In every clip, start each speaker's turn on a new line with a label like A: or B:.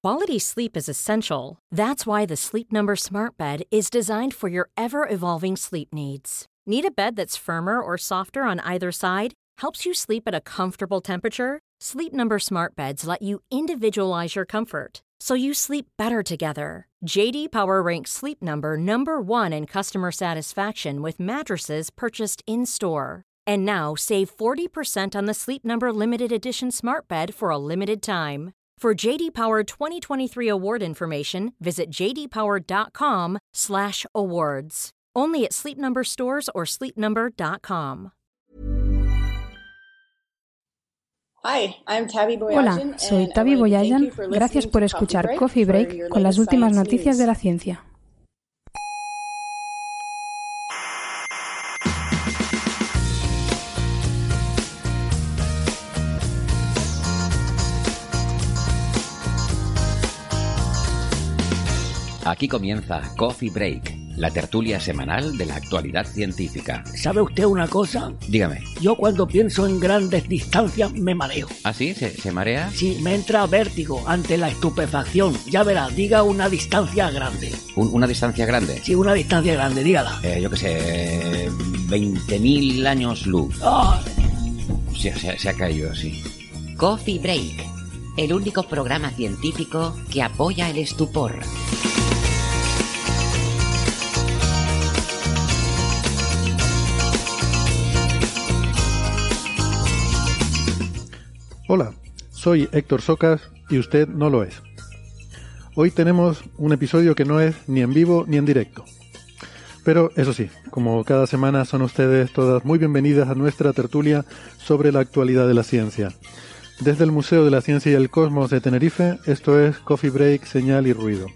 A: Quality sleep is essential. That's why the Sleep Number Smart Bed is designed for your ever-evolving sleep needs. Need a bed that's firmer or softer on either side? Helps you sleep at a comfortable temperature? Sleep Number Smart Beds let you individualize your comfort, so you sleep better together. J.D. Power ranks Sleep Number number 1 in customer satisfaction with mattresses purchased in-store. And now, save 40% on the Sleep Number Limited Edition Smart Bed for a limited time. For J.D. Power 2023 award information, visit jdpower.com/awards. Only at Sleep Number stores or sleepnumber.com.
B: Hola, soy Tavi Boyajan. Gracias por escuchar Coffee Break con las últimas noticias de la ciencia.
C: Aquí comienza Coffee Break, la tertulia semanal de la actualidad científica.
D: ¿Sabe usted una cosa?
C: Dígame.
D: Yo cuando pienso en grandes distancias me mareo.
C: ¿Ah, sí? ¿Se marea?
D: Sí, me entra vértigo ante la estupefacción. Ya verá, diga una distancia grande.
C: ¿Una distancia grande?
D: Sí, una distancia grande, dígala.
C: Yo qué sé, 20.000 años luz.
D: ¡Oh!
C: Se ha caído así.
E: Coffee Break, el único programa científico que apoya el estupor.
F: Hola, soy Héctor Socas y usted no lo es. Hoy tenemos un episodio que no es ni en vivo ni en directo. Pero eso sí, como cada semana son ustedes todas muy bienvenidas a nuestra tertulia sobre la actualidad de la ciencia. Desde el Museo de la Ciencia y el Cosmos de Tenerife, esto es Coffee Break, Señal y Ruido.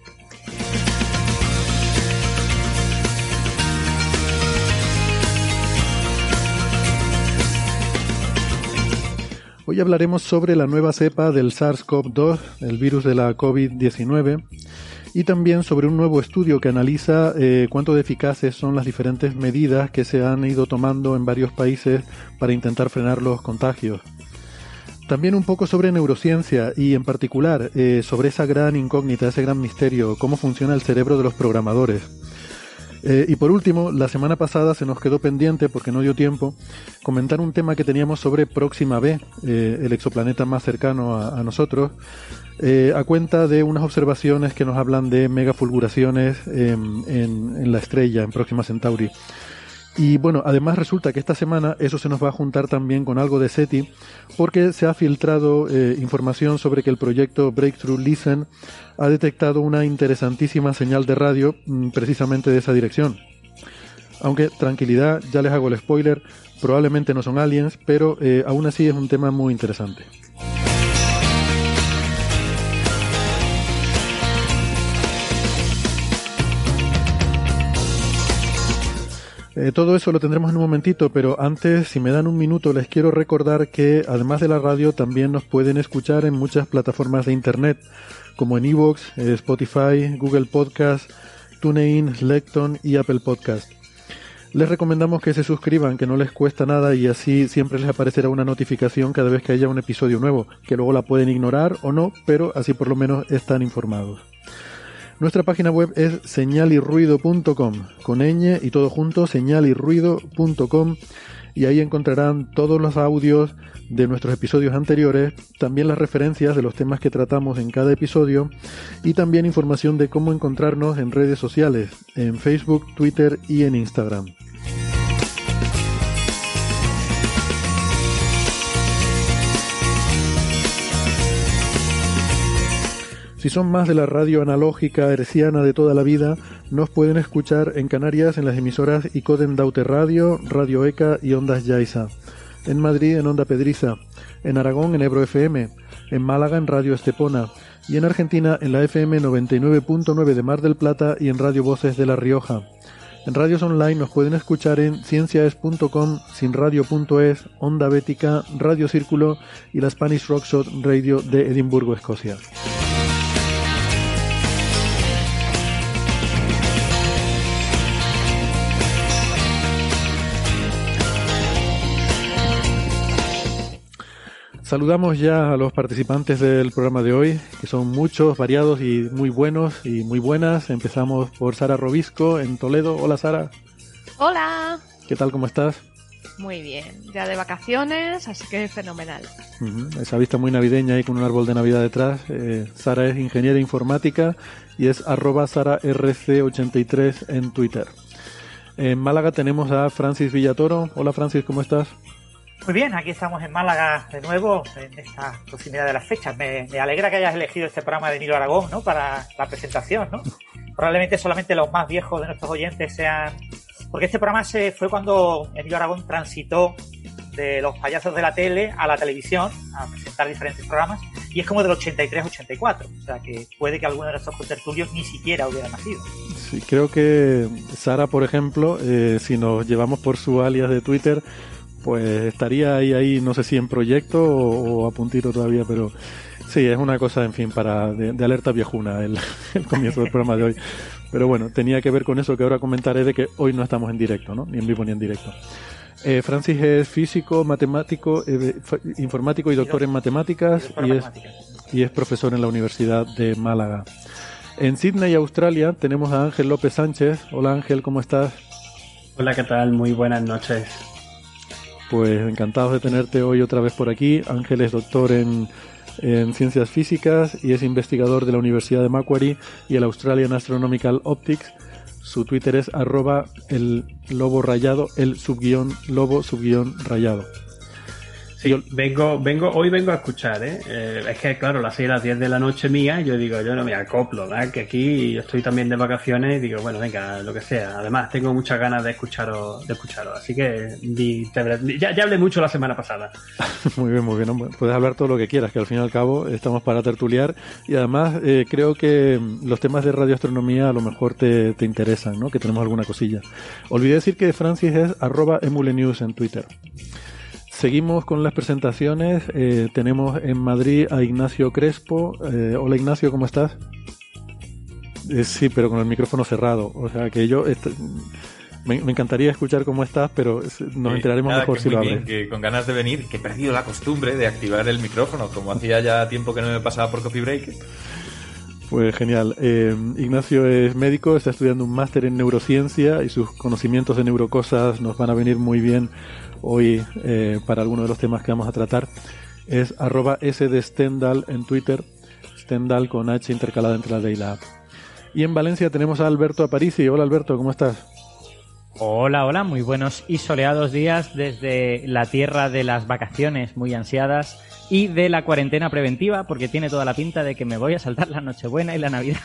F: Hoy hablaremos sobre la nueva cepa del SARS-CoV-2, el virus de la COVID-19, y también sobre un nuevo estudio que analiza cuánto de eficaces son las diferentes medidas que se han ido tomando en varios países para intentar frenar los contagios. También un poco sobre neurociencia y en particular sobre esa gran incógnita, ese gran misterio, cómo funciona el cerebro de los programadores. Y por último, la semana pasada se nos quedó pendiente, porque no dio tiempo, comentar un tema que teníamos sobre Próxima B, el exoplaneta más cercano a nosotros, a cuenta de unas observaciones que nos hablan de megafulguraciones en la estrella, en Próxima Centauri. Y bueno, además resulta que esta semana eso se nos va a juntar también con algo de SETI, porque se ha filtrado información sobre que el proyecto Breakthrough Listen ha detectado una interesantísima señal de radio precisamente de esa dirección. Aunque, tranquilidad, ya les hago el spoiler, probablemente no son aliens, pero aún así es un tema muy interesante. Todo eso lo tendremos en un momentito, pero antes, si me dan un minuto, les quiero recordar que además de la radio también nos pueden escuchar en muchas plataformas de internet, como en iVoox, Spotify, Google Podcast, TuneIn, Lecton y Apple Podcast. Les recomendamos que se suscriban, que no les cuesta nada y así siempre les aparecerá una notificación cada vez que haya un episodio nuevo, que luego la pueden ignorar o no, pero así por lo menos están informados. Nuestra página web es señalirruido.com, con ñ y todo junto, señalirruido.com, y ahí encontrarán todos los audios de nuestros episodios anteriores, también las referencias de los temas que tratamos en cada episodio, y también información de cómo encontrarnos en redes sociales, en Facebook, Twitter y en Instagram. Si son más de la radio analógica herciana de toda la vida, nos pueden escuchar en Canarias en las emisoras Icoden Daute Radio, Radio ECA y Ondas Yaiza. En Madrid en Onda Pedriza, en Aragón en Ebro FM, en Málaga en Radio Estepona y en Argentina en la FM 99.9 de Mar del Plata y en Radio Voces de La Rioja. En radios online nos pueden escuchar en cienciaes.com, sinradio.es, Onda Bética, Radio Círculo y la Spanish Rockshot Radio de Edimburgo, Escocia. Saludamos ya a los participantes del programa de hoy, que son muchos, variados y muy buenos y muy buenas. Empezamos por Sara Robisco en Toledo. Hola, Sara.
G: Hola.
F: ¿Qué tal? ¿Cómo estás?
G: Muy bien, ya de vacaciones, así que fenomenal.
F: Esa vista muy navideña ahí con un árbol de Navidad detrás. Sara es ingeniera informática y es @SaraRC83 en Twitter. En Málaga tenemos a Francis Villatoro. Hola, Francis, ¿cómo estás?
H: Muy bien, aquí estamos en Málaga de nuevo, en esta proximidad de las fechas. Me alegra que hayas elegido este programa de Emilio Aragón, ¿no?, para la presentación, ¿no? Probablemente solamente los más viejos de nuestros oyentes sean... Porque este programa fue cuando Emilio Aragón transitó de los payasos de la tele a la televisión, a presentar diferentes programas, y es como del 83-84, o sea que puede que alguno de nuestros contertulios ni siquiera hubiera nacido.
F: Sí, creo que Sara, por ejemplo, si nos llevamos por su alias de Twitter, pues estaría ahí, no sé si en proyecto o a puntito todavía, pero sí, es una cosa, en fin, de alerta viejuna el comienzo del programa de hoy. Pero bueno, tenía que ver con eso que ahora comentaré, de que hoy no estamos en directo, ¿no? Ni en vivo ni en directo. Francis es físico, matemático, informático y doctor en matemáticas y es profesor en la Universidad de Málaga. En Sydney, Australia, tenemos a Ángel López Sánchez. Hola, Ángel, ¿cómo estás?
I: Hola, ¿qué tal? Muy buenas noches.
F: Pues encantados de tenerte hoy otra vez por aquí. Ángel es doctor en ciencias físicas y es investigador de la Universidad de Macquarie y el Australian Astronomical Optics. Su Twitter es @el_lobo_rayado, _lobo_rayado.
I: Sí, hoy vengo a escuchar, es que claro, las 6 a las 10 de la noche mía, yo no me acoplo, ¿verdad? Que aquí yo estoy también de vacaciones y digo, bueno, venga, lo que sea. Además, tengo muchas ganas de escucharos, así que ya hablé mucho la semana pasada.
F: Muy bien, puedes hablar todo lo que quieras, que al fin y al cabo estamos para tertuliar y además creo que los temas de radioastronomía a lo mejor te interesan, ¿no? Que tenemos alguna cosilla. Olvidé decir que Francis es @emulenews en Twitter. Seguimos con las presentaciones. Tenemos en Madrid a Ignacio Crespo. Hola, Ignacio, ¿cómo estás? Sí, pero con el micrófono cerrado. O sea que me encantaría escuchar cómo estás, pero nos enteraremos mejor si lo abres.
J: Que con ganas de venir, que he perdido la costumbre de activar el micrófono, como hacía ya tiempo que no me pasaba por Coffee Break.
F: Pues genial. Ignacio es médico, está estudiando un máster en neurociencia y sus conocimientos de neurocosas nos van a venir muy bien hoy para algunos de los temas que vamos a tratar. Es @sdestendal en Twitter, Stendal con H intercalada entre la D y la A. Y en Valencia tenemos a Alberto Aparici. Hola, Alberto, ¿cómo estás?
K: Hola, muy buenos y soleados días desde la tierra de las vacaciones muy ansiadas y de la cuarentena preventiva, porque tiene toda la pinta de que me voy a saltar la Nochebuena y la Navidad.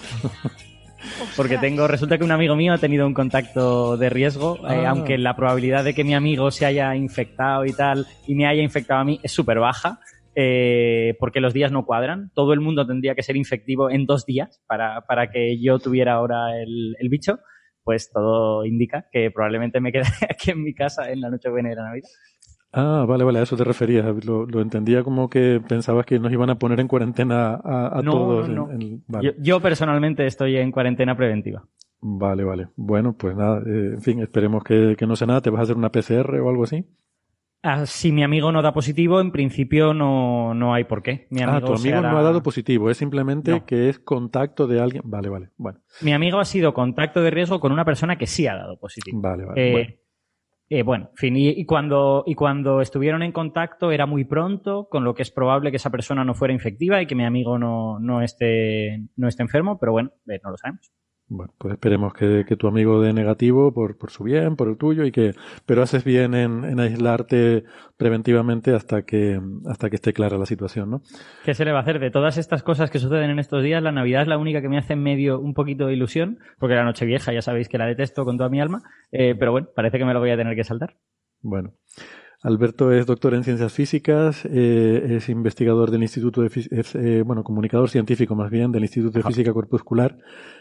K: Porque resulta que un amigo mío ha tenido un contacto de riesgo, aunque la probabilidad de que mi amigo se haya infectado y tal, y me haya infectado a mí, es súper baja, porque los días no cuadran. Todo el mundo tendría que ser infectivo en 2 días para que yo tuviera ahora el bicho. Pues todo indica que probablemente me quedaré aquí en mi casa en la Nochebuena y la Navidad.
F: Ah, vale, a eso te referías. Lo entendía como que pensabas que nos iban a poner en cuarentena a todos.
K: No.
F: Vale.
K: Yo personalmente estoy en cuarentena preventiva.
F: Vale. Bueno, pues nada, en fin, esperemos que no sea nada. ¿Te vas a hacer una PCR o algo así?
K: Si mi amigo no da positivo, en principio no hay por qué.
F: Tu amigo no ha dado positivo, es simplemente que es contacto de alguien. Vale, bueno.
K: Mi amigo ha sido contacto de riesgo con una persona que sí ha dado positivo.
F: Vale.
K: Bueno, en fin, y cuando estuvieron en contacto era muy pronto, con lo que es probable que esa persona no fuera infectiva y que mi amigo no esté enfermo, pero bueno, no lo sabemos.
F: Bueno, pues esperemos que tu amigo dé negativo por su bien, por el tuyo, pero haces bien en aislarte preventivamente hasta que esté clara la situación, ¿no?
K: ¿Qué se le va a hacer? De todas estas cosas que suceden en estos días, la Navidad es la única que me hace un poquito de ilusión, porque la Nochevieja ya sabéis que la detesto con toda mi alma, pero bueno, parece que me lo voy a tener que saltar.
F: Bueno. Alberto es doctor en ciencias físicas, es investigador del Instituto comunicador científico más bien, del Instituto de Física Corpuscular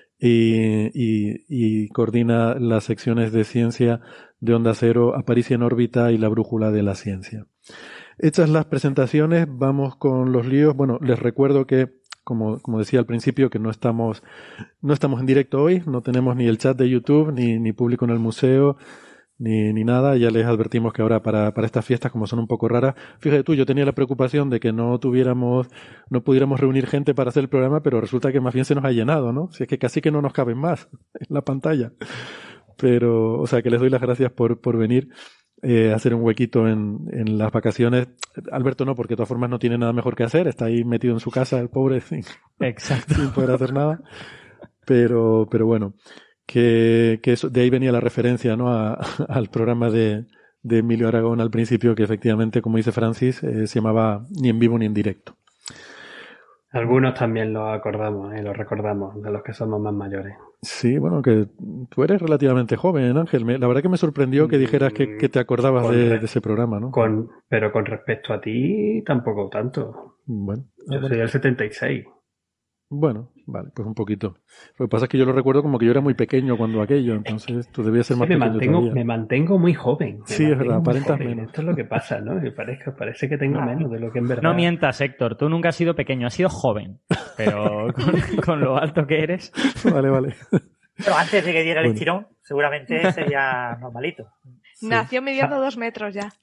F: y coordina las secciones de ciencia de Onda Cero, Aparici en órbita y la brújula de la ciencia. Hechas las presentaciones, vamos con los líos. Bueno, les recuerdo que, como decía al principio, que no estamos en directo hoy, no tenemos ni el chat de YouTube, ni público en el museo, ni nada. Ya les advertimos que ahora para estas fiestas, como son un poco raras, fíjate tú, yo tenía la preocupación de que no pudiéramos reunir gente para hacer el programa, pero resulta que más bien se nos ha llenado, ¿no? Si es que casi que no nos caben más en la pantalla. Pero, o sea, que les doy las gracias por venir. Hacer un huequito en las vacaciones. Alberto no, porque de todas formas no tiene nada mejor que hacer, está ahí metido en su casa, el pobre, sin poder hacer nada. Pero bueno, que eso, de ahí venía la referencia, ¿no? al programa de Emilio Aragón al principio, que efectivamente, como dice Francis, se llamaba Ni en vivo ni en directo.
I: Algunos también lo acordamos, lo recordamos, de los que somos más mayores.
F: Sí, bueno, que tú eres relativamente joven, Ángel. La verdad que me sorprendió que dijeras que te acordabas de ese programa, ¿no?
I: Pero con respecto a ti, tampoco tanto.
F: Bueno.
I: Yo soy del 76.
F: Bueno, vale, pues un poquito. Lo que pasa es que yo lo recuerdo como que yo era muy pequeño cuando aquello, entonces tú debías ser más pequeño todavía.
I: Me mantengo muy joven.
F: Sí, es verdad, aparentas menos.
I: Esto es lo que pasa, ¿no? Parece que tengo menos de lo que en verdad...
K: No mientas, Héctor, tú nunca has sido pequeño, has sido joven, pero con lo alto que eres...
F: Vale.
H: Pero antes de que diera el estirón, seguramente sería normalito.
G: Sí. Nació midiendo 2 metros ya.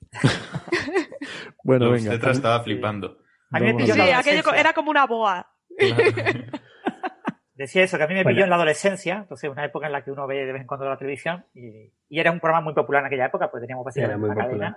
J: Bueno, venga. Cetra estaba flipando.
G: Sí, aquello era como una boa.
H: Claro. Decía eso, que a mí me pilló en la adolescencia, entonces una época en la que uno ve de vez en cuando la televisión y era un programa muy popular en aquella época, pues teníamos básicamente una cadena.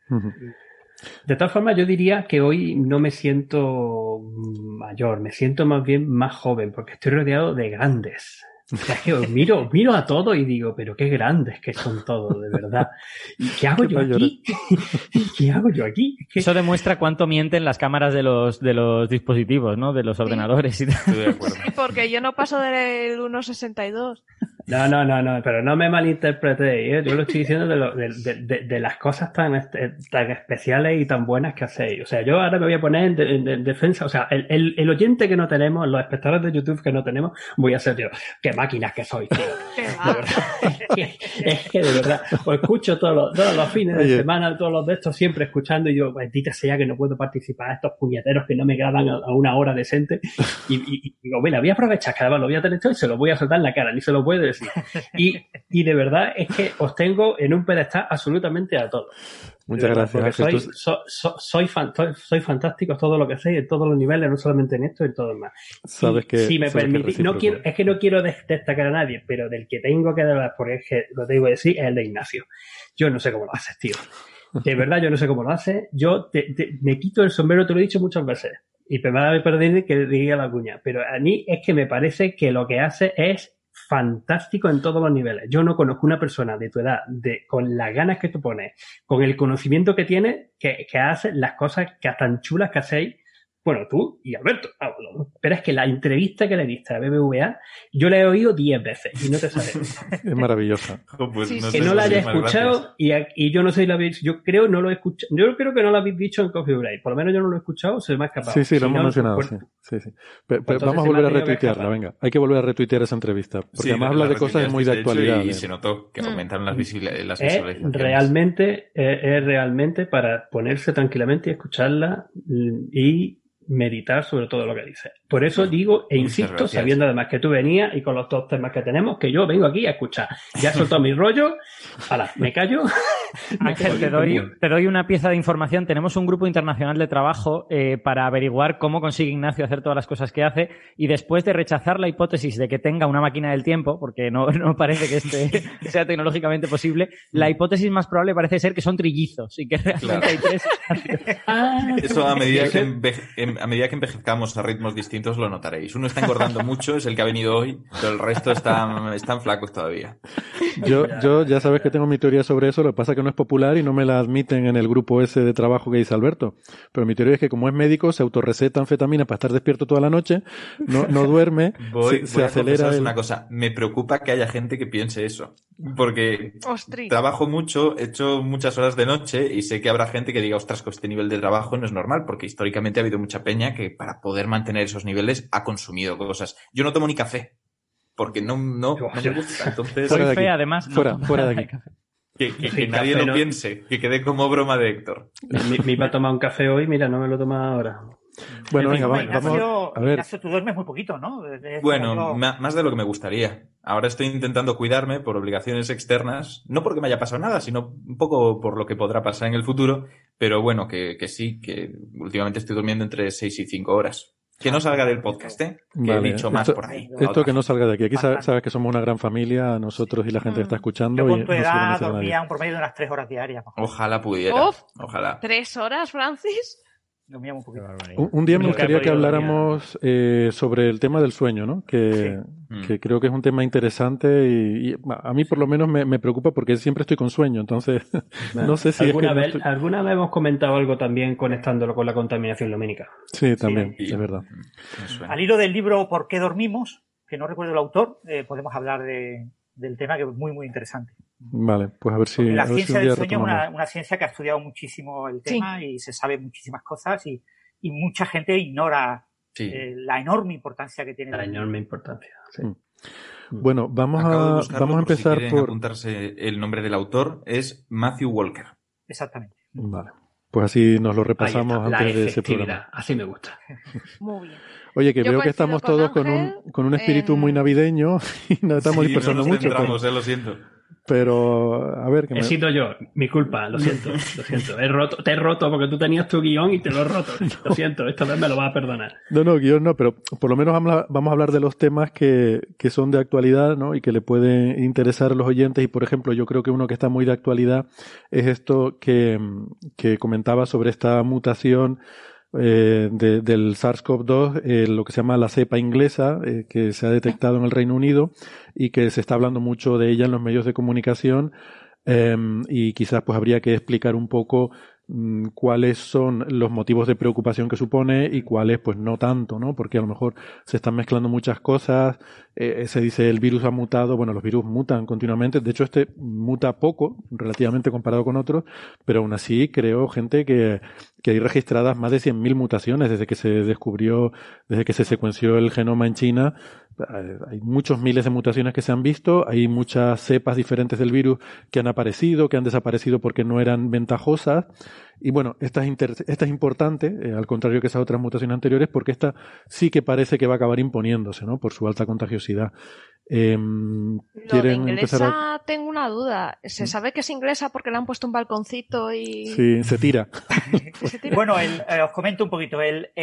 I: De todas formas, yo diría que hoy no me siento mayor, me siento más bien más joven, porque estoy rodeado de grandes. O sea, que miro a todos y digo, pero qué grandes que son todos, de verdad. ¿Y qué hago yo aquí? ¿Qué hago yo aquí?
K: Eso demuestra cuánto mienten las cámaras de los dispositivos, ¿no? De los ordenadores y tal.
J: Estoy de acuerdo.
G: Sí, porque yo no paso del 1,62.
I: No, pero no me malinterpretéis, ¿eh? Yo lo estoy diciendo de las cosas tan especiales y tan buenas que hacéis. O sea, yo ahora me voy a poner en defensa, o sea, el oyente que no tenemos, los espectadores de YouTube que no tenemos, voy a ser yo. Qué máquinas que sois, tío. De verdad. Es que de verdad, os escucho todos los fines de semana, todos los de estos, siempre escuchando, y yo, maldita sea que no puedo participar, estos puñeteros que no me graban a una hora decente, y digo, bueno, voy a aprovechar, que además lo voy a tener todo y se lo voy a soltar en la cara, ni se lo puedo decir. Y de verdad es que os tengo en un pedestal absolutamente a todos.
F: Muchas gracias.
I: Soy fantástico todo lo que hacéis, en todos los niveles, no solamente en esto, en todo más.
F: Sabes que
I: si me permitís, no quiero destacar a nadie, pero del que tengo que hablar, porque es que lo tengo que decir, es el de Ignacio. Yo no sé cómo lo haces, tío. De verdad, yo no sé cómo lo haces. Yo me quito el sombrero, te lo he dicho muchas veces. Y me va a perder que diga la cuña. Pero a mí es que me parece que lo que hace es fantástico en todos los niveles. Yo no conozco una persona de tu edad, con las ganas que tú pones, con el conocimiento que tienes, que hace las cosas que tan chulas que hacéis. Bueno, tú y Alberto. Pero es que la entrevista que le diste a BBVA, yo la he oído 10 veces y no te sabes.
F: Es maravillosa.
J: Pues
G: sí,
J: no
G: que
I: no la haya
J: muchísimas
I: escuchado y yo no sé si la habéis... Yo creo no lo he escuchado. Yo creo que no lo habéis dicho en Coffee Break. Por lo menos yo no lo he escuchado, se me ha escapado.
F: Sí, lo hemos mencionado, sí. Pero vamos a volver a retuitearla, venga. Hay que volver a retuitear esa entrevista. Porque además habla de cosas muy de actualidad.
J: Y se notó que aumentaron las visualizaciones.
I: Es realmente para ponerse tranquilamente y escucharla y meditar sobre todo lo que dice. Por eso digo e insisto, sabiendo además que tú venías y con los dos temas que tenemos, que yo vengo aquí a escuchar. Ya he soltado mi rollo. Hala, me callo.
K: Ángel, te doy una pieza de información. Tenemos un grupo internacional de trabajo para averiguar cómo consigue Ignacio hacer todas las cosas que hace, y después de rechazar la hipótesis de que tenga una máquina del tiempo, porque no parece que sea tecnológicamente posible, la hipótesis más probable parece ser que son trillizos y que realmente hay 3.
J: Eso a medida que envejezcamos a ritmos distintos lo notaréis. Uno está engordando mucho, es el que ha venido hoy, pero el resto están flacos todavía.
F: Yo ya sabes que tengo mi teoría sobre eso, lo que pasa es que no es popular y no me la admiten en el grupo ese de trabajo que dice Alberto. Pero mi teoría es que como es médico, se autorreceta anfetamina para estar despierto toda la noche, no duerme, se acelera.
J: Una cosa, me preocupa que haya gente que piense eso. Porque trabajo mucho, he hecho muchas horas de noche y sé que habrá gente que diga, ostras, con este nivel de trabajo no es normal, porque históricamente ha habido mucha peña que para poder mantener esos niveles ha consumido cosas. Yo no tomo ni café, porque no me gusta. Entonces,
K: soy fea, además.
F: Fuera de aquí.
J: Que nadie lo piense, que quede como broma de Héctor.
I: Me iba a tomar un café hoy, mira, no me lo toma ahora.
F: Bueno, venga, vamos a ver.
H: Ignacio, tú duermes muy poquito, ¿no?
J: Bueno, más de lo que me gustaría. Ahora estoy intentando cuidarme por obligaciones externas, no porque me haya pasado nada, sino un poco por lo que podrá pasar en el futuro, pero bueno, que sí, que últimamente estoy durmiendo entre 6 y 5 horas. Que no salga del podcast, ¿eh? Que
F: vale.
J: he dicho más por ahí.
F: Esto que no salga de aquí. Aquí sabes que somos una gran familia, nosotros y la gente que está escuchando.
H: Yo con tu edad dormía un promedio de unas 3 horas diarias.
J: Ojalá pudiera. Ojalá.
G: 3 horas, Francis.
F: Un día me gustaría que habláramos sobre el tema del sueño, ¿no? Que creo que es un tema interesante y a mí por lo menos me preocupa porque siempre estoy con sueño, entonces no sé si
I: ¿Alguna vez hemos comentado algo también conectándolo con la contaminación lumínica?
F: Sí, también, es verdad.
H: Al hilo del libro ¿Por qué dormimos?, que no recuerdo el autor, podemos hablar del tema, que es muy, muy interesante.
F: Vale, pues a ver si...
H: La ciencia del sueño es una ciencia que ha estudiado muchísimo el tema y se sabe muchísimas cosas y mucha gente ignora la enorme importancia que tiene.
I: La enorme importancia, sí.
F: Bueno, vamos a empezar
J: si por apuntarse el nombre del autor, es Matthew Walker.
H: Exactamente.
F: Vale. Pues así nos lo repasamos antes de ese programa.
I: Así me gusta.
G: Muy bien.
F: Oye, que veo que estamos todos con un espíritu muy navideño y nos estamos dispersando mucho.
J: Lo siento.
F: Pero, a ver...
I: He sido yo, mi culpa, lo siento. Te he roto porque tú tenías tu guión y te lo he roto. Lo siento, esta vez me lo vas a perdonar.
F: No, guión no, pero por lo menos vamos a hablar de los temas que son de actualidad, ¿no? Y que le pueden interesar a los oyentes. Y, por ejemplo, yo creo que uno que está muy de actualidad es esto que comentaba sobre esta mutación del SARS-CoV-2, lo que se llama la cepa inglesa, que se ha detectado en el Reino Unido y que se está hablando mucho de ella en los medios de comunicación, y quizás pues habría que explicar un poco cuáles son los motivos de preocupación que supone y cuáles pues no tanto, ¿no? Porque a lo mejor se están mezclando muchas cosas, se dice el virus ha mutado, bueno, los virus mutan continuamente, de hecho este muta poco relativamente comparado con otros, pero aún así creo, gente, que hay registradas más de 100.000 mutaciones desde que se secuenció el genoma en China. Hay muchos miles de mutaciones que se han visto, hay muchas cepas diferentes del virus que han aparecido, que han desaparecido porque no eran ventajosas, y bueno, esta es importante, al contrario que esas otras mutaciones anteriores, porque esta sí que parece que va a acabar imponiéndose, ¿no? Por su alta contagiosidad.
G: Lo de inglesa tengo una duda. ¿Se sabe que es inglesa porque le han puesto un balconcito y...?
F: Sí, se tira.
H: Bueno, os comento un poquito.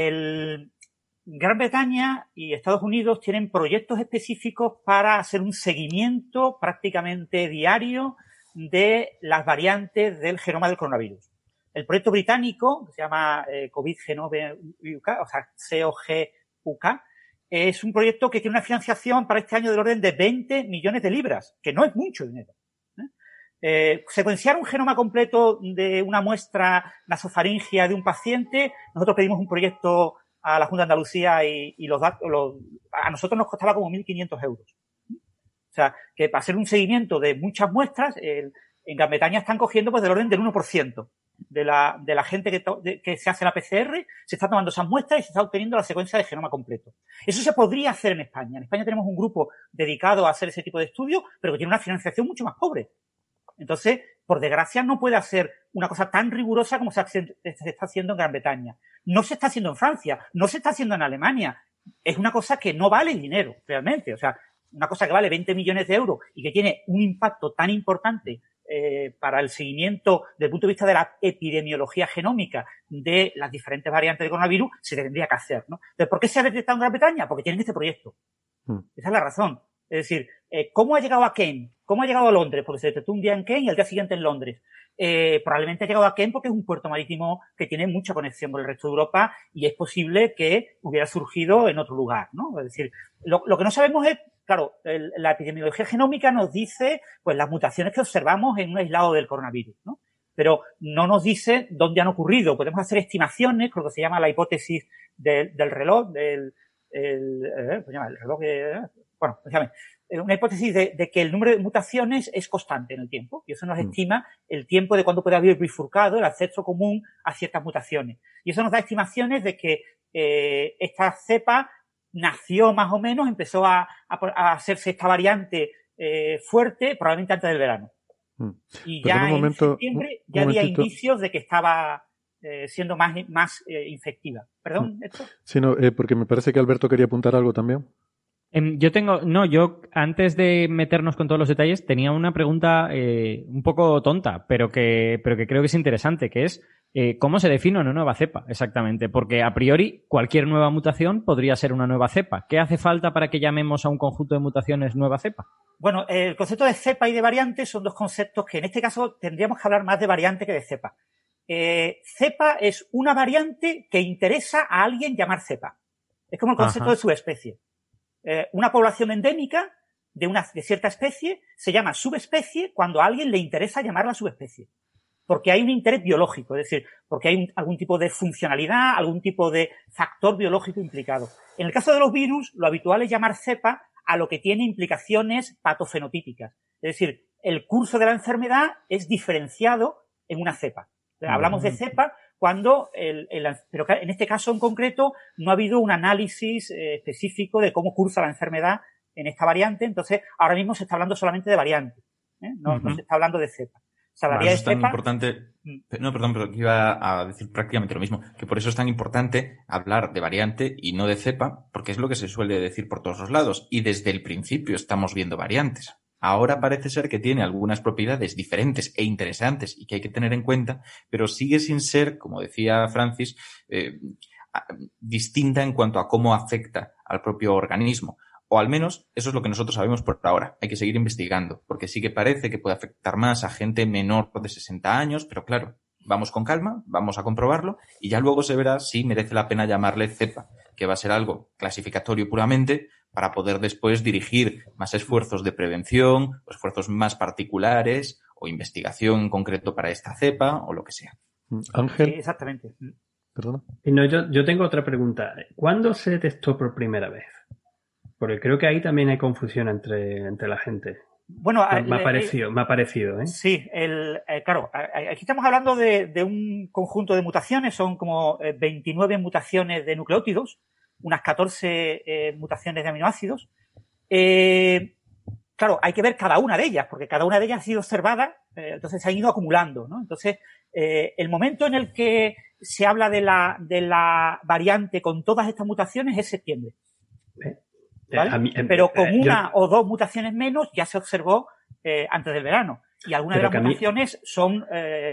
H: Gran Bretaña y Estados Unidos tienen proyectos específicos para hacer un seguimiento prácticamente diario de las variantes del genoma del coronavirus. El proyecto británico, que se llama COVID Genome UK, o sea, COG-UK, es un proyecto que tiene una financiación para este año del orden de 20 millones de libras, que no es mucho dinero. Secuenciar un genoma completo de una muestra nasofaringia de un paciente, nosotros pedimos un proyecto a la Junta de Andalucía y los datos, a nosotros nos costaba como 1.500 euros. O sea, que para hacer un seguimiento de muchas muestras, en Gran Bretaña están cogiendo pues del orden del 1% de la gente que se hace la PCR, se está tomando esas muestras y se está obteniendo la secuencia de genoma completo. Eso se podría hacer en España. En España tenemos un grupo dedicado a hacer ese tipo de estudios, pero que tiene una financiación mucho más pobre. Entonces, por desgracia, no puede hacer una cosa tan rigurosa como se está haciendo en Gran Bretaña. No se está haciendo en Francia, no se está haciendo en Alemania. Es una cosa que no vale dinero, realmente. O sea, una cosa que vale 20 millones de euros y que tiene un impacto tan importante para el seguimiento desde el punto de vista de la epidemiología genómica de las diferentes variantes de coronavirus, se tendría que hacer, ¿no? Entonces, ¿por qué se ha detectado en Gran Bretaña? Porque tienen este proyecto. Esa es la razón. Es decir, ¿cómo ha llegado a Kent? ¿Cómo ha llegado a Londres? Porque se detectó un día en Kent y al día siguiente en Londres. Probablemente ha llegado a Kent porque es un puerto marítimo que tiene mucha conexión con el resto de Europa y es posible que hubiera surgido en otro lugar, ¿no? Es decir, lo que no sabemos es, claro, la epidemiología genómica nos dice pues las mutaciones que observamos en un aislado del coronavirus, ¿no? Pero no nos dice dónde han ocurrido. Podemos hacer estimaciones con lo que se llama la hipótesis del reloj, el reloj bueno, una hipótesis de que el número de mutaciones es constante en el tiempo y eso nos estima el tiempo de cuándo puede haber bifurcado el ancestro común a ciertas mutaciones. Y eso nos da estimaciones de que esta cepa nació más o menos, empezó a hacerse esta variante fuerte probablemente antes del verano. Y ya en septiembre ya había indicios de que estaba siendo más infectiva. ¿Perdón, Héctor?
F: Sí, no, porque me parece que Alberto quería apuntar algo también.
K: Yo antes de meternos con todos los detalles tenía una pregunta un poco tonta, pero que creo que es interesante, que es ¿cómo se define una nueva cepa exactamente? Porque a priori cualquier nueva mutación podría ser una nueva cepa. ¿Qué hace falta para que llamemos a un conjunto de mutaciones nueva cepa?
H: Bueno, el concepto de cepa y de variante son dos conceptos que en este caso tendríamos que hablar más de variante que de cepa. Cepa es una variante que interesa a alguien llamar cepa. Es como el concepto de subespecie. Una población endémica de cierta especie se llama subespecie cuando a alguien le interesa llamarla subespecie. Porque hay un interés biológico, es decir, porque hay algún tipo de funcionalidad, algún tipo de factor biológico implicado. En el caso de los virus, lo habitual es llamar cepa a lo que tiene implicaciones patofenotípicas. Es decir, el curso de la enfermedad es diferenciado en una cepa. Hablamos de cepa cuando, pero en este caso en concreto no ha habido un análisis específico de cómo cursa la enfermedad en esta variante. Entonces, ahora mismo se está hablando solamente de variante, no se está hablando de cepa. Se hablaría de
J: cepa. Es tan importante.
H: No,
J: perdón, pero iba a decir prácticamente lo mismo. Que por eso es tan importante hablar de variante y no de cepa, porque es lo que se suele decir por todos los lados. Y desde el principio estamos viendo variantes. Ahora parece ser que tiene algunas propiedades diferentes e interesantes y que hay que tener en cuenta, pero sigue sin ser, como decía Francis, distinta en cuanto a cómo afecta al propio organismo. O al menos eso es lo que nosotros sabemos por ahora. Hay que seguir investigando, porque sí que parece que puede afectar más a gente menor de 60 años, pero claro, vamos con calma, vamos a comprobarlo y ya luego se verá si merece la pena llamarle cepa, que va a ser algo clasificatorio puramente, para poder después dirigir más esfuerzos de prevención, o esfuerzos más particulares, o investigación en concreto para esta cepa, o lo que sea.
F: Ángel.
H: Sí, exactamente.
F: ¿Perdona?
I: No, yo tengo otra pregunta. ¿Cuándo se detectó por primera vez? Porque creo que ahí también hay confusión entre la gente.
H: Bueno,
I: me ha parecido, ¿eh?
H: Sí, claro, aquí estamos hablando de un conjunto de mutaciones, son como 29 mutaciones de nucleótidos, unas 14 mutaciones de aminoácidos. Claro, hay que ver cada una de ellas, porque cada una de ellas ha sido observada, entonces se han ido acumulando, ¿no? Entonces, el momento en el que se habla de la variante con todas estas mutaciones es septiembre. ¿Vale? Pero con una o dos mutaciones menos ya se observó antes del verano. Y algunas de las mutaciones son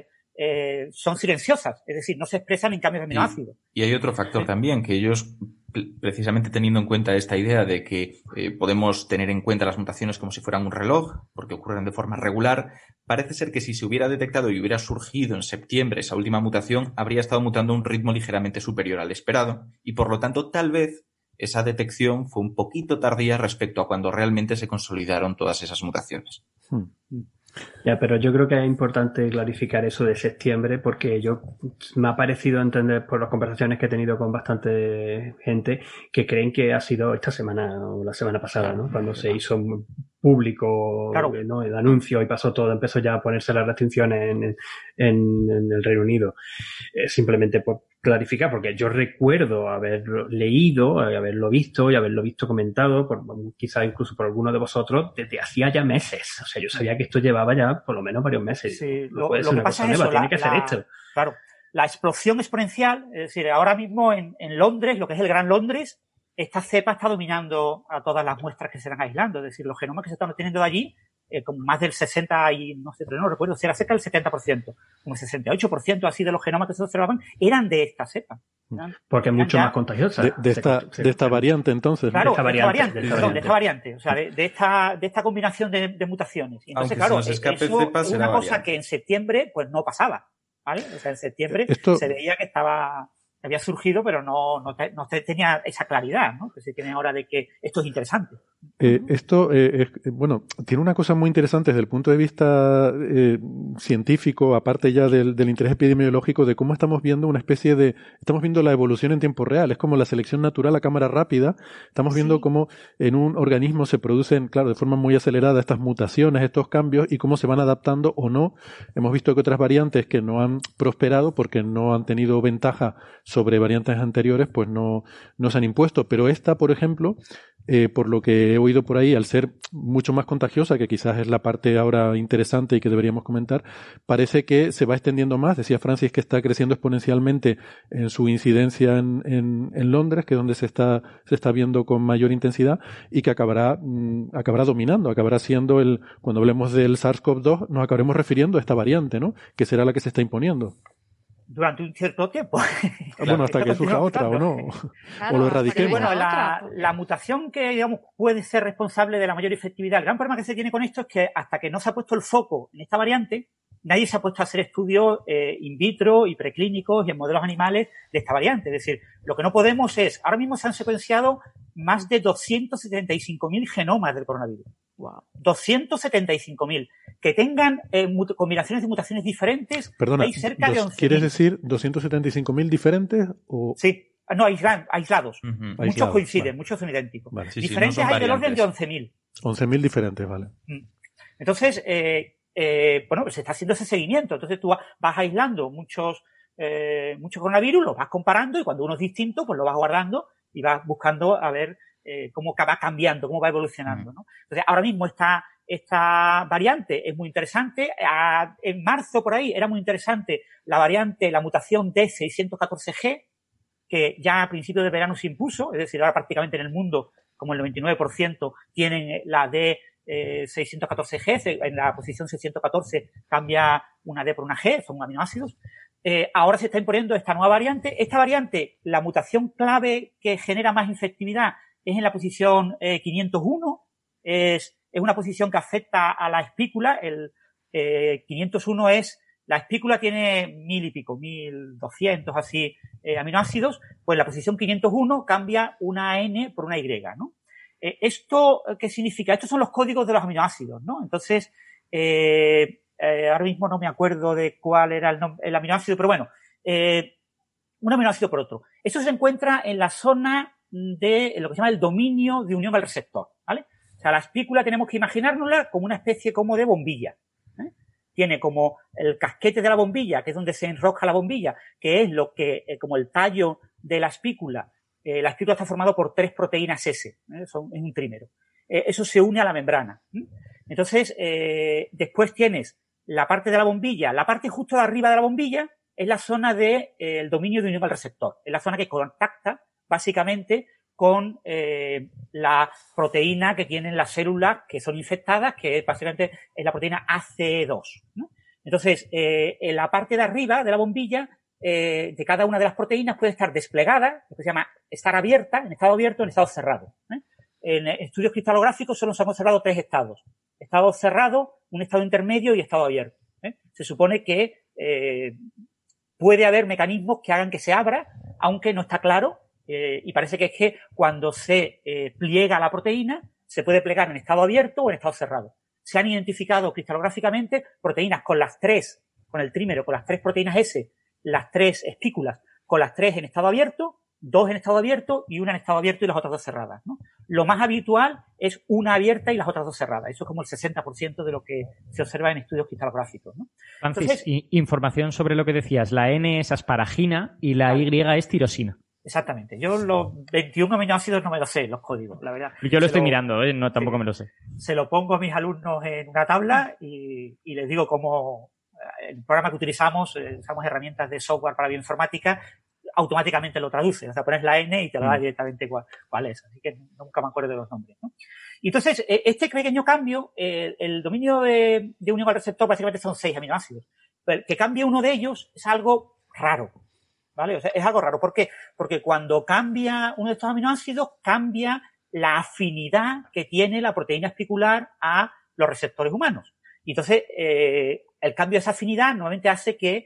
H: silenciosas, es decir, no se expresan en cambios de aminoácidos.
J: Y hay otro factor también, que ellos, precisamente teniendo en cuenta esta idea de que podemos tener en cuenta las mutaciones como si fueran un reloj, porque ocurren de forma regular, parece ser que si se hubiera detectado y hubiera surgido en septiembre esa última mutación, habría estado mutando a un ritmo ligeramente superior al esperado, y por lo tanto, tal vez, esa detección fue un poquito tardía respecto a cuando realmente se consolidaron todas esas mutaciones.
I: Ya, pero yo creo que es importante clarificar eso de septiembre porque me ha parecido entender por las conversaciones que he tenido con bastante gente que creen que ha sido esta semana o la semana pasada, ¿no? Cuando se hizo público,
H: claro,
I: ¿no? El anuncio y empezó ya a ponerse las restricciones en el Reino Unido. Simplemente por clarificar, porque yo recuerdo haberlo leído, haberlo visto y haberlo visto comentado, quizás incluso por alguno de vosotros, desde hacía ya meses. O sea, yo sabía que esto llevaba ya por lo menos varios meses.
H: Sí,
I: no puede ser una cosa nueva, tiene que ser esto.
H: Claro, la explosión exponencial, es decir, ahora mismo en Londres, lo que es el Gran Londres, esta cepa está dominando a todas las muestras que se están aislando, es decir, los genomas que se están obteniendo de allí, con más del 60 y no sé, pero no recuerdo, si era cerca del 70%, como el 68% así de los genomas que se observaban eran de esta cepa.
I: Porque es mucho más contagiosa.
F: De esta variante, entonces.
H: Claro, de esta variante, o sea, de esta combinación de mutaciones. Y entonces, claro, eso es una cosa que en septiembre pues no pasaba, ¿vale? O sea, en septiembre se veía que había surgido, pero no tenía esa claridad, ¿no? Que se tiene ahora de que esto es interesante.
F: Bueno, tiene una cosa muy interesante desde el punto de vista científico, aparte ya del interés epidemiológico, de cómo estamos viendo estamos viendo la evolución en tiempo real. Es como la selección natural a cámara rápida. Estamos viendo cómo en un organismo se producen, claro, de forma muy acelerada estas mutaciones, estos cambios, y cómo se van adaptando o no. Hemos visto que otras variantes que no han prosperado porque no han tenido ventaja sobre variantes anteriores, pues no se han impuesto. Pero esta, por ejemplo, por lo que he oído por ahí, al ser mucho más contagiosa, que quizás es la parte ahora interesante y que deberíamos comentar, parece que se va extendiendo más. Decía Francis que está creciendo exponencialmente en su incidencia en Londres, que es donde se está viendo con mayor intensidad, y que acabará dominando, acabará siendo cuando hablemos del SARS-CoV-2, nos acabaremos refiriendo a esta variante, ¿no? Que será la que se está imponiendo.
H: Durante un cierto tiempo.
F: Bueno, hasta que surja otra o no. Claro, o lo erradiquemos.
H: Bueno, la mutación que, digamos, puede ser responsable de la mayor efectividad. El gran problema que se tiene con esto es que hasta que no se ha puesto el foco en esta variante, nadie se ha puesto a hacer estudios in vitro y preclínicos y en modelos animales de esta variante. Es decir, lo que no podemos es, ahora mismo se han secuenciado más de 275.000 genomas del coronavirus. Wow. 275.000. Que tengan combinaciones de mutaciones diferentes.
F: Perdona,
H: hay cerca de 11.000.
F: ¿Quieres decir 275.000 diferentes? O...
H: Sí, no, aislados. Muchos
F: aislados,
H: coinciden,
F: vale.
H: Muchos son idénticos.
F: Vale.
J: Sí,
H: diferencias
J: no
H: hay del orden de
J: 11.000.
F: 11.000 diferentes, vale.
H: Entonces, bueno, pues se está haciendo ese seguimiento. Entonces tú vas aislando muchos coronavirus, los vas comparando y cuando uno es distinto, pues lo vas guardando y vas buscando a ver cómo va cambiando, cómo va evolucionando, ¿no? Entonces, ahora mismo esta variante es muy interesante. En marzo, por ahí, era muy interesante la mutación D614G, que ya a principios de verano se impuso, es decir, ahora prácticamente en el mundo, como el 99%, tienen la D614G, en la posición 614 cambia una D por una G, son aminoácidos. Ahora se está imponiendo esta nueva variante. Esta variante, la mutación clave que genera más infectividad es en la posición 501, es una posición que afecta a la espícula. El 501 la espícula tiene 1.000 y pico, 1.200 así aminoácidos, pues la posición 501 cambia una N por una Y, ¿no? ¿Esto qué significa? Estos son los códigos de los aminoácidos, ¿no? Entonces, ahora mismo no me acuerdo de cuál era el aminoácido, pero bueno, un aminoácido por otro. Eso se encuentra en la zona de lo que se llama el dominio de unión al receptor, ¿vale? O sea, la espícula tenemos que imaginárnosla como una especie como de bombilla. Tiene como el casquete de la bombilla, que es donde se enrosca la bombilla, que es lo que, como el tallo de la espícula. La espícula está formada por 3 proteínas S, es un trímero. Eso se une a la membrana. Entonces, después tienes la parte de la bombilla, la parte justo de arriba de la bombilla es la zona el dominio de unión al receptor. Es la zona que contacta básicamente con la proteína que tienen las células que son infectadas, que básicamente es la proteína ACE2, ¿no? Entonces, en la parte de arriba de la bombilla de cada una de las proteínas puede estar desplegada, lo que se llama estar abierta, en estado abierto o en estado cerrado. En estudios cristalográficos solo se han observado 3 estados. Estado cerrado, un estado intermedio y estado abierto. Se supone que puede haber mecanismos que hagan que se abra, aunque no está claro. Y parece que es que cuando se pliega la proteína, se puede plegar en estado abierto o en estado cerrado. Se han identificado cristalográficamente proteínas con el trímero, con las 3 proteínas S, las 3 espículas, con las 3 en estado abierto, 2 en estado abierto y una en estado abierto y las otras 2 cerradas, ¿no? Lo más habitual es una abierta y las otras 2 cerradas. Eso es como el 60% de lo que se observa en estudios cristalográficos, ¿no?
K: Francis, información sobre lo que decías. La N es asparagina y la Y es tirosina.
H: Exactamente. Yo los 21 aminoácidos no me los sé, los códigos, la verdad.
K: Yo lo estoy mirando, no, tampoco me lo sé.
H: Se lo pongo a mis alumnos en una tabla y les digo cómo el programa que usamos herramientas de software para bioinformática, automáticamente lo traduce. O sea, pones la N y te lo da directamente cuál es. Así que nunca me acuerdo de los nombres, ¿no? Y entonces, este pequeño cambio, el dominio de unión al receptor básicamente son 6 aminoácidos. Pero que cambie uno de ellos es algo raro. ¿Vale? O sea, es algo raro. ¿Por qué? Porque cuando cambia uno de estos aminoácidos, cambia la afinidad que tiene la proteína espicular a los receptores humanos. Y entonces, el cambio de esa afinidad normalmente hace que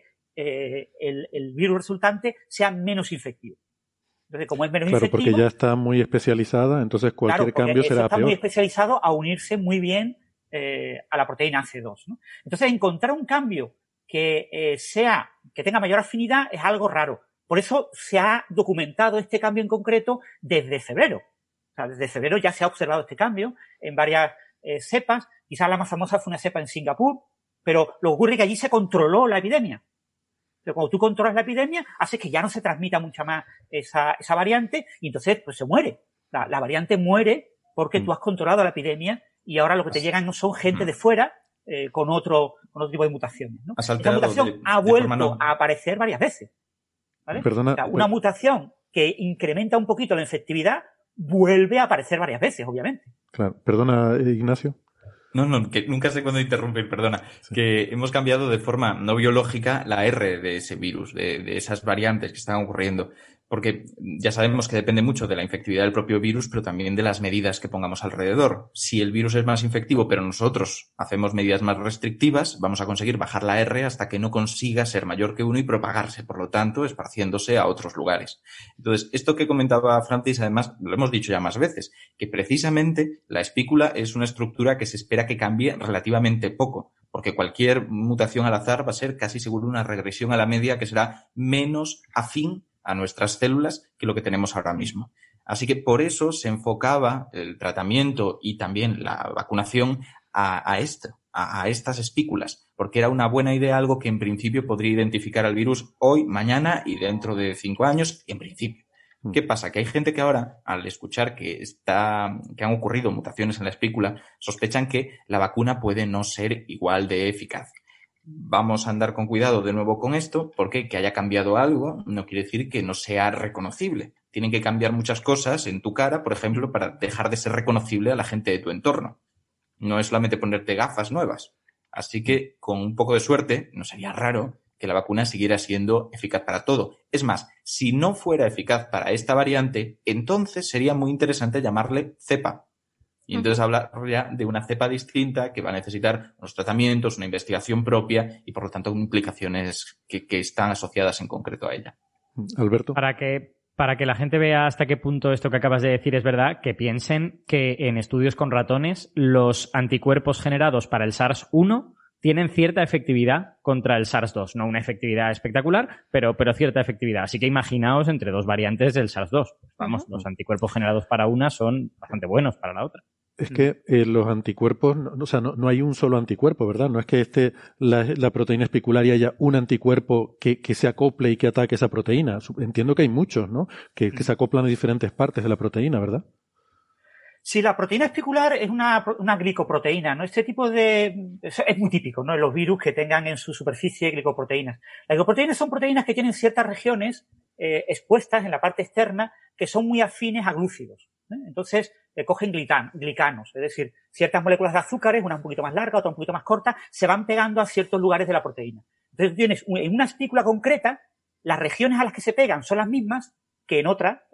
H: el virus resultante sea menos infectivo. Entonces, como es menos infectivo...
F: Claro, porque ya está muy especializada, entonces cualquier cambio será peor.
H: Está muy especializado a unirse muy bien a la proteína AC2, ¿no? Entonces, encontrar un cambio que tenga mayor afinidad es algo raro. Por eso se ha documentado este cambio en concreto desde febrero. O sea, desde febrero ya se ha observado este cambio en varias cepas. Quizás la más famosa fue una cepa en Singapur, pero lo que ocurre es que allí se controló la epidemia. Pero cuando tú controlas la epidemia, haces que ya no se transmita mucha más esa variante y entonces pues se muere. La variante muere porque tú has controlado la epidemia y ahora lo que te llegan no son gente de fuera con otro tipo de mutaciones, ¿no? Esa mutación ha vuelto a aparecer varias veces, ¿vale?
F: Perdona,
H: o sea, una mutación que incrementa un poquito la infectividad vuelve a aparecer varias veces, obviamente.
F: Claro. Perdona, Ignacio.
J: No, que nunca sé cuándo interrumpir, perdona. Sí. Que hemos cambiado de forma no biológica la R de ese virus, de esas variantes que están ocurriendo. Porque ya sabemos que depende mucho de la infectividad del propio virus, pero también de las medidas que pongamos alrededor. Si el virus es más infectivo, pero nosotros hacemos medidas más restrictivas, vamos a conseguir bajar la R hasta que no consiga ser mayor que 1 y propagarse, por lo tanto, esparciéndose a otros lugares. Entonces, esto que comentaba Francis, además, lo hemos dicho ya más veces, que precisamente la espícula es una estructura que se espera que cambie relativamente poco, porque cualquier mutación al azar va a ser casi seguro una regresión a la media que será menos afín a nuestras células que lo que tenemos ahora mismo. Así que por eso se enfocaba el tratamiento y también la vacunación a estas espículas, porque era una buena idea, algo que en principio podría identificar al virus hoy, mañana y dentro de 5 años, en principio. ¿Qué pasa? Que hay gente que ahora, al escuchar que han ocurrido mutaciones en la espícula, sospechan que la vacuna puede no ser igual de eficaz. Vamos a andar con cuidado de nuevo con esto, porque que haya cambiado algo no quiere decir que no sea reconocible. Tienen que cambiar muchas cosas en tu cara, por ejemplo, para dejar de ser reconocible a la gente de tu entorno. No es solamente ponerte gafas nuevas. Así que, con un poco de suerte, no sería raro que la vacuna siguiera siendo eficaz para todo. Es más, si no fuera eficaz para esta variante, entonces sería muy interesante llamarle cepa. Y entonces hablar ya de una cepa distinta que va a necesitar unos tratamientos, una investigación propia y, por lo tanto, implicaciones que están asociadas en concreto a ella.
F: Alberto.
K: Para que la gente vea hasta qué punto esto que acabas de decir es verdad, que piensen que en estudios con ratones los anticuerpos generados para el SARS-1 tienen cierta efectividad contra el SARS-2. No una efectividad espectacular, pero cierta efectividad. Así que imaginaos entre dos variantes del SARS-2. Vamos, los anticuerpos generados para una son bastante buenos para la otra.
F: Es que los anticuerpos, no hay un solo anticuerpo, ¿verdad? No es que la proteína espicular y haya un anticuerpo que se acople y que ataque esa proteína. Entiendo que hay muchos, ¿no? Que se acoplan a diferentes partes de la proteína, ¿verdad?
H: Sí, la proteína espicular es una glicoproteína, ¿no? Este tipo es muy típico, ¿no? En los virus que tengan en su superficie glicoproteínas. Las glicoproteínas son proteínas que tienen ciertas regiones expuestas en la parte externa que son muy afines a glúcidos, ¿eh? Entonces, cogen glicanos, es decir, ciertas moléculas de azúcares, una un poquito más larga, otra un poquito más corta, se van pegando a ciertos lugares de la proteína. Entonces, tienes en una espícula concreta, las regiones a las que se pegan son las mismas que en otra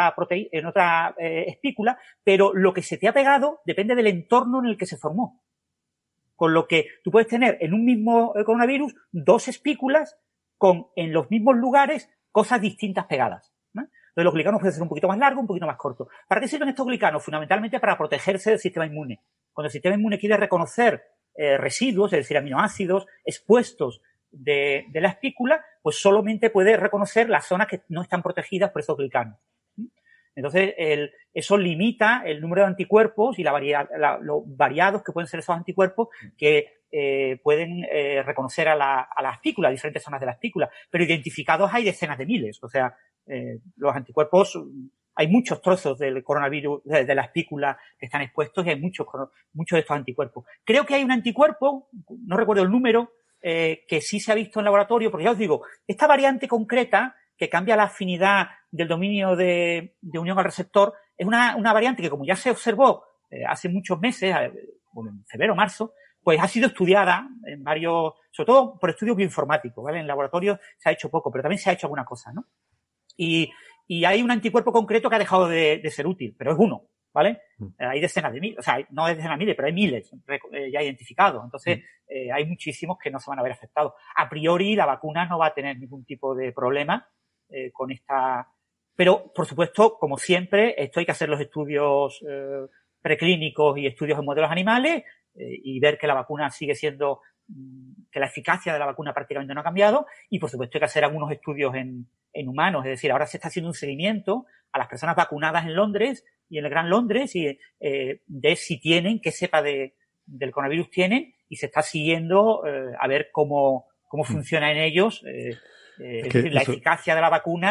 H: espícula, pero lo que se te ha pegado depende del entorno en el que se formó. Con lo que tú puedes tener en un mismo coronavirus 2 espículas con en los mismos lugares cosas distintas pegadas, ¿no? Entonces los glicanos pueden ser un poquito más largos, un poquito más cortos. ¿Para qué sirven estos glicanos? Fundamentalmente para protegerse del sistema inmune. Cuando el sistema inmune quiere reconocer residuos, es decir, aminoácidos expuestos de la espícula, pues solamente puede reconocer las zonas que no están protegidas por esos glicanos. Entonces, eso limita el número de anticuerpos y lo variados que pueden ser esos anticuerpos que pueden reconocer a la espícula, a diferentes zonas de la espícula. Pero identificados hay decenas de miles. O sea, los anticuerpos, hay muchos trozos del coronavirus, de la espícula que están expuestos y hay muchos de estos anticuerpos. Creo que hay un anticuerpo, no recuerdo el número, que sí se ha visto en laboratorio, porque ya os digo, esta variante concreta que cambia la afinidad del dominio de unión al receptor es una variante que, como ya se observó hace muchos meses, en febrero o marzo, pues ha sido estudiada en varios, sobre todo por estudios bioinformáticos, ¿vale? En laboratorio se ha hecho poco, pero también se ha hecho alguna cosa, ¿no? Y hay un anticuerpo concreto que ha dejado de ser útil, pero es uno, ¿vale? Hay decenas de miles, o sea, no es decenas de miles, pero hay miles ya identificados. Entonces, hay muchísimos que no se van a ver afectados. A priori, la vacuna no va a tener ningún tipo de problema con esta. Pero, por supuesto, como siempre, esto hay que hacer los estudios preclínicos y estudios en modelos animales y ver que la vacuna sigue siendo, que la eficacia de la vacuna prácticamente no ha cambiado. Y, por supuesto, hay que hacer algunos estudios en humanos. Es decir, ahora se está haciendo un seguimiento a las personas vacunadas en Londres y en el Gran Londres y de si tienen, qué cepa del coronavirus tienen, y se está siguiendo a ver cómo funciona en ellos. Es decir, la eficacia de la vacuna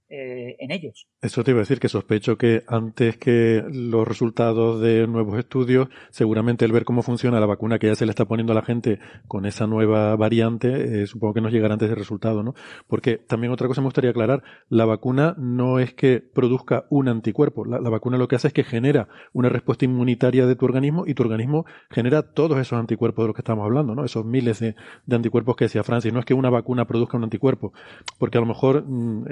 H: en ellos.
F: Eso te iba a decir, que sospecho que antes que los resultados de nuevos estudios, seguramente el ver cómo funciona la vacuna que ya se le está poniendo a la gente con esa nueva variante, supongo que nos llegará antes del resultado, ¿no? Porque también otra cosa me gustaría aclarar, la vacuna no es que produzca un anticuerpo, la vacuna lo que hace es que genera una respuesta inmunitaria de tu organismo y tu organismo genera todos esos anticuerpos de los que estamos hablando, ¿no? Esos miles de anticuerpos que decía Francis. No es que una vacuna produzca un anticuerpo, porque a lo mejor,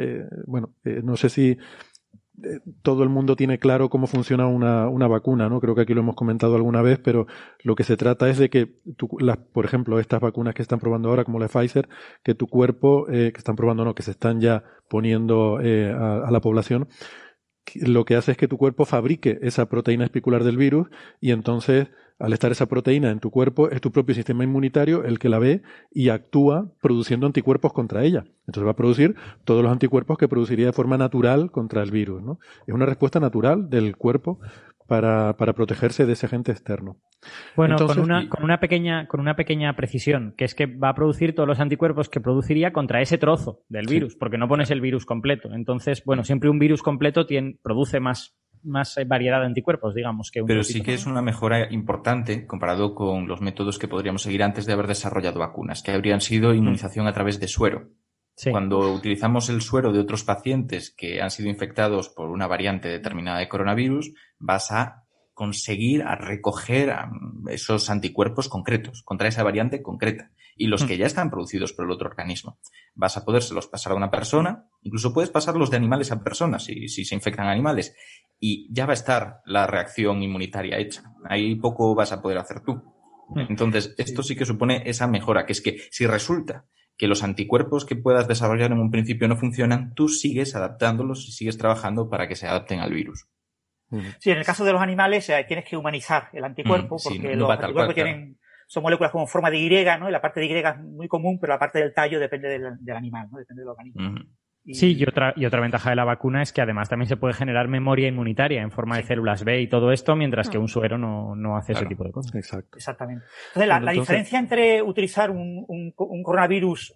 F: no sé si todo el mundo tiene claro cómo funciona una vacuna, ¿no? Creo que aquí lo hemos comentado alguna vez, pero lo que se trata es de que, por ejemplo, estas vacunas que están probando ahora, como la Pfizer, que tu cuerpo, que están probando, no, que se están ya poniendo a la población, lo que hace es que tu cuerpo fabrique esa proteína especular del virus y entonces, al estar esa proteína en tu cuerpo, es tu propio sistema inmunitario el que la ve y actúa produciendo anticuerpos contra ella. Entonces va a producir todos los anticuerpos que produciría de forma natural contra el virus, ¿no? Es una respuesta natural del cuerpo para protegerse de ese agente externo.
K: Bueno, entonces, con una pequeña precisión, que es que va a producir todos los anticuerpos que produciría contra ese trozo del virus, porque no pones el virus completo. Entonces, bueno, siempre un virus completo produce más variedad de anticuerpos, digamos, que un
J: Pero sí que es una mejora importante comparado con los métodos que podríamos seguir antes de haber desarrollado vacunas, que habrían sido inmunización a través de suero. Sí. Cuando utilizamos el suero de otros pacientes que han sido infectados por una variante determinada de coronavirus, vas a conseguir recoger esos anticuerpos concretos contra esa variante concreta y los que ya están producidos por el otro organismo. Vas a podérselos pasar a una persona, incluso puedes pasarlos de animales a personas si se infectan animales y ya va a estar la reacción inmunitaria hecha. Ahí poco vas a poder hacer tú. Entonces, esto sí que supone esa mejora, que es que si resulta que los anticuerpos que puedas desarrollar en un principio no funcionan, tú sigues adaptándolos y sigues trabajando para que se adapten al virus.
H: Sí, en el caso de los animales tienes que humanizar el anticuerpo porque los anticuerpos son moléculas como en forma de Y, ¿no? Y la parte de Y es muy común, pero la parte del tallo depende del animal, ¿no? Depende del organismo.
K: Sí, y otra ventaja de la vacuna es que además también se puede generar memoria inmunitaria en forma de células B y todo esto, mientras que un suero no hace ese tipo de cosas.
F: Exacto.
H: Exactamente. Entonces, la diferencia entre utilizar un coronavirus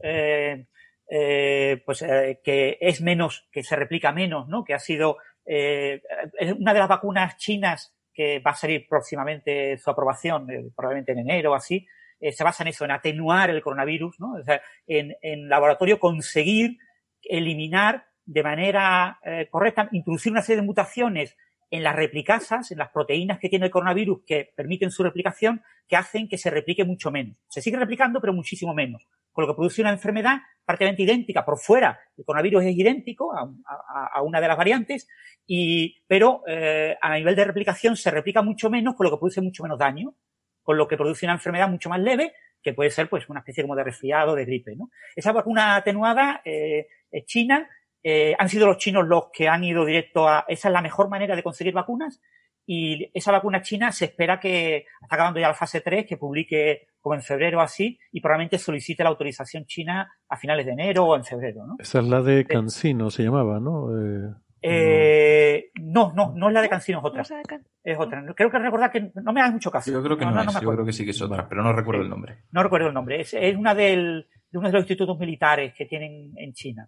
H: que es menos, que se replica menos, ¿no? Que ha sido una de las vacunas chinas que va a salir próximamente su aprobación, probablemente en enero o así, se basa en eso, en atenuar el coronavirus, ¿no? O sea, en laboratorio conseguir eliminar de manera correcta, introducir una serie de mutaciones en las replicasas, en las proteínas que tiene el coronavirus que permiten su replicación, que hacen que se replique mucho menos. Se sigue replicando, pero muchísimo menos. Con lo que produce una enfermedad prácticamente idéntica. Por fuera, el coronavirus es idéntico a una de las variantes, pero a nivel de replicación se replica mucho menos, con lo que produce mucho menos daño, con lo que produce una enfermedad mucho más leve, que puede ser pues una especie como de resfriado, de gripe, ¿no? Esa vacuna atenuada china, han sido los chinos los que han ido directo esa es la mejor manera de conseguir vacunas, y esa vacuna china se espera que está acabando ya la fase 3, que publique como en febrero o así, y probablemente solicite la autorización china a finales de enero o en febrero, ¿no?
F: Esa es la de CanSino, se llamaba, ¿no?
H: No es la de CanSino, es otra. Es otra. Creo que recordar que no me hagas mucho caso.
J: Yo creo que yo creo que sí que es otra, pero no recuerdo el nombre.
H: No recuerdo el nombre. Es una de uno de los institutos militares que tienen en China.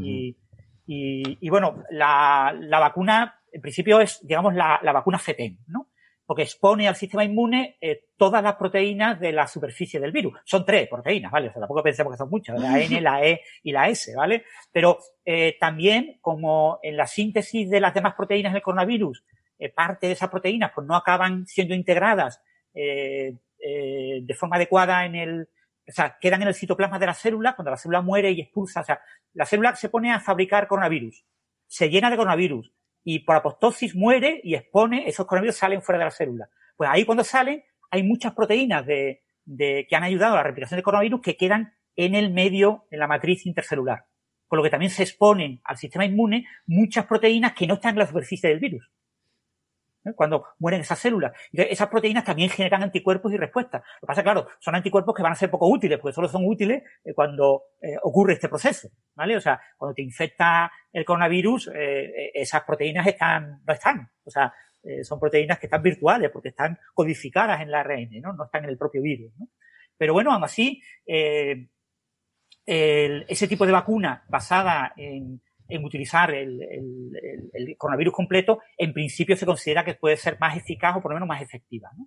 H: Y bueno, la vacuna, en principio es, digamos, la vacuna FETEN, ¿no? Porque expone al sistema inmune todas las proteínas de la superficie del virus. Son 3 proteínas, ¿vale? O sea, tampoco pensemos que son muchas, la N, la E y la S, ¿vale? Pero también, como en la síntesis de las demás proteínas del coronavirus, parte de esas proteínas pues no acaban siendo integradas de forma adecuada o sea, quedan en el citoplasma de la célula, cuando la célula muere y expulsa, o sea, la célula se pone a fabricar coronavirus, se llena de coronavirus, y por apoptosis muere y expone, esos coronavirus salen fuera de la célula. Pues ahí cuando salen, hay muchas proteínas que han ayudado a la replicación del coronavirus que quedan en el medio, en la matriz intercelular. Con lo que también se exponen al sistema inmune muchas proteínas que no están en la superficie del virus, cuando mueren esas células. Entonces, esas proteínas también generan anticuerpos y respuestas. Lo que pasa, claro, son anticuerpos que van a ser poco útiles, porque solo son útiles cuando ocurre este proceso, ¿vale? O sea, cuando te infecta el coronavirus, esas proteínas no están. O sea, son proteínas que están virtuales, porque están codificadas en el ARN, ¿no? No están en el propio virus, ¿no? Pero bueno, aún así, ese tipo de vacuna basada en en utilizar el coronavirus completo, en principio se considera que puede ser más eficaz o por lo menos más efectiva, ¿no?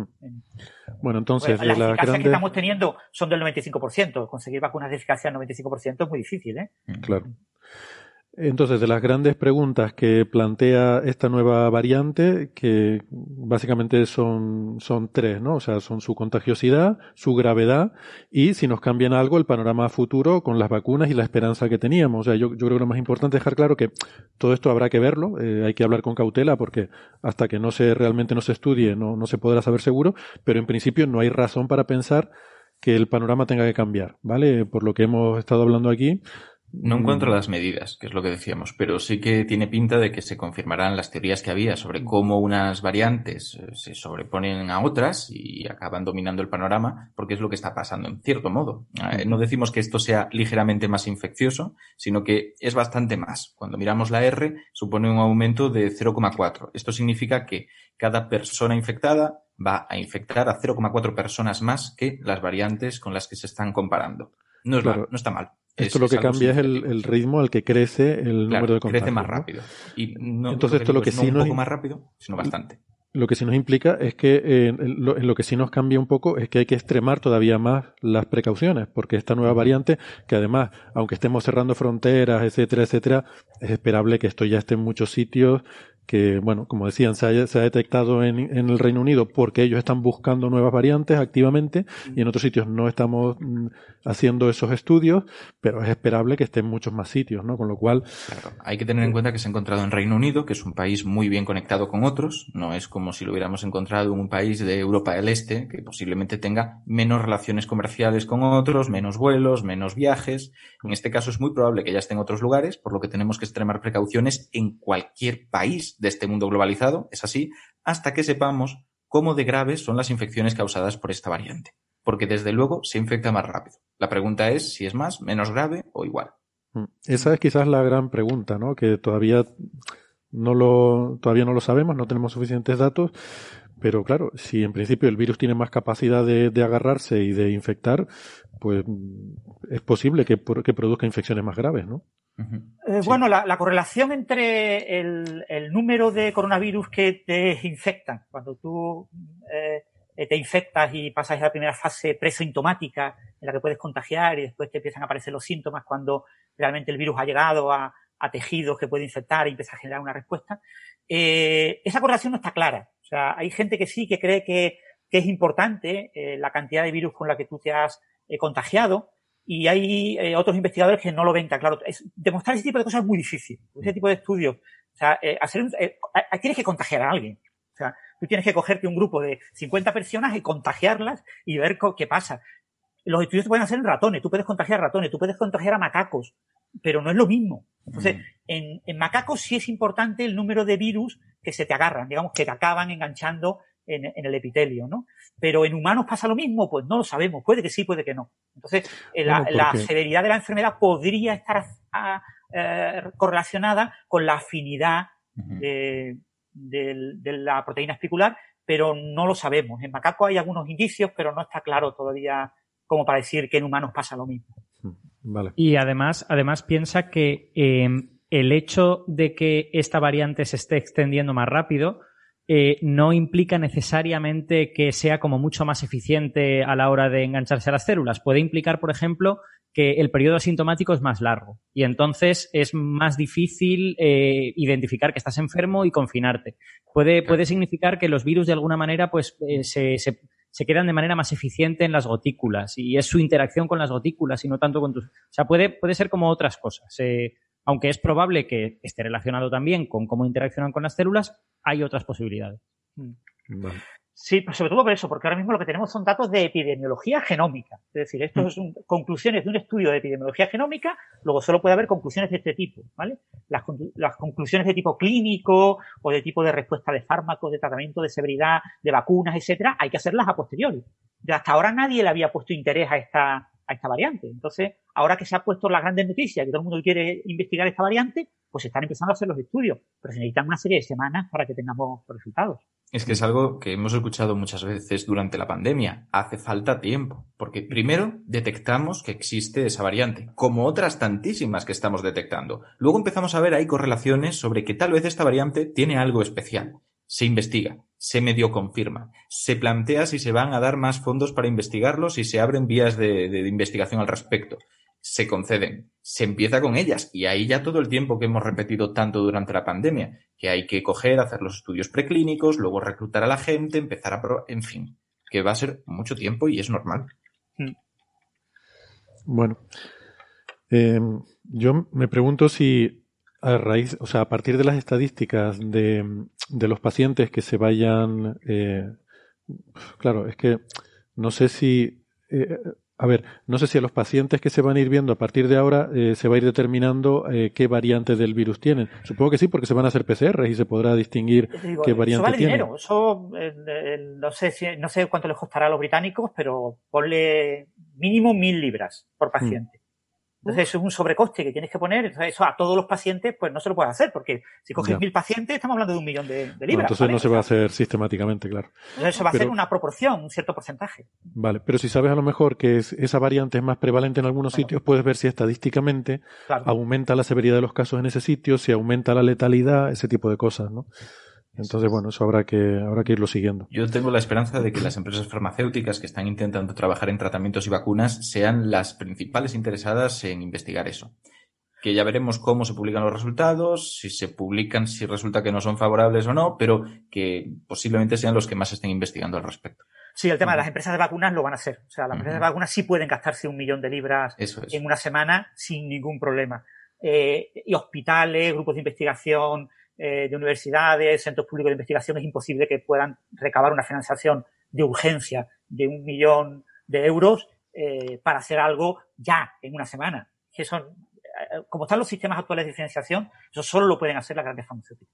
F: Bueno, entonces...
H: Las eficacias que estamos teniendo son del 95%. Conseguir vacunas de eficacia del 95% es muy difícil, ¿eh?
F: Claro. Entonces, de las grandes preguntas que plantea esta nueva variante, que básicamente son tres, ¿no? O sea, son su contagiosidad, su gravedad y si nos cambian algo el panorama futuro con las vacunas y la esperanza que teníamos. O sea, yo creo que lo más importante es dejar claro que todo esto habrá que verlo, hay que hablar con cautela porque hasta que realmente no se estudie no se podrá saber seguro, pero en principio no hay razón para pensar que el panorama tenga que cambiar, ¿vale? Por lo que hemos estado hablando aquí.
J: No encuentro las medidas, que es lo que decíamos, pero sí que tiene pinta de que se confirmarán las teorías que había sobre cómo unas variantes se sobreponen a otras y acaban dominando el panorama, porque es lo que está pasando en cierto modo. No decimos que esto sea ligeramente más infeccioso, sino que es bastante más. Cuando miramos la R, supone un aumento de 0,4. Esto significa que cada persona infectada va a infectar a 0,4 personas más que las variantes con las que se están comparando. No está mal.
F: Esto lo que cambia es el ritmo al que crece el número de contagios.
J: Crece más rápido. Y no,
F: entonces esto lo que sí
J: no un poco más rápido, sino bastante.
F: Lo que sí nos implica es que lo que sí nos cambia un poco es que hay que extremar todavía más las precauciones, porque esta nueva variante, que además, aunque estemos cerrando fronteras, etcétera, etcétera, es esperable que esto ya esté en muchos sitios, que, bueno, como decían, se ha detectado en el Reino Unido porque ellos están buscando nuevas variantes activamente y en otros sitios no estamos haciendo esos estudios, pero es esperable que esté en muchos más sitios, ¿no? Con lo cual...
J: Claro, hay que tener en cuenta que se ha encontrado en Reino Unido, que es un país muy bien conectado con otros, no es como si lo hubiéramos encontrado en un país de Europa del Este, que posiblemente tenga menos relaciones comerciales con otros, menos vuelos, menos viajes. En este caso es muy probable que ya esté en otros lugares, por lo que tenemos que extremar precauciones en cualquier país de este mundo globalizado, es así, hasta que sepamos cómo de graves son las infecciones causadas por esta variante. Porque desde luego se infecta más rápido. La pregunta es si es más, menos grave o igual.
F: Esa es quizás la gran pregunta, ¿no? Que todavía no lo sabemos, no tenemos suficientes datos, pero claro, si en principio el virus tiene más capacidad de agarrarse y de infectar, pues es posible que produzca infecciones más graves, ¿no?
H: Sí. Bueno, la correlación entre el número de coronavirus que te infectan, cuando tú te infectas y pasas a la primera fase presintomática en la que puedes contagiar y después te empiezan a aparecer los síntomas cuando realmente el virus ha llegado a tejidos que puede infectar y empieza a generar una respuesta, esa correlación no está clara. O sea, hay gente que sí que cree que es importante la cantidad de virus con la que tú te has contagiado. Y hay otros investigadores que no lo ven tan claro. Demostrar ese tipo de cosas es muy difícil. Ese tipo de estudios. O sea, tienes que contagiar a alguien. O sea, tú tienes que cogerte un grupo de 50 personas y contagiarlas y ver qué pasa. Los estudios se pueden hacer en ratones. Tú puedes contagiar a ratones, tú puedes contagiar a macacos, pero no es lo mismo. Entonces, en macacos sí es importante el número de virus que se te agarran, digamos, que te acaban enganchando en el epitelio, ¿no? Pero en humanos pasa lo mismo, pues no lo sabemos, puede que sí, puede que no. Entonces, la severidad de la enfermedad podría estar correlacionada con la afinidad de la proteína espicular, pero no lo sabemos. En macaco hay algunos indicios, pero no está claro todavía como para decir que en humanos pasa lo mismo.
F: Vale.
K: Y además piensa que el hecho de que esta variante se esté extendiendo más rápido no implica necesariamente que sea como mucho más eficiente a la hora de engancharse a las células. Puede implicar, por ejemplo, que el periodo asintomático es más largo y entonces es más difícil identificar que estás enfermo y confinarte. Puede significar que los virus de alguna manera pues se quedan de manera más eficiente en las gotículas y es su interacción con las gotículas y no tanto con tus... O sea, puede ser como otras cosas. Aunque es probable que esté relacionado también con cómo interaccionan con las células, hay otras posibilidades.
F: Vale.
H: Sí, pero sobre todo por eso, porque ahora mismo lo que tenemos son datos de epidemiología genómica. Es decir, esto son conclusiones de un estudio de epidemiología genómica, luego solo puede haber conclusiones de este tipo, ¿vale? Las conclusiones de tipo clínico o de tipo de respuesta de fármacos, de tratamiento, de severidad, de vacunas, etcétera, hay que hacerlas a posteriori. Hasta ahora nadie le había puesto interés a a esta variante. Entonces, ahora que se ha puesto las grandes noticias, que todo el mundo quiere investigar esta variante, pues se están empezando a hacer los estudios, pero se necesitan una serie de semanas para que tengamos resultados.
J: Es que es algo que hemos escuchado muchas veces durante la pandemia. Hace falta tiempo, porque primero detectamos que existe esa variante, como otras tantísimas que estamos detectando. Luego empezamos a ver ahí correlaciones sobre que tal vez esta variante tiene algo especial. Se investiga, se medio confirma, se plantea si se van a dar más fondos para investigarlo, si se abren vías de investigación al respecto. Se conceden, se empieza con ellas, y ahí ya todo el tiempo que hemos repetido tanto durante la pandemia, que hay que coger, hacer los estudios preclínicos, luego reclutar a la gente, empezar a probar, en fin, que va a ser mucho tiempo y es normal.
F: Bueno, yo me pregunto si a raíz, o sea, a partir de las estadísticas de los pacientes que se vayan, claro, es que no sé si no sé si a los pacientes que se van a ir viendo a partir de ahora se va a ir determinando qué variante del virus tienen. Supongo que sí, porque se van a hacer PCR y se podrá distinguir qué variante tienen.
H: Eso vale dinero. Eso no sé cuánto les costará a los británicos, pero ponle mínimo 1.000 libras por paciente. Entonces eso es un sobrecoste que tienes que poner. Entonces eso a todos los pacientes pues no se lo puedes hacer, porque si coges 1.000 pacientes estamos hablando de 1 millón de libras.
F: No, entonces ¿vale? No se va a hacer sistemáticamente, claro.
H: Entonces eso va a ser una proporción, un cierto porcentaje.
F: Vale, pero si sabes a lo mejor que esa variante es más prevalente en algunos sitios, puedes ver si estadísticamente aumenta la severidad de los casos en ese sitio, si aumenta la letalidad, ese tipo de cosas, ¿no? Entonces, bueno, eso habrá que irlo siguiendo.
J: Yo tengo la esperanza de que las empresas farmacéuticas que están intentando trabajar en tratamientos y vacunas sean las principales interesadas en investigar eso. Que ya veremos cómo se publican los resultados, si se publican, si resulta que no son favorables o no, pero que posiblemente sean los que más estén investigando al respecto.
H: Sí, el tema de las empresas de vacunas lo van a hacer. O sea, las empresas de vacunas sí pueden gastarse 1 millón de libras en una semana sin ningún problema. Y hospitales, grupos de investigación, de universidades, centros públicos de investigación, es imposible que puedan recabar una financiación de urgencia de 1 millón de euros para hacer algo ya en una semana. Que son, como están los sistemas actuales de financiación, eso solo lo pueden hacer las grandes farmacéuticas.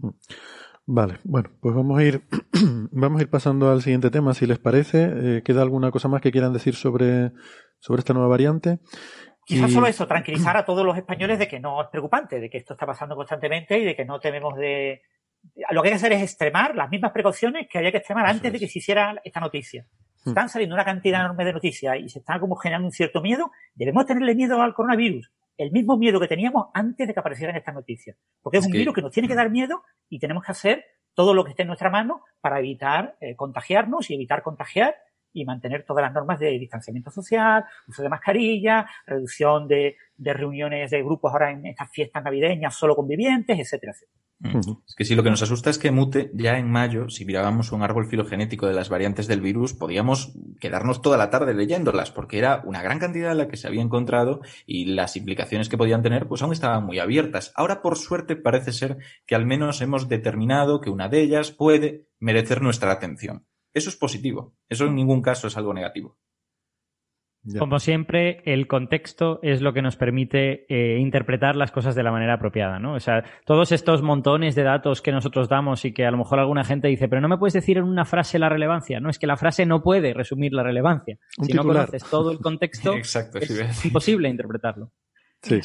F: Vale, bueno, pues vamos a ir pasando al siguiente tema, si les parece. ¿Queda alguna cosa más que quieran decir sobre esta nueva variante?
H: Quizás solo eso, tranquilizar a todos los españoles de que no es preocupante, de que esto está pasando constantemente y de que no tememos de... Lo que hay que hacer es extremar las mismas precauciones que había que extremar antes de que se hiciera esta noticia. Están saliendo una cantidad enorme de noticias y se está como generando un cierto miedo. Debemos tenerle miedo al coronavirus, el mismo miedo que teníamos antes de que aparecieran estas noticias. Porque es un virus que nos tiene que dar miedo y tenemos que hacer todo lo que esté en nuestra mano para evitar contagiarnos y evitar contagiar y mantener todas las normas de distanciamiento social, uso de mascarilla, reducción de reuniones de grupos ahora en estas fiestas navideñas solo convivientes, etcétera, etcétera.
J: Es que sí, lo que nos asusta es que mute ya en mayo. Si mirábamos un árbol filogenético de las variantes del virus, podíamos quedarnos toda la tarde leyéndolas, porque era una gran cantidad la que se había encontrado y las implicaciones que podían tener pues aún estaban muy abiertas. Ahora, por suerte, parece ser que al menos hemos determinado que una de ellas puede merecer nuestra atención. Eso es positivo. Eso en ningún caso es algo negativo.
K: Como siempre, el contexto es lo que nos permite interpretar las cosas de la manera apropiada, ¿no? O sea, todos estos montones de datos que nosotros damos y que a lo mejor alguna gente dice, pero no me puedes decir en una frase la relevancia. No, es que la frase no puede resumir la relevancia. Si no conoces todo el contexto,
J: exacto,
K: es imposible interpretarlo.
F: Sí.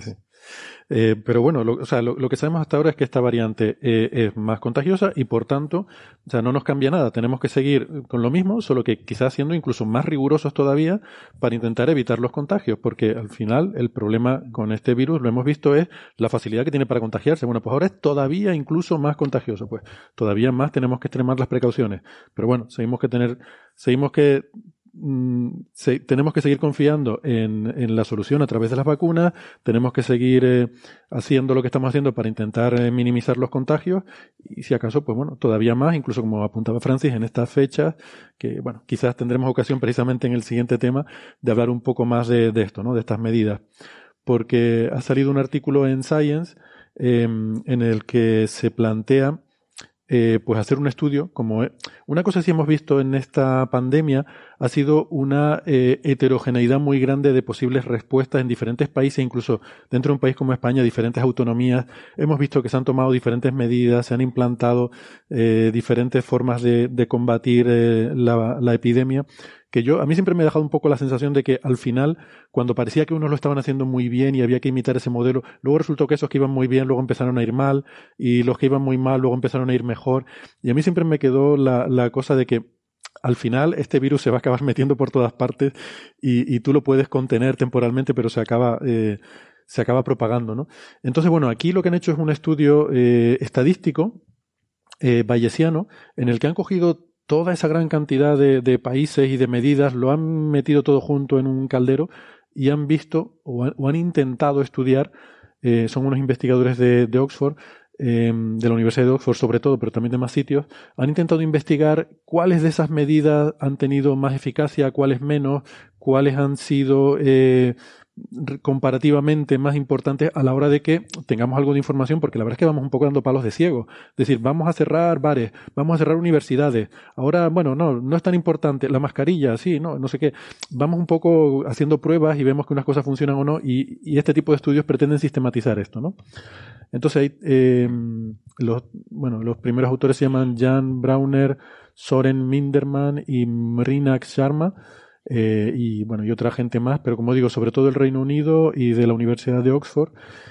F: Pero bueno, lo que sabemos hasta ahora es que esta variante es más contagiosa y por tanto, o sea, no nos cambia nada. Tenemos que seguir con lo mismo, solo que quizás siendo incluso más rigurosos todavía para intentar evitar los contagios, porque al final el problema con este virus, lo hemos visto, es la facilidad que tiene para contagiarse. Bueno, pues ahora es todavía incluso más contagioso, pues todavía más tenemos que extremar las precauciones. Pero bueno, tenemos que seguir confiando en la solución a través de las vacunas, tenemos que seguir haciendo lo que estamos haciendo para intentar minimizar los contagios y si acaso, pues bueno, todavía más, incluso como apuntaba Francis, en estas fechas, que bueno, quizás tendremos ocasión precisamente en el siguiente tema de hablar un poco más de esto, ¿no? De estas medidas. Porque ha salido un artículo en Science en el que se plantea pues hacer un estudio, como una cosa sí hemos visto en esta pandemia ha sido una heterogeneidad muy grande de posibles respuestas en diferentes países, incluso dentro de un país como España, diferentes autonomías. Hemos visto que se han tomado diferentes medidas, se han implantado diferentes formas de combatir la epidemia, a mí siempre me ha dejado un poco la sensación de que al final, cuando parecía que unos lo estaban haciendo muy bien y había que imitar ese modelo, luego resultó que esos que iban muy bien luego empezaron a ir mal, y los que iban muy mal luego empezaron a ir mejor. Y a mí siempre me quedó la cosa de que al final este virus se va a acabar metiendo por todas partes y tú lo puedes contener temporalmente, pero se acaba propagando, ¿no? Entonces, bueno, aquí lo que han hecho es un estudio estadístico bayesiano, en el que han cogido toda esa gran cantidad de países y de medidas, lo han metido todo junto en un caldero y han visto o han intentado estudiar, son unos investigadores de Oxford, de la Universidad de Oxford sobre todo, pero también de más sitios, han intentado investigar cuáles de esas medidas han tenido más eficacia, cuáles menos, cuáles han sido comparativamente más importantes a la hora de que tengamos algo de información, porque la verdad es que vamos un poco dando palos de ciego. Es decir, vamos a cerrar bares, vamos a cerrar universidades. Ahora, bueno, no es tan importante. La mascarilla, sí, no sé qué. Vamos un poco haciendo pruebas y vemos que unas cosas funcionan o no, y este tipo de estudios pretenden sistematizar esto, ¿no? Entonces, los primeros autores se llaman Jan Brauner, Soren Minderman y Mrinak Sharma, y otra gente más, pero como digo, sobre todo del Reino Unido y de la Universidad de Oxford,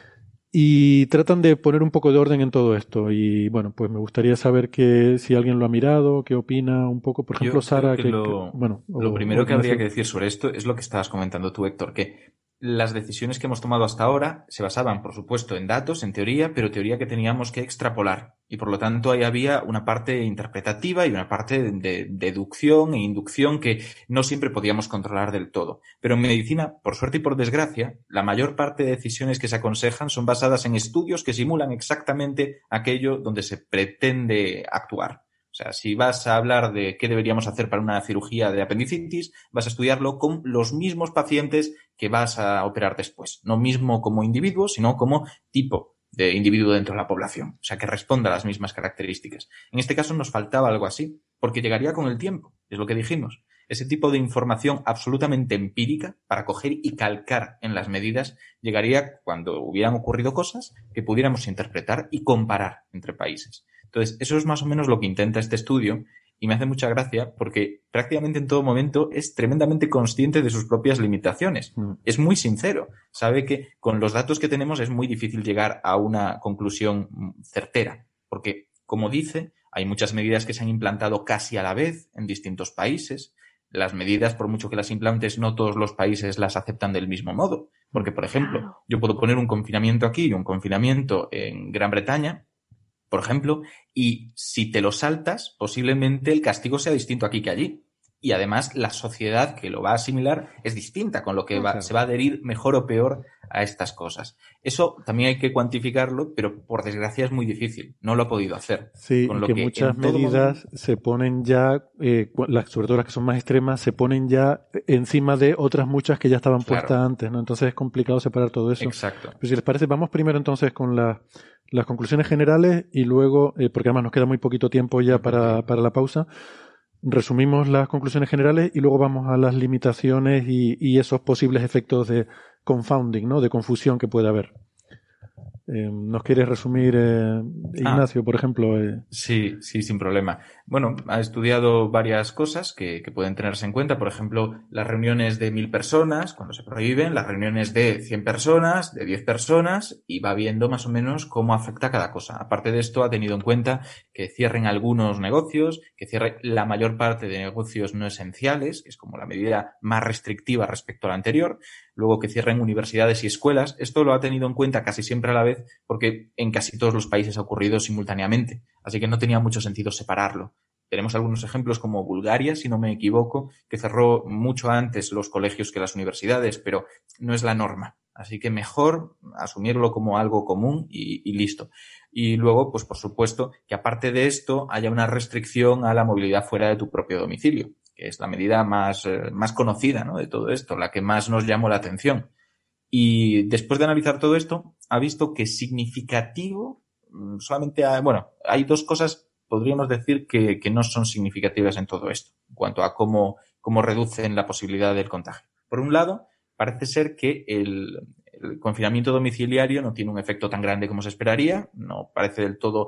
F: y tratan de poner un poco de orden en todo esto. Y bueno, pues me gustaría saber si alguien lo ha mirado, qué opina un poco. Por ejemplo, Sara,
J: lo primero que habría que decir sobre esto es lo que estabas comentando tú, Héctor, que las decisiones que hemos tomado hasta ahora se basaban, por supuesto, en datos, en teoría, pero teoría que teníamos que extrapolar. Y por lo tanto ahí había una parte interpretativa y una parte de deducción e inducción que no siempre podíamos controlar del todo. Pero en medicina, por suerte y por desgracia, la mayor parte de decisiones que se aconsejan son basadas en estudios que simulan exactamente aquello donde se pretende actuar. O sea, si vas a hablar de qué deberíamos hacer para una cirugía de apendicitis, vas a estudiarlo con los mismos pacientes que vas a operar después. No mismo como individuo, sino como tipo de individuo dentro de la población. O sea, que responda a las mismas características. En este caso nos faltaba algo así, porque llegaría con el tiempo, es lo que dijimos. Ese tipo de información absolutamente empírica para coger y calcar en las medidas llegaría cuando hubieran ocurrido cosas que pudiéramos interpretar y comparar entre países. Entonces, eso es más o menos lo que intenta este estudio y me hace mucha gracia porque prácticamente en todo momento es tremendamente consciente de sus propias limitaciones. Es muy sincero. Sabe que con los datos que tenemos es muy difícil llegar a una conclusión certera porque, como dice, hay muchas medidas que se han implantado casi a la vez en distintos países. Las medidas, por mucho que las implantes, no todos los países las aceptan del mismo modo. Porque, por ejemplo, yo puedo poner un confinamiento aquí y un confinamiento en Gran Bretaña, por ejemplo, y si te lo saltas, posiblemente el castigo sea distinto aquí que allí. Y además la sociedad que lo va a asimilar es distinta, con lo que se va a adherir mejor o peor a estas cosas. Eso también hay que cuantificarlo, pero por desgracia es muy difícil. No lo ha podido hacer.
F: Sí, con lo que muchas medidas se ponen ya, sobre todo las que son más extremas, se ponen ya encima de otras muchas que ya estaban puestas antes, ¿no? Entonces es complicado separar todo eso.
J: Exacto.
F: Pero si les parece, vamos primero entonces con las conclusiones generales y luego, porque además nos queda muy poquito tiempo ya para la pausa, resumimos las conclusiones generales y luego vamos a las limitaciones y esos posibles efectos de confounding, ¿no? De confusión que puede haber. ¿Nos quieres resumir, Ignacio, por ejemplo?
J: Sí, sin problema. Bueno, ha estudiado varias cosas que pueden tenerse en cuenta. Por ejemplo, las reuniones de 1000 personas, cuando se prohíben, las reuniones de 100 personas, de 10 personas, y va viendo más o menos cómo afecta cada cosa. Aparte de esto, ha tenido en cuenta que cierren algunos negocios, que cierre la mayor parte de negocios no esenciales, que es como la medida más restrictiva respecto a la anterior. Luego que cierren universidades y escuelas. Esto lo ha tenido en cuenta casi siempre a la vez porque en casi todos los países ha ocurrido simultáneamente. Así que no tenía mucho sentido separarlo. Tenemos algunos ejemplos como Bulgaria, si no me equivoco, que cerró mucho antes los colegios que las universidades, pero no es la norma. Así que mejor asumirlo como algo común y listo. Y luego, pues por supuesto, que aparte de esto haya una restricción a la movilidad fuera de tu propio domicilio, que es la medida más conocida, ¿no? De todo esto, la que más nos llamó la atención. Y después de analizar todo esto, ha visto que significativo, solamente hay dos cosas, podríamos decir, que no son significativas en todo esto, en cuanto a cómo reducen la posibilidad del contagio. Por un lado, parece ser que el confinamiento domiciliario no tiene un efecto tan grande como se esperaría, no parece del todo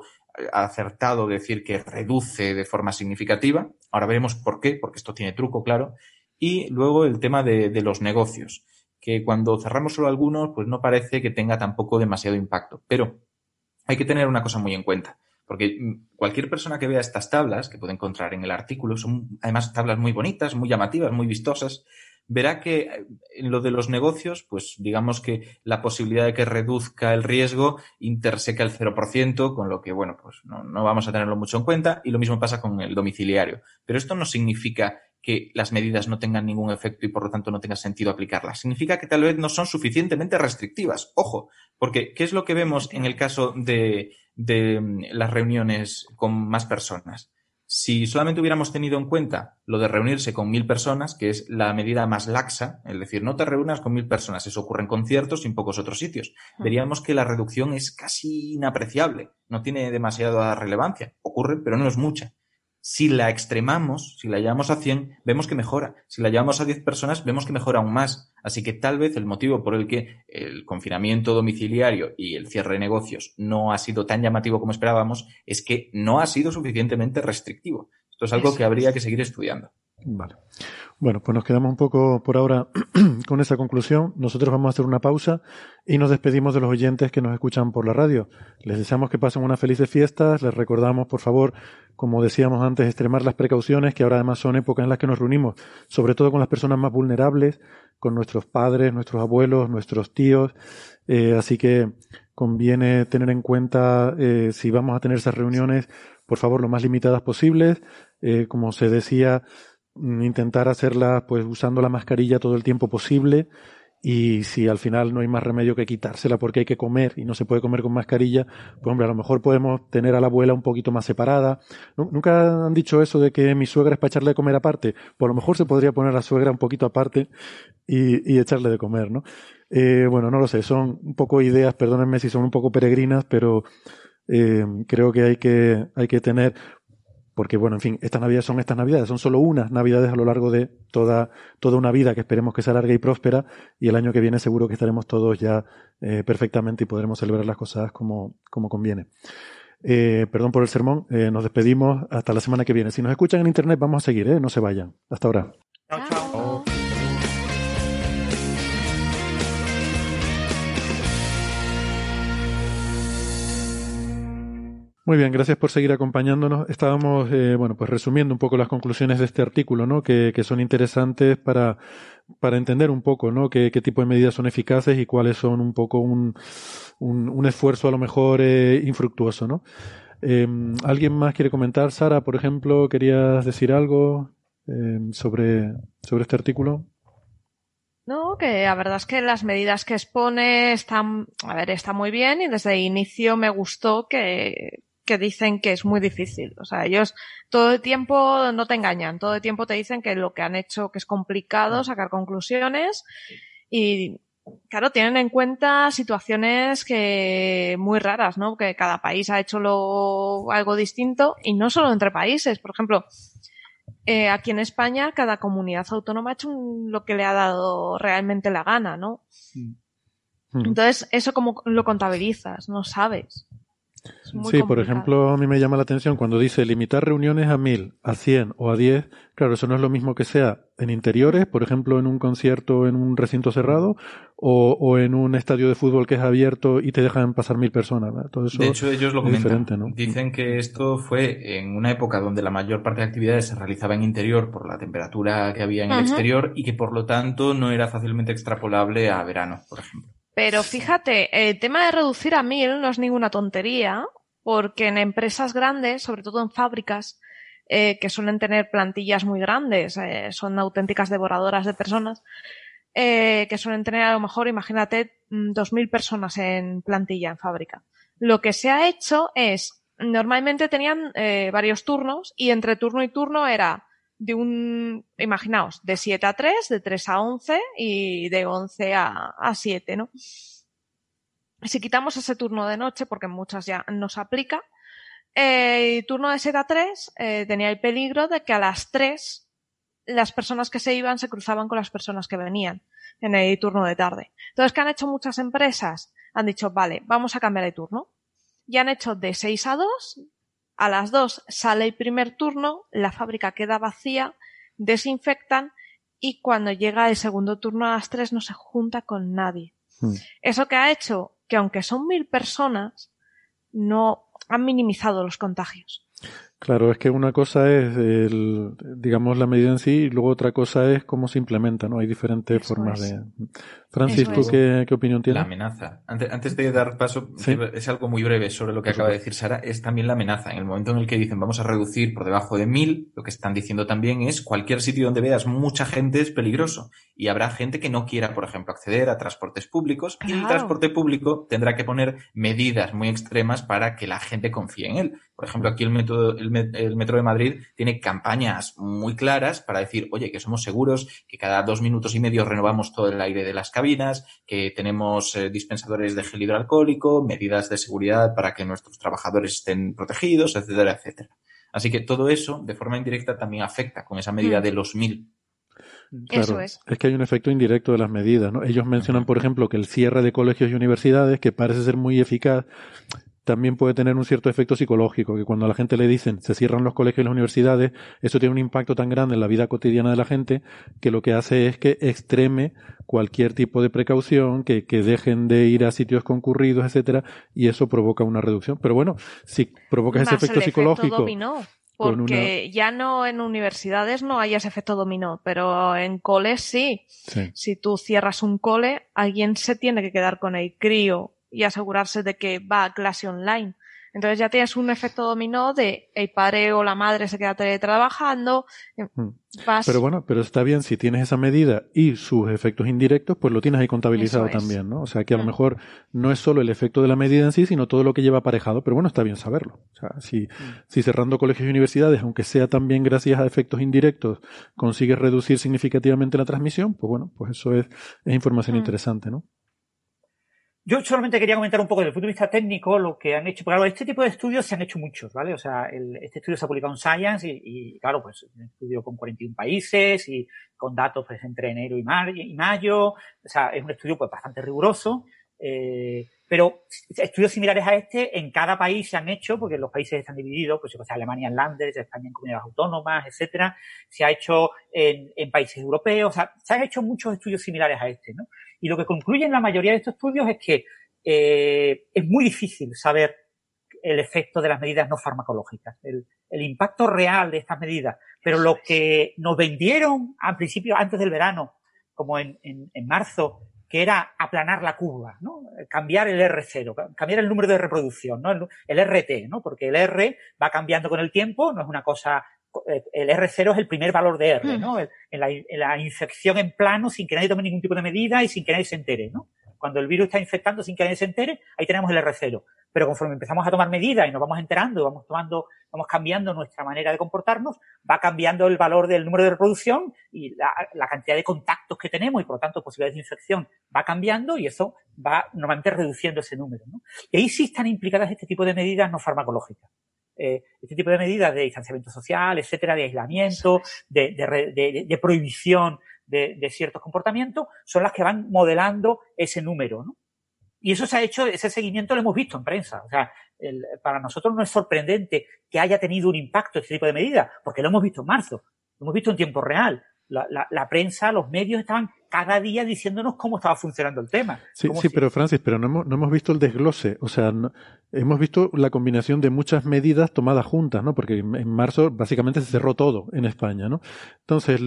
J: acertado decir que reduce de forma significativa. Ahora veremos por qué, porque esto tiene truco, claro. Y luego el tema de los negocios, que cuando cerramos solo algunos, pues no parece que tenga tampoco demasiado impacto. Pero hay que tener una cosa muy en cuenta, porque cualquier persona que vea estas tablas, que puede encontrar en el artículo, son además tablas muy bonitas, muy llamativas, muy vistosas, verá que en lo de los negocios, pues digamos que la posibilidad de que reduzca el riesgo interseca el 0%, con lo que, bueno, pues no vamos a tenerlo mucho en cuenta, y lo mismo pasa con el domiciliario. Pero esto no significa que las medidas no tengan ningún efecto y por lo tanto no tenga sentido aplicarlas. Significa que tal vez no son suficientemente restrictivas. Ojo, porque ¿qué es lo que vemos en el caso de las reuniones con más personas? Si solamente hubiéramos tenido en cuenta lo de reunirse con 1.000 personas, que es la medida más laxa, es decir, no te reúnas con 1.000 personas, eso ocurre en conciertos y en pocos otros sitios, veríamos que la reducción es casi inapreciable, no tiene demasiada relevancia, ocurre, pero no es mucha. Si la extremamos, si la llevamos a 100, vemos que mejora. Si la llevamos a 10 personas, vemos que mejora aún más. Así que tal vez el motivo por el que el confinamiento domiciliario y el cierre de negocios no ha sido tan llamativo como esperábamos es que no ha sido suficientemente restrictivo. Esto es algo que habría que seguir estudiando.
F: Vale. Bueno, pues nos quedamos un poco por ahora con esa conclusión. Nosotros vamos a hacer una pausa y nos despedimos de los oyentes que nos escuchan por la radio. Les deseamos que pasen unas felices fiestas. Les recordamos, por favor, como decíamos antes, extremar las precauciones, que ahora además son épocas en las que nos reunimos, sobre todo con las personas más vulnerables, con nuestros padres, nuestros abuelos, nuestros tíos. Así que conviene tener en cuenta, si vamos a tener esas reuniones, por favor, lo más limitadas posibles. Como se decía, intentar hacerla pues usando la mascarilla todo el tiempo posible, y si al final no hay más remedio que quitársela porque hay que comer y no se puede comer con mascarilla, pues hombre, a lo mejor podemos tener a la abuela un poquito más separada. ¿Nunca han dicho eso de que mi suegra es para echarle de comer aparte? Pues a lo mejor se podría poner a la suegra un poquito aparte y echarle de comer, ¿no? Bueno, no lo sé, son un poco ideas, perdónenme si son un poco peregrinas, pero creo que hay que tener. Porque, bueno, en fin, estas navidades son solo unas navidades a lo largo de toda una vida, que esperemos que sea larga y próspera, y el año que viene seguro que estaremos todos ya perfectamente y podremos celebrar las cosas como conviene. Perdón por el sermón, nos despedimos hasta la semana que viene. Si nos escuchan en internet vamos a seguir, no se vayan. Hasta ahora.
H: Chao, chao.
F: Muy bien, gracias por seguir acompañándonos. Estábamos, pues resumiendo un poco las conclusiones de este artículo, ¿no? Que son interesantes para entender un poco, ¿no? Qué tipo de medidas son eficaces y cuáles son un poco un esfuerzo a lo mejor infructuoso, ¿no? ¿Alguien más quiere comentar? Sara, por ejemplo, ¿querías decir algo sobre este artículo?
G: No, que la verdad es que las medidas que expone está muy bien, y desde el inicio me gustó que dicen que es muy difícil. O sea, ellos todo el tiempo no te engañan, todo el tiempo te dicen que lo que han hecho que es complicado sacar conclusiones, y claro, tienen en cuenta situaciones que muy raras, ¿no? Que cada país ha hecho algo distinto, y no solo entre países. Por ejemplo, aquí en España cada comunidad autónoma ha hecho lo que le ha dado realmente la gana, ¿no? Entonces, eso como lo contabilizas, no sabes.
F: Sí, complicado. Por ejemplo, a mí me llama la atención cuando dice limitar reuniones a 1.000, a 100 o a 10. Claro, eso no es lo mismo que sea en interiores, por ejemplo, en un concierto en un recinto cerrado, o en un estadio de fútbol que es abierto y te dejan pasar 1.000 personas, ¿verdad? Todo eso,
J: de hecho, ellos lo comentan.
F: Diferente, ¿no?
J: Dicen que esto fue en una época donde la mayor parte de actividades se realizaba en interior por la temperatura que había en el exterior, y que por lo tanto no era fácilmente extrapolable a verano, por ejemplo.
G: Pero fíjate, el tema de reducir a 1.000 no es ninguna tontería, porque en empresas grandes, sobre todo en fábricas, que suelen tener plantillas muy grandes, son auténticas devoradoras de personas, que suelen tener a lo mejor, imagínate, 2.000 personas en plantilla en fábrica. Lo que se ha hecho es, normalmente tenían varios turnos, y entre turno y turno era imaginaos, de 7 a 3, de 3 a 11 y de 11 a 7, ¿no? Si quitamos ese turno de noche, porque en muchas ya no se aplica, el turno de 7 a 3 tenía el peligro de que a las 3 las personas que se iban se cruzaban con las personas que venían en el turno de tarde. Entonces, ¿qué han hecho muchas empresas? Han dicho, vale, vamos a cambiar el turno. Y han hecho de 6 a 2, a las 2 sale el primer turno, la fábrica queda vacía, desinfectan y cuando llega el segundo turno a las 3 no se junta con nadie. Eso que ha hecho que aunque son 1000 personas, no han minimizado los contagios.
F: Claro, es que una cosa es, digamos, la medida en sí y luego otra cosa es cómo se implementa, ¿no? Hay diferentes formas de... Francis, ¿tú qué opinión tienes?
J: La amenaza. Antes de dar paso,
F: ¿sí?
J: Es algo muy breve sobre lo que acaba de decir Sara, es también la amenaza. En el momento en el que dicen vamos a reducir por debajo de 1000, lo que están diciendo también es cualquier sitio donde veas mucha gente es peligroso. Y habrá gente que no quiera, por ejemplo, acceder a transportes públicos y el transporte público tendrá que poner medidas muy extremas para que la gente confíe en él. Por ejemplo, aquí el Metro de Madrid tiene campañas muy claras para decir, oye, que somos seguros, que cada 2 minutos y medio renovamos todo el aire de las cabinas, que tenemos dispensadores de gel hidroalcohólico, medidas de seguridad para que nuestros trabajadores estén protegidos, etcétera, etcétera. Así que todo eso, de forma indirecta, también afecta con esa medida de los 1000.
F: Claro, eso es que hay un efecto indirecto de las medidas, ¿no? Ellos mencionan, por ejemplo, que el cierre de colegios y universidades, que parece ser muy eficaz, también puede tener un cierto efecto psicológico, que cuando a la gente le dicen se cierran los colegios y las universidades, eso tiene un impacto tan grande en la vida cotidiana de la gente que lo que hace es que extreme cualquier tipo de precaución, que dejen de ir a sitios concurridos, etcétera, y eso provoca una reducción. Pero bueno, si provocas ese efecto psicológico...
G: Dominó. Porque ya no en universidades no hay ese efecto dominó, pero en coles sí. Si tú cierras un cole, alguien se tiene que quedar con el crío y asegurarse de que va a clase online. Entonces ya tienes un efecto dominó de el padre o la madre se queda teletrabajando.
F: Pero bueno, pero está bien si tienes esa medida y sus efectos indirectos, pues lo tienes ahí contabilizado también, ¿no? O sea que a lo mejor no es solo el efecto de la medida en sí, sino todo lo que lleva aparejado, pero bueno, está bien saberlo. O sea, si cerrando colegios y universidades, aunque sea también gracias a efectos indirectos, consigues reducir significativamente la transmisión, pues bueno, pues eso es información interesante, ¿no?
H: Yo solamente quería comentar un poco desde el punto de vista técnico lo que han hecho. Porque, claro, este tipo de estudios se han hecho muchos, ¿vale? O sea, este estudio se ha publicado en Science y claro, pues un estudio con 41 países y con datos pues entre enero y mayo. O sea, es un estudio pues bastante riguroso. Pero estudios similares a este en cada país se han hecho, porque los países están divididos, pues Alemania en Landes, España en comunidades autónomas, etcétera. Se ha hecho en países europeos. O sea, se han hecho muchos estudios similares a este, ¿no? Y lo que concluyen la mayoría de estos estudios es que es muy difícil saber el efecto de las medidas no farmacológicas, el impacto real de estas medidas. Pero lo que nos vendieron al principio, antes del verano, como en marzo, que era aplanar la curva, ¿no? Cambiar el R0, cambiar el número de reproducción, ¿no? El RT, ¿no? Porque el R va cambiando con el tiempo, no es una cosa... El R0 es el primer valor de R, ¿no? En la infección en plano sin que nadie tome ningún tipo de medida y sin que nadie se entere, ¿no? Cuando el virus está infectando sin que nadie se entere, ahí tenemos el R0. Pero conforme empezamos a tomar medidas y nos vamos enterando, vamos cambiando nuestra manera de comportarnos, va cambiando el valor del número de reproducción y la cantidad de contactos que tenemos y por lo tanto posibilidades de infección va cambiando y eso va normalmente reduciendo ese número, ¿no? Y ahí sí están implicadas este tipo de medidas no farmacológicas. Este tipo de medidas de distanciamiento social, etcétera, de aislamiento, de prohibición de ciertos comportamientos, son las que van modelando ese número, ¿no? Y eso se ha hecho, ese seguimiento lo hemos visto en prensa. O sea, para nosotros no es sorprendente que haya tenido un impacto este tipo de medidas, porque lo hemos visto en marzo, lo hemos visto en tiempo real. La prensa, los medios estaban cada día diciéndonos cómo estaba funcionando el tema.
F: Sí, pero Francis, pero no hemos visto el desglose. O sea, hemos visto la combinación de muchas medidas tomadas juntas, ¿no? Porque en marzo básicamente se cerró todo en España, ¿no? Entonces,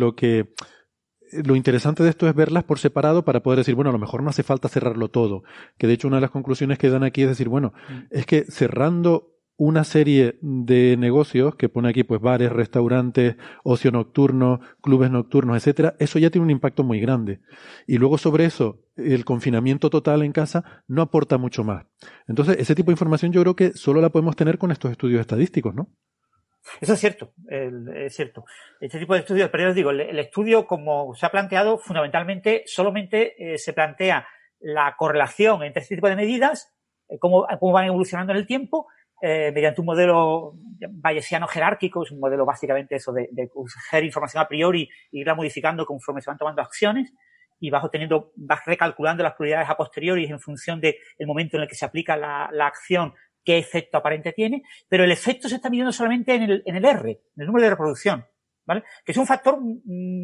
F: lo interesante de esto es verlas por separado para poder decir, bueno, a lo mejor no hace falta cerrarlo todo. Que de hecho una de las conclusiones que dan aquí es decir, bueno, es que cerrando una serie de negocios que pone aquí, pues bares, restaurantes, ocio nocturno, clubes nocturnos, etcétera, eso ya tiene un impacto muy grande. Y luego sobre eso, el confinamiento total en casa no aporta mucho más. Entonces, ese tipo de información yo creo que solo la podemos tener con estos estudios estadísticos, ¿no?
H: Eso es cierto, es cierto. Este tipo de estudios, pero os digo, el estudio, como se ha planteado, fundamentalmente solamente se plantea la correlación entre este tipo de medidas, cómo van evolucionando en el tiempo, mediante un modelo bayesiano jerárquico, es un modelo básicamente eso de coger información a priori y irla modificando conforme se van tomando acciones, y vas recalculando las probabilidades a posteriori en función del momento en el que se aplica la acción, qué efecto aparente tiene, pero el efecto se está midiendo solamente en el R, en el número de reproducción, ¿vale? Que es un factor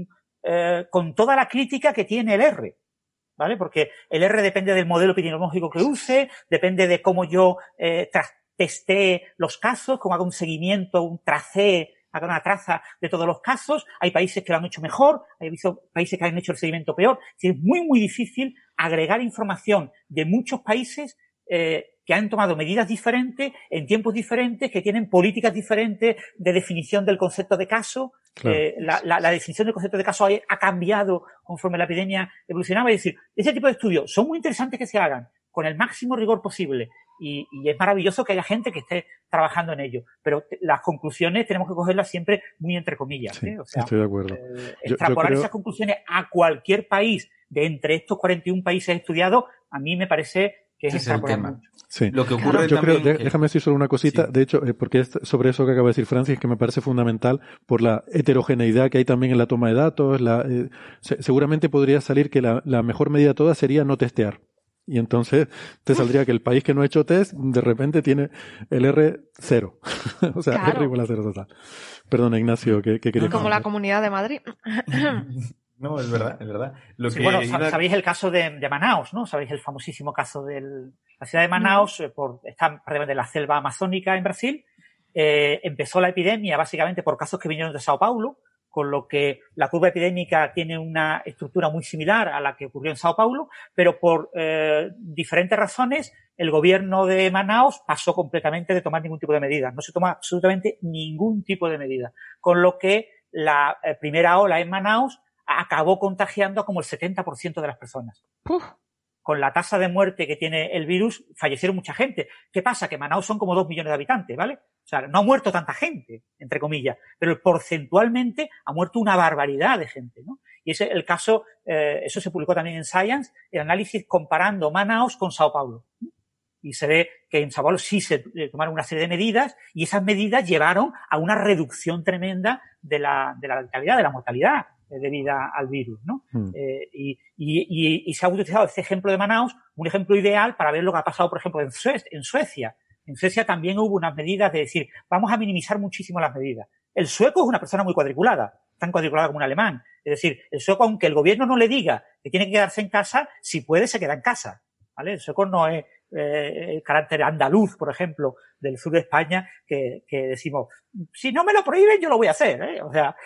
H: con toda la crítica que tiene el R, ¿vale? Porque el R depende del modelo epidemiológico que use, depende de cómo yo testee los casos, cómo haga un seguimiento, un tracé, haga una traza de todos los casos. Hay países que lo han hecho mejor, hay países que han hecho el seguimiento peor. Es muy, muy difícil agregar información de muchos países que han tomado medidas diferentes, en tiempos diferentes, que tienen políticas diferentes de definición del concepto de caso. Claro. La definición del concepto de caso ha cambiado conforme la epidemia evolucionaba. Es decir, ese tipo de estudios son muy interesantes que se hagan con el máximo rigor posible y es maravilloso que haya gente que esté trabajando en ello. Pero las conclusiones tenemos que cogerlas siempre muy entre comillas.
F: Sí,
H: o sea,
F: estoy de acuerdo.
H: Extrapolar esas conclusiones a cualquier país de entre estos 41 países estudiados, a mí me parece que es extrapolar mucho.
F: Sí.
J: Lo que ocurre
F: yo creo, déjame decir solo una cosita, sí. De hecho, porque es sobre eso que acaba de decir Francis, que me parece fundamental por la heterogeneidad que hay también en la toma de datos. Seguramente podría salir que la mejor medida de todas sería no testear. Y entonces te saldría que el país que no ha hecho test, de repente tiene el R 0. O sea, claro. R igual a 0 total. Perdona, Ignacio, ¿qué querías
G: Como la Comunidad de Madrid.
J: No, es verdad, es verdad.
H: Sabéis el caso de Manaos, ¿no? Sabéis el famosísimo caso de la ciudad de Manaos, está prácticamente en la selva amazónica en Brasil. Empezó la epidemia básicamente por casos que vinieron de Sao Paulo, con lo que la curva epidémica tiene una estructura muy similar a la que ocurrió en Sao Paulo, pero por diferentes razones el gobierno de Manaos pasó completamente de tomar ningún tipo de medida. No se toma absolutamente ningún tipo de medida. Con lo que la primera ola en Manaos acabó contagiando a como el 70% de las personas. ¡Puf! Con la tasa de muerte que tiene el virus, fallecieron mucha gente. ¿Qué pasa? Que Manaus son como 2 millones de habitantes, ¿vale? O sea, no ha muerto tanta gente, entre comillas, pero porcentualmente ha muerto una barbaridad de gente, ¿no? Y ese el caso, eso se publicó también en Science, el análisis comparando Manaus con Sao Paulo. Y se ve que en Sao Paulo sí se tomaron una serie de medidas y esas medidas llevaron a una reducción tremenda de la letalidad, de la mortalidad debida al virus, ¿no? Y se ha utilizado este ejemplo de Manaus, un ejemplo ideal para ver lo que ha pasado, por ejemplo, en Suecia. En Suecia también hubo unas medidas de decir, vamos a minimizar muchísimo las medidas. El sueco es una persona muy cuadriculada, tan cuadriculada como un alemán. Es decir, el sueco, aunque el gobierno no le diga que tiene que quedarse en casa, si puede, se queda en casa, ¿vale? El sueco no es el carácter andaluz, por ejemplo, del sur de España, que decimos, si no me lo prohíben, yo lo voy a hacer, ¿eh? O sea,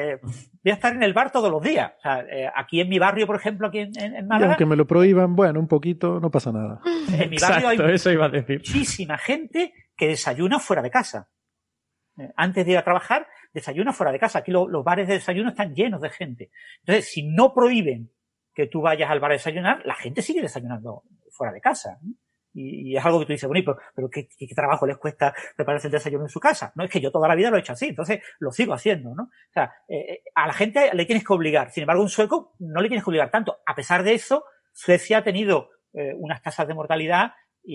H: voy a estar en el bar todos los días. O sea, aquí en mi barrio, por ejemplo, aquí en Málaga.
F: Y aunque me lo prohíban, bueno, un poquito, no pasa nada.
H: En mi barrio
K: Exacto, eso iba a decir.
H: Muchísima gente que desayuna fuera de casa. Antes de ir a trabajar, desayuna fuera de casa. Aquí los bares de desayuno están llenos de gente. Entonces, si no prohíben que tú vayas al bar a desayunar, la gente sigue desayunando fuera de casa, ¿no? Y es algo que tú dices, bueno, pero ¿qué trabajo les cuesta prepararse el desayuno en su casa? No, es que yo toda la vida lo he hecho así, entonces lo sigo haciendo, ¿no? O sea, a la gente le tienes que obligar. Sin embargo, un sueco no le tienes que obligar tanto. A pesar de eso, Suecia ha tenido unas tasas de mortalidad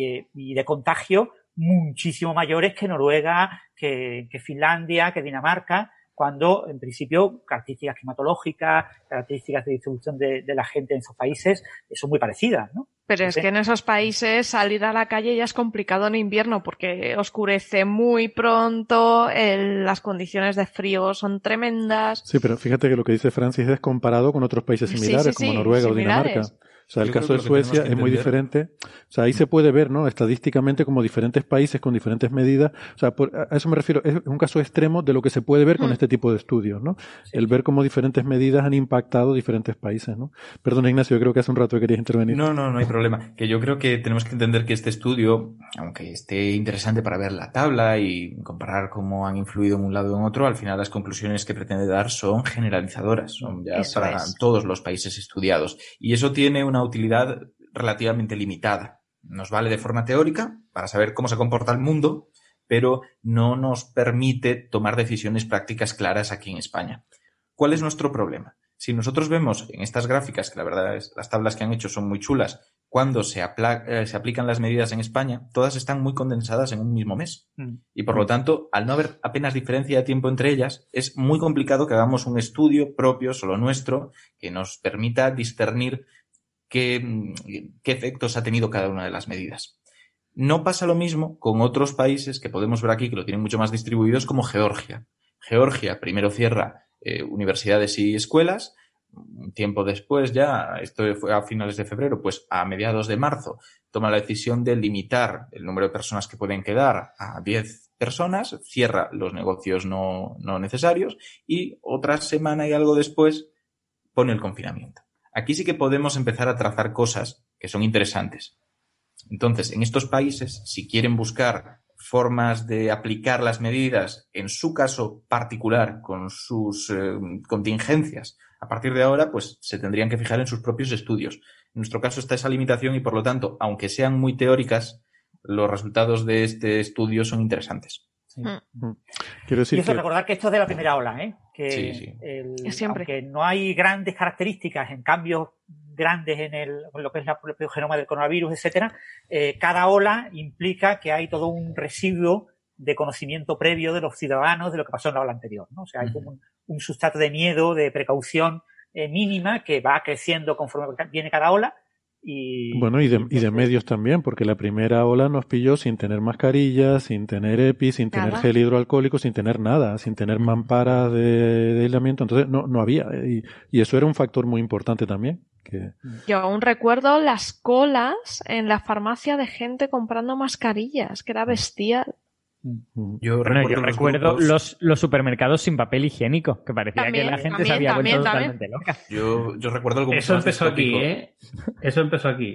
H: y de contagio muchísimo mayores que Noruega, que Finlandia, que Dinamarca, cuando, en principio, características climatológicas, características de distribución de la gente en esos países son muy parecidas, ¿no?
G: Pero es que en esos países salir a la calle ya es complicado en invierno porque oscurece muy pronto, las condiciones de frío son tremendas.
F: Sí, pero fíjate que lo que dice Francis es comparado con otros países similares, como Noruega o Dinamarca. O sea, el caso de Suecia es muy diferente. O sea, ahí se puede ver, ¿no? Estadísticamente como diferentes países con diferentes medidas. O sea, a eso me refiero. Es un caso extremo de lo que se puede ver con este tipo de estudios, ¿no? Sí. El ver cómo diferentes medidas han impactado diferentes países, ¿no? Perdona, Ignacio, yo creo que hace un rato querías intervenir.
J: No hay problema. Que yo creo que tenemos que entender que este estudio, aunque esté interesante para ver la tabla y comparar cómo han influido en un lado o en otro, al final las conclusiones que pretende dar son generalizadoras. Son ya eso para todos los países estudiados. Y eso tiene una utilidad relativamente limitada. Nos vale de forma teórica para saber cómo se comporta el mundo, pero no nos permite tomar decisiones prácticas claras aquí en España. ¿Cuál es nuestro problema? Si nosotros vemos en estas gráficas, que la verdad es las tablas que han hecho son muy chulas, cuando se aplican las medidas en España, todas están muy condensadas en un mismo mes. Y por lo tanto, al no haber apenas diferencia de tiempo entre ellas, es muy complicado que hagamos un estudio propio, solo nuestro, que nos permita discernir qué efectos ha tenido cada una de las medidas. No pasa lo mismo con otros países que podemos ver aquí, que lo tienen mucho más distribuidos, como Georgia. Georgia primero cierra universidades y escuelas, un tiempo después ya, esto fue a finales de febrero, pues a mediados de marzo, toma la decisión de limitar el número de personas que pueden quedar a 10 personas, cierra los negocios no necesarios y otra semana y algo después pone el confinamiento. Aquí sí que podemos empezar a trazar cosas que son interesantes. Entonces, en estos países, si quieren buscar formas de aplicar las medidas, en su caso particular, con sus contingencias, a partir de ahora, pues se tendrían que fijar en sus propios estudios. En nuestro caso está esa limitación y, por lo tanto, aunque sean muy teóricas, los resultados de este estudio son interesantes.
H: Sí. Quiero decir recordar que esto es de la primera ola, que
J: sí.
G: Siempre.
H: Aunque no hay grandes características en cambios grandes en lo que es el propio genoma del coronavirus, etcétera, cada ola implica que hay todo un residuo de conocimiento previo de los ciudadanos de lo que pasó en la ola anterior, ¿no? O sea, hay como un sustrato de miedo, de precaución mínima que va creciendo conforme viene cada ola.
F: Bueno, y de medios también, porque la primera ola nos pilló sin tener mascarillas, sin tener EPI, sin tener gel hidroalcohólico, sin tener nada, sin tener mamparas de aislamiento, entonces no había, y eso era un factor muy importante también.
G: Yo aún recuerdo las colas en la farmacia de gente comprando mascarillas, que era bestial.
K: Yo recuerdo los supermercados sin papel higiénico, que parecía que la gente se había vuelto totalmente loca.
J: Yo recuerdo algo
I: Eso empezó aquí, Eso empezó aquí.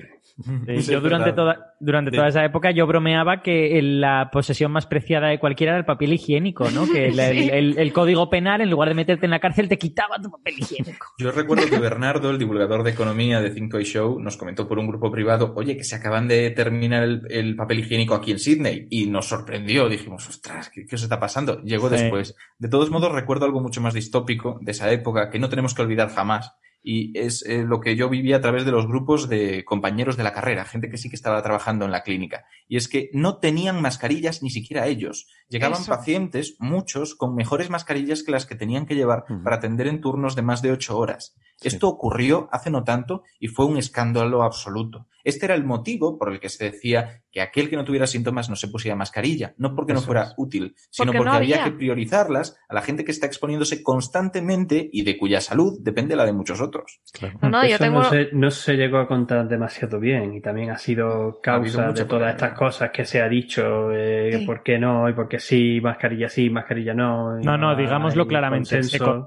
K: Yo durante toda esa época yo bromeaba que la posesión más preciada de cualquiera era el papel higiénico, ¿no? Que el código penal, en lugar de meterte en la cárcel, te quitaba tu papel higiénico.
J: Yo recuerdo que Bernardo, el divulgador de economía de Cinco y Show, nos comentó por un grupo privado, oye, que se acaban de terminar el papel higiénico aquí en Sydney, y nos sorprendió. Dijimos, ostras, ¿qué os está pasando? Llegó después. De todos modos, recuerdo algo mucho más distópico de esa época que no tenemos que olvidar jamás. Y es lo que yo viví a través de los grupos de compañeros de la carrera, gente que sí que estaba trabajando en la clínica. Y es que no tenían mascarillas ni siquiera ellos. Llegaban pacientes, muchos, con mejores mascarillas que las que tenían que llevar para atender en turnos de más de 8 horas. Sí. Esto ocurrió hace no tanto y fue un escándalo absoluto. Este era el motivo por el que se decía que aquel que no tuviera síntomas no se pusiera mascarilla. No porque no fuera útil, sino porque había que priorizarlas a la gente que está exponiéndose constantemente y de cuya salud depende la de muchos otros.
I: Claro. No se llegó a contar demasiado bien y también ha sido causa de todas estas cosas que se ha dicho, por qué no y por qué sí, mascarilla no.
K: No, digámoslo claramente.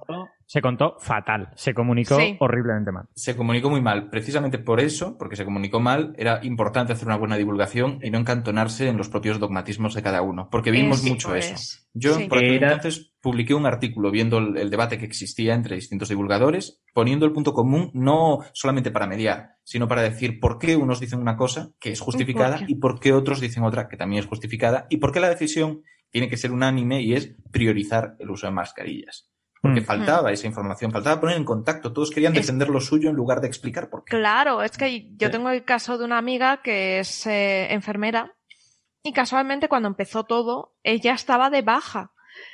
K: Se contó fatal, se comunicó horriblemente mal.
J: Se comunicó muy mal. Precisamente por eso, porque se comunicó mal, era importante hacer una buena divulgación y no encantonarse en los propios dogmatismos de cada uno, porque vimos mucho eso. Yo, por aquel entonces, publiqué un artículo viendo el debate que existía entre distintos divulgadores, poniendo el punto común no solamente para mediar, sino para decir por qué unos dicen una cosa que es justificada y por qué otros dicen otra que también es justificada y por qué la decisión tiene que ser unánime y es priorizar el uso de mascarillas. Porque faltaba esa información, faltaba poner en contacto. Todos querían defender lo suyo en lugar de explicar por qué.
G: Claro, es que yo tengo el caso de una amiga que es enfermera y casualmente cuando empezó todo, ella estaba de baja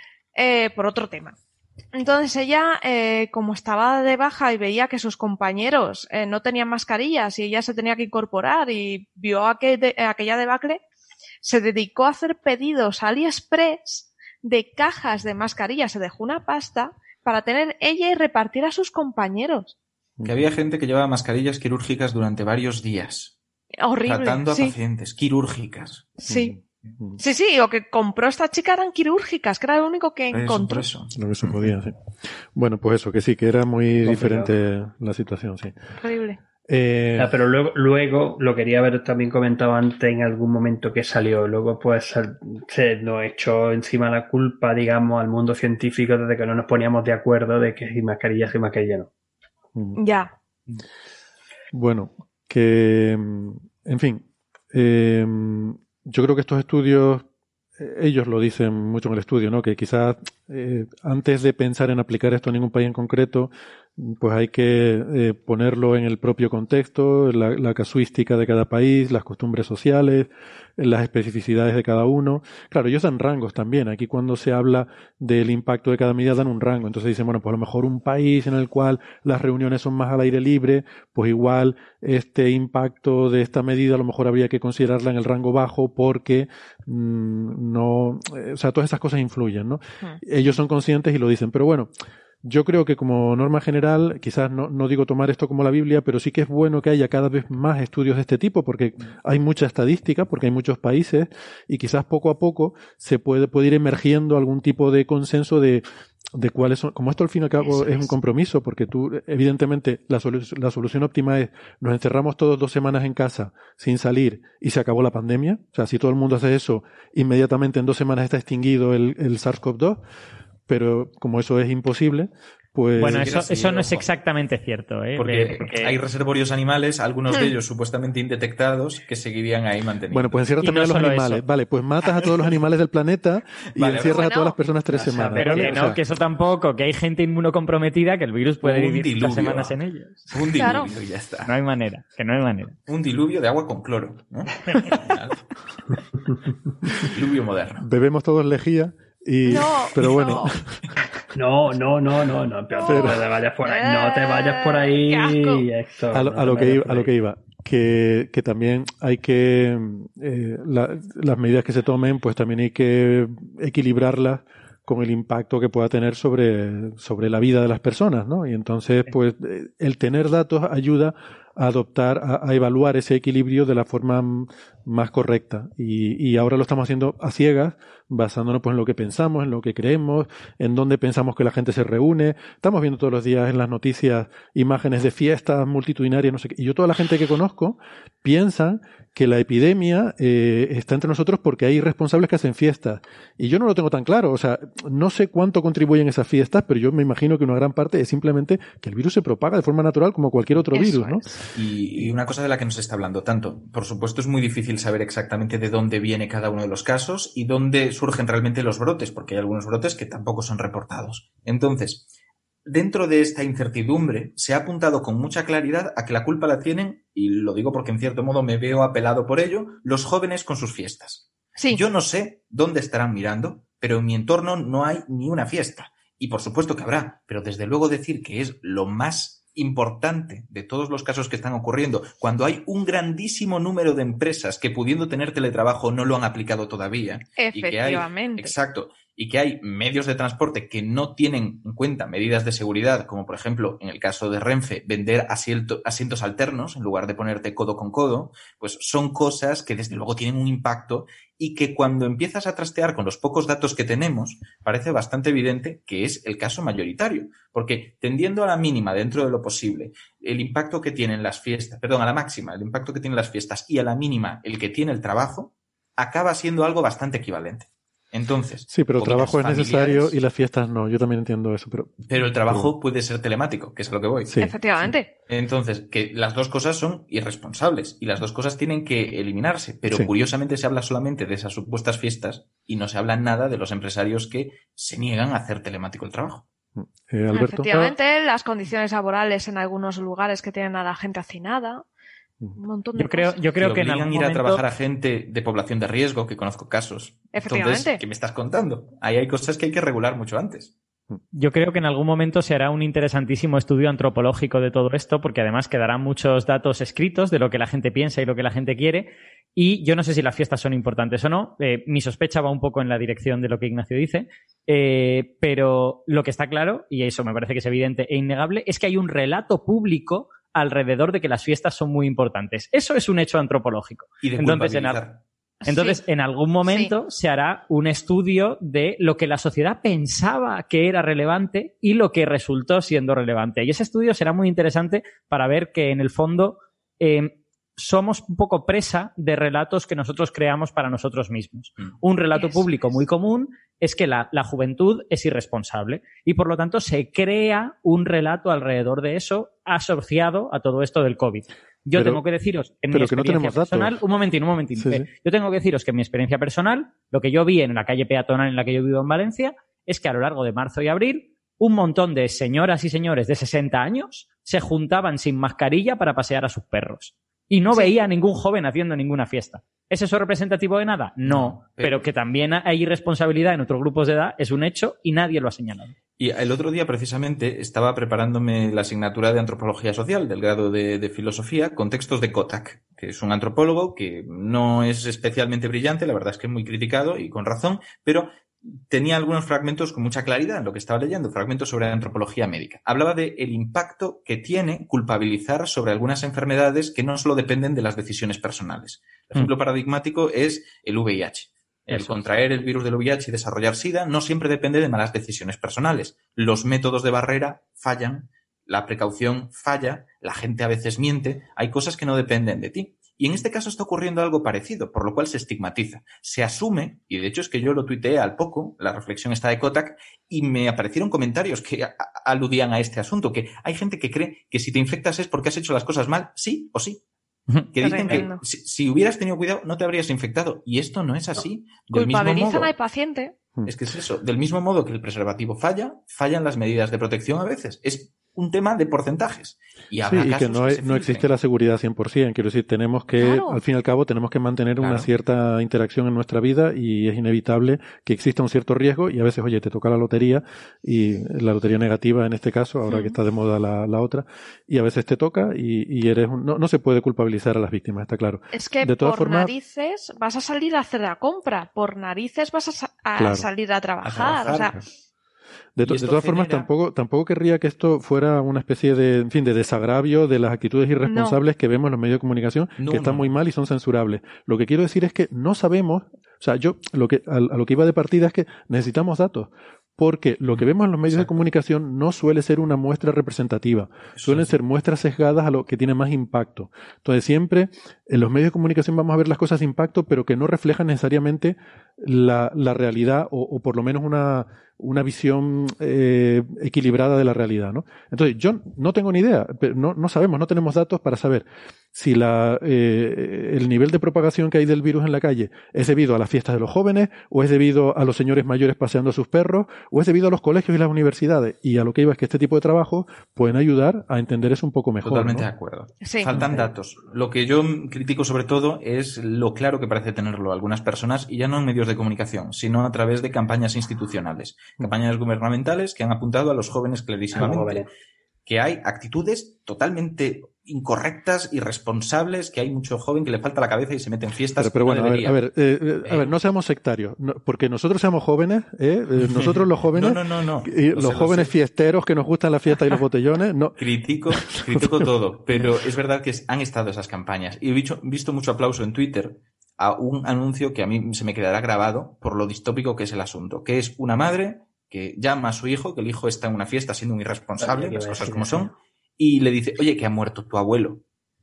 G: por otro tema. Entonces ella, como estaba de baja y veía que sus compañeros no tenían mascarillas y ella se tenía que incorporar y vio aquella debacle, se dedicó a hacer pedidos a AliExpress de cajas de mascarillas, se dejó una pasta para tener ella y repartir a sus compañeros.
J: Que había gente que llevaba mascarillas quirúrgicas durante varios días.
G: Horrible.
J: Tratando a pacientes quirúrgicas.
G: Sí. Sí, lo que compró esta chica eran quirúrgicas, que era lo único que encontró.
F: Lo que se podía, sí. Bueno, pues eso, que sí, que era muy diferente la situación, sí.
G: Horrible.
I: Pero luego lo quería haber también comentado antes en algún momento que salió. Luego pues se nos echó encima la culpa, digamos, al mundo científico desde que no nos poníamos de acuerdo de que sin mascarilla no.
G: Ya.
F: Bueno, que en fin, yo creo que estos estudios, ellos lo dicen mucho en el estudio, ¿no? Que quizás antes de pensar en aplicar esto en ningún país en concreto, pues hay que ponerlo en el propio contexto, la casuística de cada país, las costumbres sociales, las especificidades de cada uno. Claro, ellos dan rangos también. Aquí cuando se habla del impacto de cada medida dan un rango. Entonces dicen, bueno, pues a lo mejor un país en el cual las reuniones son más al aire libre, pues igual este impacto de esta medida a lo mejor habría que considerarla en el rango bajo porque no, o sea, todas esas cosas influyen, ¿no? Ellos son conscientes y lo dicen, pero bueno, Yo creo que como norma general, quizás no digo tomar esto como la Biblia, pero sí que es bueno que haya cada vez más estudios de este tipo, porque hay mucha estadística, porque hay muchos países, y quizás poco a poco se puede ir emergiendo algún tipo de consenso de cuáles son, como esto al fin y al cabo es un compromiso, porque tú, evidentemente, la solución óptima es, nos encerramos todos 2 semanas en casa sin salir y se acabó la pandemia. O sea, si todo el mundo hace eso, inmediatamente en 2 semanas está extinguido el SARS-CoV-2, pero como eso es imposible, pues...
K: Bueno, eso no es exactamente cierto, ¿eh?
J: Porque hay reservorios animales, algunos de ellos supuestamente indetectados, que seguirían ahí mantenidos.
F: Bueno, pues encierras también a los animales. Eso. Vale, pues matas a todos los animales del planeta y encierras a todas las personas 3 semanas.
K: Pero
F: ¿vale?
K: que no, que eso tampoco, que hay gente inmunocomprometida, que el virus puede vivir 2 semanas en ellos.
J: Un diluvio, y ya está.
K: No hay manera.
J: Un diluvio de agua con cloro, ¿no? Diluvio moderno.
F: Bebemos todos lejía. Pero bueno.
I: No, pero no te vayas por ahí. No te vayas por ahí.
F: A lo que iba. Que también hay que las medidas que se tomen, pues también hay que equilibrarlas con el impacto que pueda tener sobre la vida de las personas, ¿no? Y entonces, pues, el tener datos ayuda a adoptar, a evaluar ese equilibrio de la forma más correcta. Y ahora lo estamos haciendo a ciegas, basándonos pues en lo que pensamos, en lo que creemos, en dónde pensamos que la gente se reúne. Estamos viendo todos los días en las noticias imágenes de fiestas multitudinarias, no sé qué. Y yo, toda la gente que conozco piensa que la epidemia está entre nosotros porque hay responsables que hacen fiestas. Y yo no lo tengo tan claro. O sea, no sé cuánto contribuyen esas fiestas, pero yo me imagino que una gran parte es simplemente que el virus se propaga de forma natural como cualquier otro virus, ¿no?
J: Y una cosa de la que nos está hablando tanto. Por supuesto, es muy difícil saber exactamente de dónde viene cada uno de los casos y dónde surgen realmente los brotes, porque hay algunos brotes que tampoco son reportados. Entonces, dentro de esta incertidumbre, se ha apuntado con mucha claridad a que la culpa la tienen, y lo digo porque en cierto modo me veo apelado por ello, los jóvenes con sus fiestas.
G: Sí.
J: Yo no sé dónde estarán mirando, pero en mi entorno no hay ni una fiesta. Y por supuesto que habrá, pero desde luego decir que es lo más importante de todos los casos que están ocurriendo, cuando hay un grandísimo número de empresas que, pudiendo tener teletrabajo, no lo han aplicado todavía.
G: Efectivamente.
J: Exacto. Y que hay medios de transporte que no tienen en cuenta medidas de seguridad, como por ejemplo, en el caso de Renfe, vender asientos alternos en lugar de ponerte codo con codo, pues son cosas que desde luego tienen un impacto y que cuando empiezas a trastear con los pocos datos que tenemos, parece bastante evidente que es el caso mayoritario. Porque tendiendo a la mínima dentro de lo posible, el impacto que tienen las fiestas, a la máxima, el impacto que tienen las fiestas y a la mínima el que tiene el trabajo, acaba siendo algo bastante equivalente. Entonces,
F: sí, pero el trabajo es necesario y las fiestas no. Yo también entiendo eso.
J: Pero el trabajo puede ser telemático, que es a lo que voy.
F: Sí.
G: Efectivamente.
J: Sí. Entonces, que las dos cosas son irresponsables y las dos cosas tienen que eliminarse. Pero curiosamente se habla solamente de esas supuestas fiestas y no se habla nada de los empresarios que se niegan a hacer telemático el trabajo.
F: Alberto.
G: Efectivamente, las condiciones laborales en algunos lugares que tienen a la gente hacinada. Un montón de cosas.
K: Yo creo que en algún
J: momento ir a trabajar a gente de población de riesgo, que conozco casos.
G: Efectivamente.
J: Entonces, ¿qué me estás contando? Ahí hay cosas que hay que regular mucho antes.
K: Yo creo que en algún momento se hará un interesantísimo estudio antropológico de todo esto, porque además quedarán muchos datos escritos de lo que la gente piensa y lo que la gente quiere. Y yo no sé si las fiestas son importantes o no. Mi sospecha va un poco en la dirección de lo que Ignacio dice. Pero lo que está claro, y eso me parece que es evidente e innegable, es que hay un relato público alrededor de que las fiestas son muy importantes. Eso es un hecho antropológico.
J: Y de
K: Entonces, en algún momento se hará un estudio de lo que la sociedad pensaba que era relevante y lo que resultó siendo relevante. Y ese estudio será muy interesante para ver que, en el fondo, somos un poco presa de relatos que nosotros creamos para nosotros mismos. Un relato público muy común es que la juventud es irresponsable y, por lo tanto, se crea un relato alrededor de eso asociado a todo esto del COVID. Yo tengo que deciros en mi experiencia personal... Un momentín. Sí. Yo tengo que deciros que en mi experiencia personal, lo que yo vi en la calle peatonal en la que yo vivo en Valencia, es que a lo largo de marzo y abril, un montón de señoras y señores de 60 años se juntaban sin mascarilla para pasear a sus perros. Y no veía a ningún joven haciendo ninguna fiesta. ¿Es eso representativo de nada? No, pero que también hay irresponsabilidad en otros grupos de edad es un hecho y nadie lo ha señalado.
J: Y el otro día, precisamente, estaba preparándome la asignatura de Antropología Social del grado de Filosofía con textos de Kotak, que es un antropólogo que no es especialmente brillante, la verdad es que es muy criticado y con razón, pero tenía algunos fragmentos con mucha claridad en lo que estaba leyendo, fragmentos sobre antropología médica. Hablaba de el impacto que tiene culpabilizar sobre algunas enfermedades que no solo dependen de las decisiones personales. El ejemplo paradigmático es el VIH. El contraer el virus del VIH y desarrollar SIDA no siempre depende de malas decisiones personales. Los métodos de barrera fallan, la precaución falla, la gente a veces miente, hay cosas que no dependen de ti. Y en este caso está ocurriendo algo parecido, por lo cual se estigmatiza. Se asume, y de hecho es que yo lo tuiteé al poco, la reflexión está de Kotak, y me aparecieron comentarios que aludían a este asunto, que hay gente que cree que si te infectas es porque has hecho las cosas mal, sí o sí. Que dicen que si hubieras tenido cuidado no te habrías infectado. Y esto no es así.
G: Culpabilizan al paciente.
J: Es que es eso. Del mismo modo que el preservativo fallan las medidas de protección a veces. Es un tema de porcentajes. Y
F: que no existe la seguridad 100%. Quiero decir, tenemos que, al fin y al cabo, tenemos que mantener una cierta interacción en nuestra vida y es inevitable que exista un cierto riesgo y a veces, oye, te toca la lotería y la lotería negativa en este caso, ahora que está de moda la otra, y a veces te toca y eres no se puede culpabilizar a las víctimas, está claro.
G: Es que de todas formas, narices vas a salir a hacer la compra, por narices vas a salir a trabajar. O sea,
F: de todas formas, tampoco querría que esto fuera una especie de desagravio de las actitudes irresponsables que vemos en los medios de comunicación, que están muy mal y son censurables. Lo que quiero decir es que no sabemos, o sea, yo a lo que iba de partida es que necesitamos datos. Porque lo que vemos en los medios de comunicación no suele ser una muestra representativa, suelen ser muestras sesgadas a lo que tiene más impacto. Entonces siempre en los medios de comunicación vamos a ver las cosas de impacto, pero que no reflejan necesariamente la realidad o por lo menos una visión equilibrada de la realidad, ¿no? Entonces yo no tengo ni idea, no sabemos, no tenemos datos para saber si el nivel de propagación que hay del virus en la calle es debido a las fiestas de los jóvenes o es debido a los señores mayores paseando a sus perros o es debido a los colegios y las universidades. Y a lo que iba es que este tipo de trabajos pueden ayudar a entender eso un poco mejor.
J: Totalmente
F: ¿no?
J: de acuerdo. Sí. Faltan datos. Lo que yo critico sobre todo es lo claro que parece tenerlo algunas personas, y ya no en medios de comunicación, sino a través de campañas institucionales, campañas gubernamentales que han apuntado a los jóvenes clarísimamente que hay actitudes totalmente incorrectas, irresponsables, que hay mucho joven que le falta la cabeza y se mete en fiestas.
F: Pero bueno, a ver, no seamos sectarios, porque nosotros seamos jóvenes, nosotros los jóvenes, los jóvenes fiesteros que nos gustan la fiesta y los botellones, no.
J: Critico todo, pero es verdad que han estado esas campañas y he visto mucho aplauso en Twitter a un anuncio que a mí se me quedará grabado por lo distópico que es el asunto, que es una madre que llama a su hijo, que el hijo está en una fiesta siendo un irresponsable, las cosas como son, y le dice, oye, que ha muerto tu abuelo.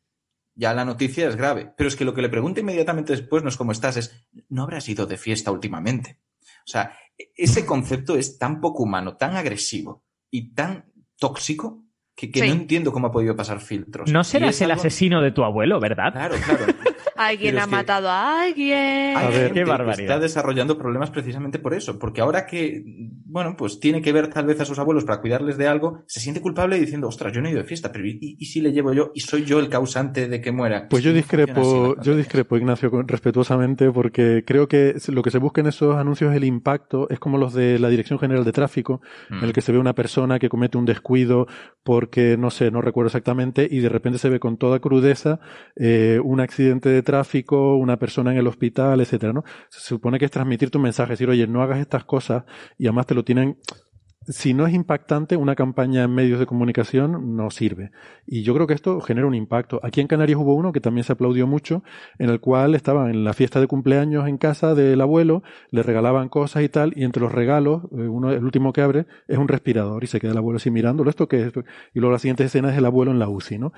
J: Ya la noticia es grave, pero es que lo que le pregunta inmediatamente después no es cómo estás, es, ¿no habrás ido de fiesta últimamente? O sea, ese concepto es tan poco humano, tan agresivo y tan tóxico que no entiendo cómo ha podido pasar filtros.
K: No serás el asesino de tu abuelo, ¿verdad?
J: Claro.
G: Alguien ha matado a alguien.
J: A ver, qué barbaridad. Está desarrollando problemas precisamente por eso. Porque ahora que, bueno, pues tiene que ver tal vez a sus abuelos para cuidarles de algo, se siente culpable diciendo, ostras, yo no he ido de fiesta, pero ¿y si le llevo yo y soy yo el causante de que muera?
F: Pues yo discrepo, Ignacio, respetuosamente, porque creo que lo que se busca en esos anuncios es el impacto, es como los de la Dirección General de Tráfico, en el que se ve una persona que comete un descuido porque, no recuerdo exactamente, y de repente se ve con toda crudeza un accidente de tráfico, una persona en el hospital, etcétera, ¿no? Se supone que es transmitir tu mensaje, decir, oye, no hagas estas cosas, y además te lo tienen. Si no es impactante, una campaña en medios de comunicación no sirve. Y yo creo que esto genera un impacto. Aquí en Canarias hubo uno que también se aplaudió mucho, en el cual estaban en la fiesta de cumpleaños en casa del abuelo, le regalaban cosas y tal, y entre los regalos, el último que abre es un respirador, y se queda el abuelo así mirándolo, ¿esto qué es? Y luego la siguiente escena es el abuelo en la UCI, ¿no?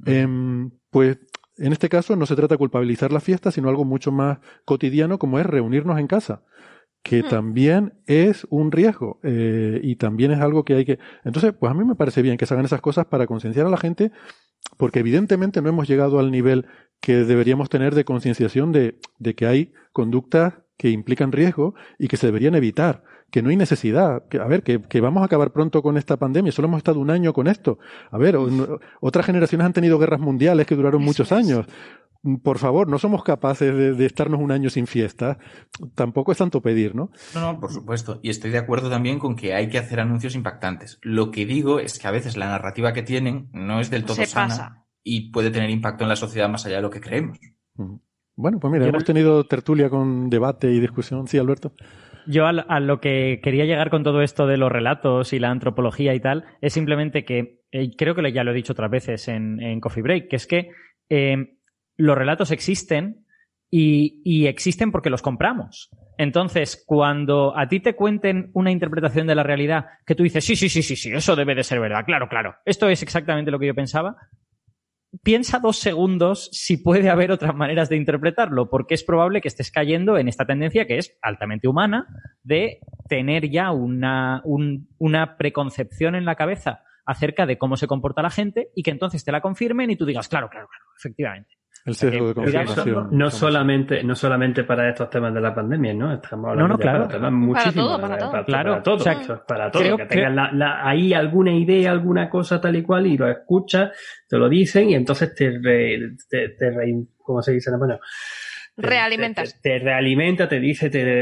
F: Pues en este caso no se trata de culpabilizar la fiesta, sino algo mucho más cotidiano como es reunirnos en casa, que también es un riesgo y también es algo que hay que... Entonces, pues a mí me parece bien que se hagan esas cosas para concienciar a la gente, porque evidentemente no hemos llegado al nivel que deberíamos tener de concienciación de que hay conductas que implican riesgo y que se deberían evitar, que no hay necesidad, que vamos a acabar pronto con esta pandemia, solo hemos estado un año con esto. Otras generaciones han tenido guerras mundiales que duraron muchos años. Por favor, no somos capaces de estarnos un año sin fiesta. Tampoco es tanto pedir, ¿no?
J: No, por supuesto. Y estoy de acuerdo también con que hay que hacer anuncios impactantes. Lo que digo es que a veces la narrativa que tienen no es del todo sana y puede tener impacto en la sociedad más allá de lo que creemos.
F: Bueno, pues mira, hemos tenido tertulia con debate y discusión. Sí, Alberto.
K: Yo a lo que quería llegar con todo esto de los relatos y la antropología y tal es simplemente que, creo que ya lo he dicho otras veces en Coffee Break, que es que los relatos existen y existen porque los compramos. Entonces, cuando a ti te cuenten una interpretación de la realidad que tú dices, sí, eso debe de ser verdad, claro, esto es exactamente lo que yo pensaba, piensa 2 segundos si puede haber otras maneras de interpretarlo, porque es probable que estés cayendo en esta tendencia que es altamente humana de tener ya una preconcepción en la cabeza acerca de cómo se comporta la gente y que entonces te la confirmen y tú digas, claro, efectivamente.
F: El sesgo de confirmación.
I: No solamente para estos temas de la pandemia, ¿no? Estamos hablando
K: claro.
I: para temas muchísimos.
G: Para todo.
K: Claro.
I: O sea, para todo. Que tengas ahí alguna idea, alguna cosa tal y cual y lo escuchas, te lo dicen y entonces ¿cómo se dice? Bueno,
G: realimentas.
I: Te realimenta, te dice, te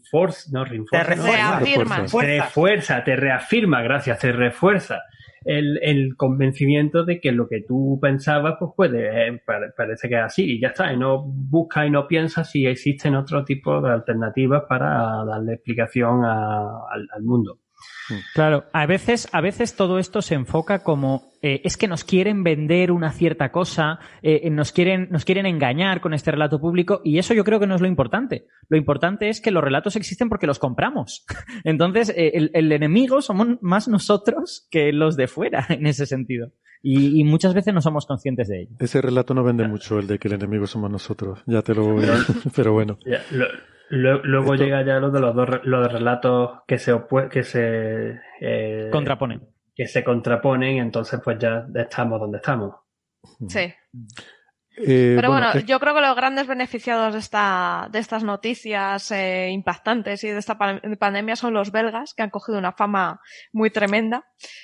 I: reafirma, gracias, te refuerza el convencimiento de que lo que tú pensabas pues parece que es así y ya está, y no buscas y no piensas si existen otro tipo de alternativas para darle explicación al mundo.
K: Claro, a veces todo esto se enfoca como es que nos quieren vender una cierta cosa, nos quieren engañar con este relato público y eso yo creo que no es lo importante. Lo importante es que los relatos existen porque los compramos. Entonces, el enemigo somos más nosotros que los de fuera en ese sentido. Y muchas veces no somos conscientes de ello.
F: Ese relato no vende mucho, el de que el enemigo somos nosotros. Ya te lo voy a... Pero bueno.
I: Luego llega ya lo de los relatos que se
K: contraponen.
I: Que se contraponen, entonces pues ya estamos donde estamos.
G: Sí. Pero bueno, yo creo que los grandes beneficiados de estas noticias impactantes y de esta pandemia son los belgas, que han cogido una fama muy tremenda.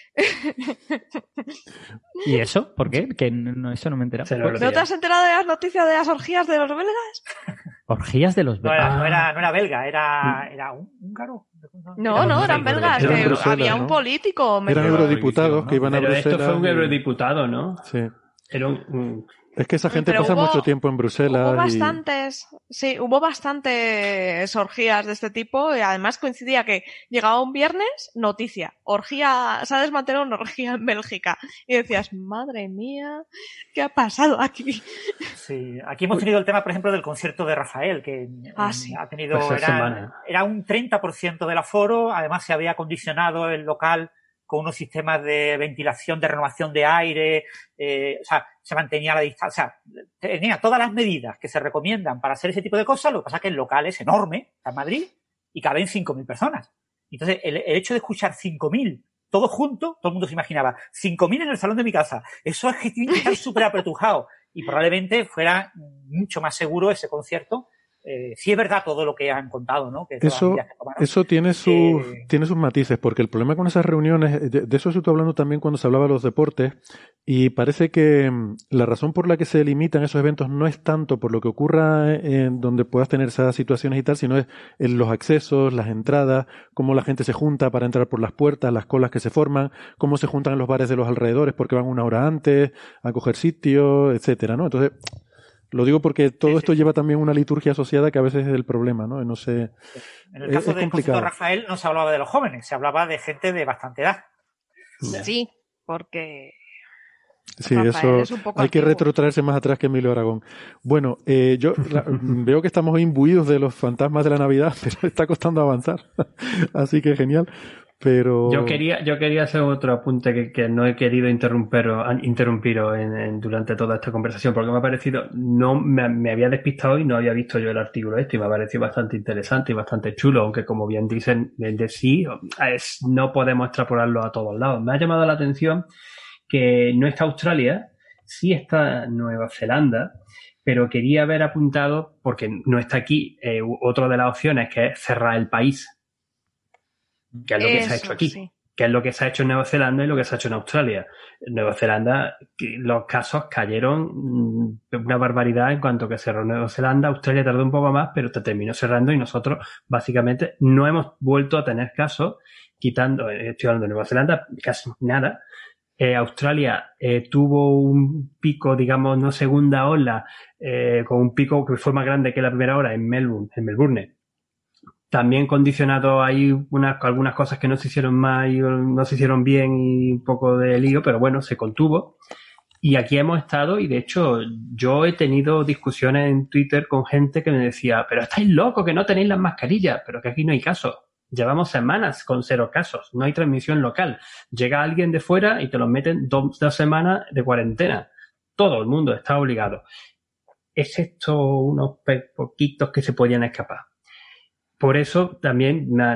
K: ¿Y eso? ¿Por qué? Que eso no me he enterado.
G: ¿No te has enterado de las noticias de las orgías de los belgas?
K: ¿Orgías de los belgas?
H: No era belga, era húngaro.
G: No, eran belgas. Que había un político.
F: Eran eurodiputados que iban a Bruselas.
I: Pero esto fue un eurodiputado, ¿no?
F: Sí.
I: Era un
F: Es que esa gente pasa mucho tiempo en Bruselas.
G: Hubo bastantes orgías de este tipo y además coincidía que llegaba un viernes, noticia, orgía, se ha desmantelado una orgía en Bélgica. Y decías, madre mía, ¿qué ha pasado aquí?
H: Sí, aquí hemos tenido el tema, por ejemplo, del concierto de Rafael, que ha tenido, era un 30% del aforo, además se había acondicionado el local con unos sistemas de ventilación, de renovación de aire, se mantenía la distancia, tenía todas las medidas que se recomiendan para hacer ese tipo de cosas. Lo que pasa es que el local es enorme, está en Madrid, y caben 5.000 personas. Entonces, el hecho de escuchar 5.000 todos juntos, todo el mundo se imaginaba, 5.000 en el salón de mi casa, eso es que tiene que estar súper apretujado, y probablemente fuera mucho más seguro ese concierto. Sí es verdad todo lo que han contado, ¿no? Que
F: eso tiene sus matices, porque el problema con esas reuniones, de eso se estuvo hablando también cuando se hablaba de los deportes, y parece que la razón por la que se limitan esos eventos no es tanto por lo que ocurra en donde puedas tener esas situaciones y tal, sino es en los accesos, las entradas, cómo la gente se junta para entrar por las puertas, las colas que se forman, cómo se juntan en los bares de los alrededores porque van una hora antes a coger sitio, etcétera, ¿no? Entonces, lo digo porque todo esto lleva también una liturgia asociada que a veces es el problema, ¿no? No sé.
H: En el caso del concierto de Rafael no se hablaba de los jóvenes, se hablaba de gente de bastante edad.
G: Sí, porque...
F: Sí, Rafael eso hay que retrotraerse más atrás que Emilio Aragón. Bueno, yo veo que estamos imbuidos de los fantasmas de la Navidad, pero está costando avanzar. Así que genial. Pero...
I: Yo quería hacer otro apunte que no he querido interrumpiros durante toda esta conversación, porque me ha parecido, me había despistado y no había visto yo el artículo y me ha parecido bastante interesante y bastante chulo, aunque como bien dicen, de sí, no podemos extrapolarlo a todos lados. Me ha llamado la atención que no está Australia, sí está Nueva Zelanda, pero quería haber apuntado, porque no está aquí, otra de las opciones, que es cerrar el país. Que es lo que se ha hecho aquí, sí. Que es lo que se ha hecho en Nueva Zelanda y lo que se ha hecho en Australia. En Nueva Zelanda los casos cayeron una barbaridad en cuanto que cerró Nueva Zelanda. Australia tardó un poco más, pero te terminó cerrando y nosotros básicamente no hemos vuelto a tener casos, estoy hablando de Nueva Zelanda, casi nada. Australia tuvo un pico, digamos, no segunda ola, con un pico que fue más grande que la primera ola en Melbourne. también condicionado ahí algunas cosas que no se hicieron mal y no se hicieron bien y un poco de lío, pero bueno, se contuvo. Y aquí hemos estado, y de hecho yo he tenido discusiones en Twitter con gente que me decía, pero estáis locos que no tenéis las mascarillas, pero que aquí no hay casos. Llevamos semanas con 0 casos, no hay transmisión local. Llega alguien de fuera y te los meten 2 semanas de cuarentena. Todo el mundo está obligado. Excepto unos poquitos que se podían escapar. Por eso también me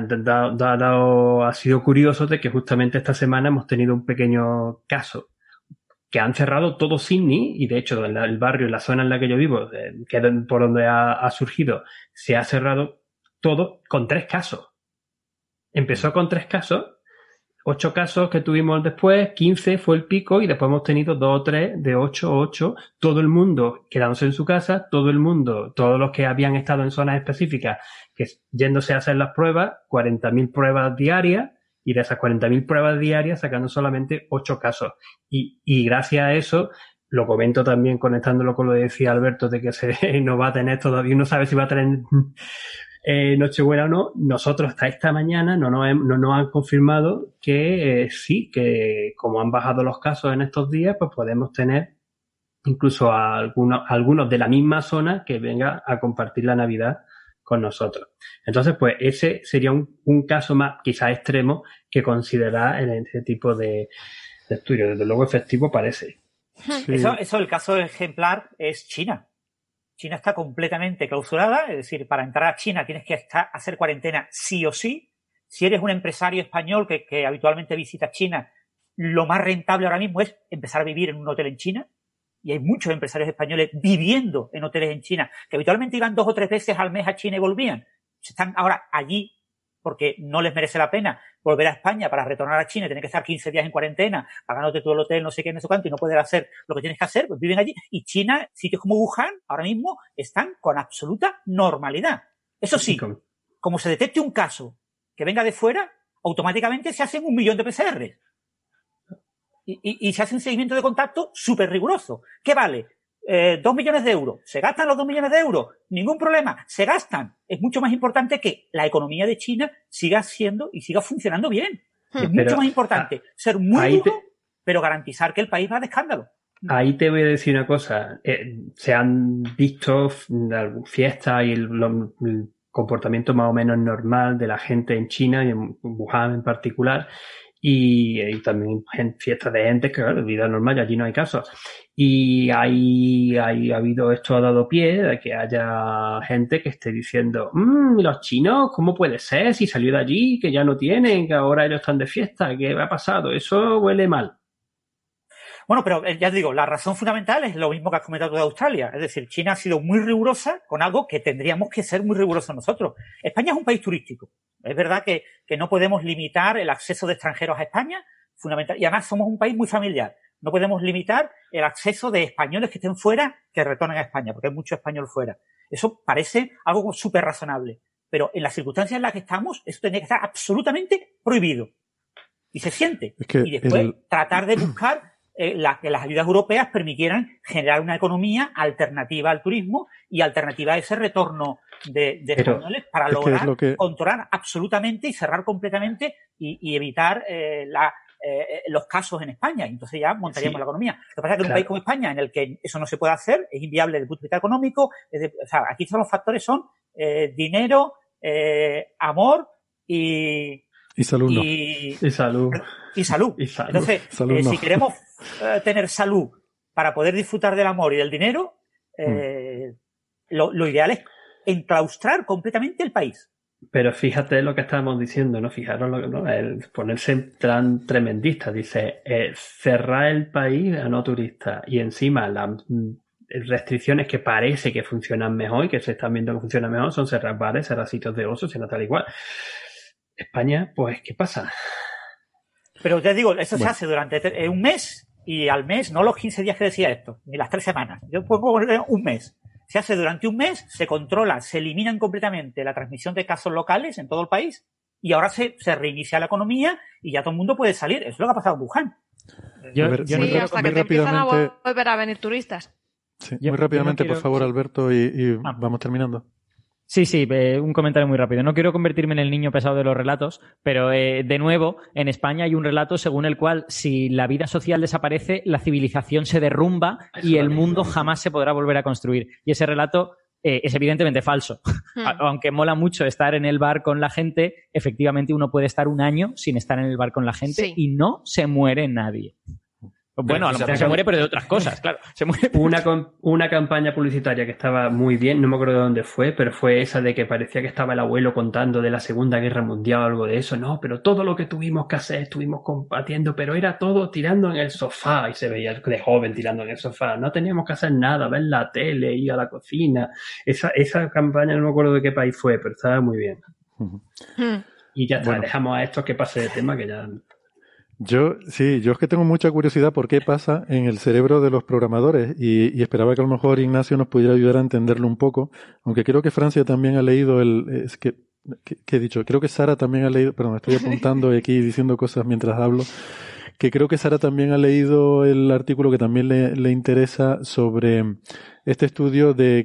I: ha sido curioso de que justamente esta semana hemos tenido un pequeño caso que han cerrado todo Sydney, y de hecho en el barrio, en la zona en la que yo vivo, que por donde ha surgido, se ha cerrado todo con 3 casos. Empezó con 3 casos, 8 casos que tuvimos después, 15 fue el pico, y después hemos tenido 2 o 3, de 8, todo el mundo quedándose en su casa, todo el mundo, todos los que habían estado en zonas específicas, que yéndose a hacer las pruebas, 40.000 pruebas diarias, y de esas 40.000 pruebas diarias sacando solamente 8 casos. Y gracias a eso, lo comento también conectándolo con lo que decía Alberto, de que no va a tener todavía, no sabe si va a tener Nochebuena o no. Nosotros hasta esta mañana no nos han confirmado que sí, que como han bajado los casos en estos días, pues podemos tener incluso a algunos de la misma zona que venga a compartir la Navidad con nosotros. Entonces, pues ese sería un caso más quizás extremo que considerar en este tipo de estudio. Desde luego efectivo parece.
H: Sí. Eso, el caso ejemplar es China. China está completamente clausurada, es decir, para entrar a China tienes que hacer cuarentena sí o sí. Si eres un empresario español que habitualmente visita China, lo más rentable ahora mismo es empezar a vivir en un hotel en China. Y hay muchos empresarios españoles viviendo en hoteles en China, que habitualmente iban 2 o 3 veces al mes a China y volvían. Están ahora allí porque no les merece la pena volver a España para retornar a China y tener que estar 15 días en cuarentena, pagándote todo el hotel, no sé qué, no sé cuánto, y no poder hacer lo que tienes que hacer, pues viven allí. Y China, sitios como Wuhan, ahora mismo están con absoluta normalidad. Eso sí, como se detecte un caso que venga de fuera, automáticamente se hacen 1 millón de PCR. Y se hace un seguimiento de contacto súper riguroso. ¿Qué vale? 2 millones de euros. ¿Se gastan los 2 millones de euros? Ningún problema. Se gastan. Es mucho más importante que la economía de China siga siendo y siga funcionando bien. Es mucho más importante ser muy duro, pero garantizar que el país va de escándalo.
I: Ahí te voy a decir una cosa. Se han visto fiestas y el comportamiento más o menos normal de la gente en China y en Wuhan en particular. Y también fiestas de gente que, claro, vida normal, y allí no hay casos. Y esto ha dado pie a que haya gente que esté diciendo, los chinos, ¿cómo puede ser? Si salió de allí, que ya no tienen, que ahora ellos están de fiesta, ¿qué ha pasado? Eso huele mal.
H: Bueno, pero ya te digo, la razón fundamental es lo mismo que has comentado de Australia. Es decir, China ha sido muy rigurosa con algo que tendríamos que ser muy rigurosos nosotros. España es un país turístico. Es verdad que no podemos limitar el acceso de extranjeros a España, fundamental. Y además somos un país muy familiar. No podemos limitar el acceso de españoles que estén fuera que retornen a España, porque hay mucho español fuera. Eso parece algo súper razonable. Pero en las circunstancias en las que estamos, eso tendría que estar absolutamente prohibido. Y se siente. Y después tratar de buscar que las ayudas europeas permitieran generar una economía alternativa al turismo y alternativa a ese retorno de españoles para lograr controlar absolutamente y cerrar completamente y evitar los casos en España. Entonces ya montaríamos la economía. Lo que pasa es que en un país como España, en el que eso no se puede hacer, es inviable desde el punto de vista económico. Aquí todos los factores son dinero, amor y
F: salud.
I: Y salud.
H: Y salud. Entonces, si queremos tener salud para poder disfrutar del amor y del dinero, lo ideal es enclaustrar completamente el país.
I: Pero fíjate lo que estábamos diciendo, ¿no? Fijaros el ponerse tan tremendista. Dice, cerrar el país a no turistas y encima las restricciones que parece que funcionan mejor y que se están viendo que funcionan mejor son cerrar bares, cerrar sitios de ocio, sino tal igual. España, pues, ¿qué pasa?
H: Pero te digo, eso se hace durante un mes y al mes, no los 15 días que decía esto, ni las 3 semanas. Yo pongo un mes. Se hace durante un mes, se controla, se eliminan completamente la transmisión de casos locales en todo el país y ahora se reinicia la economía y ya todo el mundo puede salir. Eso es lo que ha pasado en Wuhan.
G: Hasta que te empiezan a volver a venir turistas.
F: Sí, muy rápidamente, por favor, Alberto, y vamos terminando.
K: Sí, un comentario muy rápido. No quiero convertirme en el niño pesado de los relatos, pero de nuevo, en España hay un relato según el cual si la vida social desaparece, la civilización se derrumba y el mundo jamás se podrá volver a construir. Y ese relato es evidentemente falso. Aunque mola mucho estar en el bar con la gente, efectivamente uno puede estar un año sin estar en el bar con la gente y no se muere nadie. Bueno, a lo mejor se muere, pero de otras cosas, claro. Se muere.
I: Una campaña publicitaria que estaba muy bien, no me acuerdo de dónde fue, pero fue esa de que parecía que estaba el abuelo contando de la Segunda Guerra Mundial o algo de eso. No, pero todo lo que tuvimos que hacer, estuvimos combatiendo, pero era todo tirando en el sofá. Y se veía de joven tirando en el sofá. No teníamos que hacer nada, ver la tele, ir a la cocina. Esa campaña no me acuerdo de qué país fue, pero estaba muy bien. Y ya está, dejamos a esto que pase de tema, que ya...
F: Yo es que tengo mucha curiosidad por qué pasa en el cerebro de los programadores y esperaba que a lo mejor Ignacio nos pudiera ayudar a entenderlo un poco, aunque creo que Francia también ha leído ¿qué he dicho? Creo que Sara también ha leído, perdón, estoy apuntando y aquí diciendo cosas mientras hablo, que creo que Sara también ha leído el artículo que también le interesa sobre este estudio de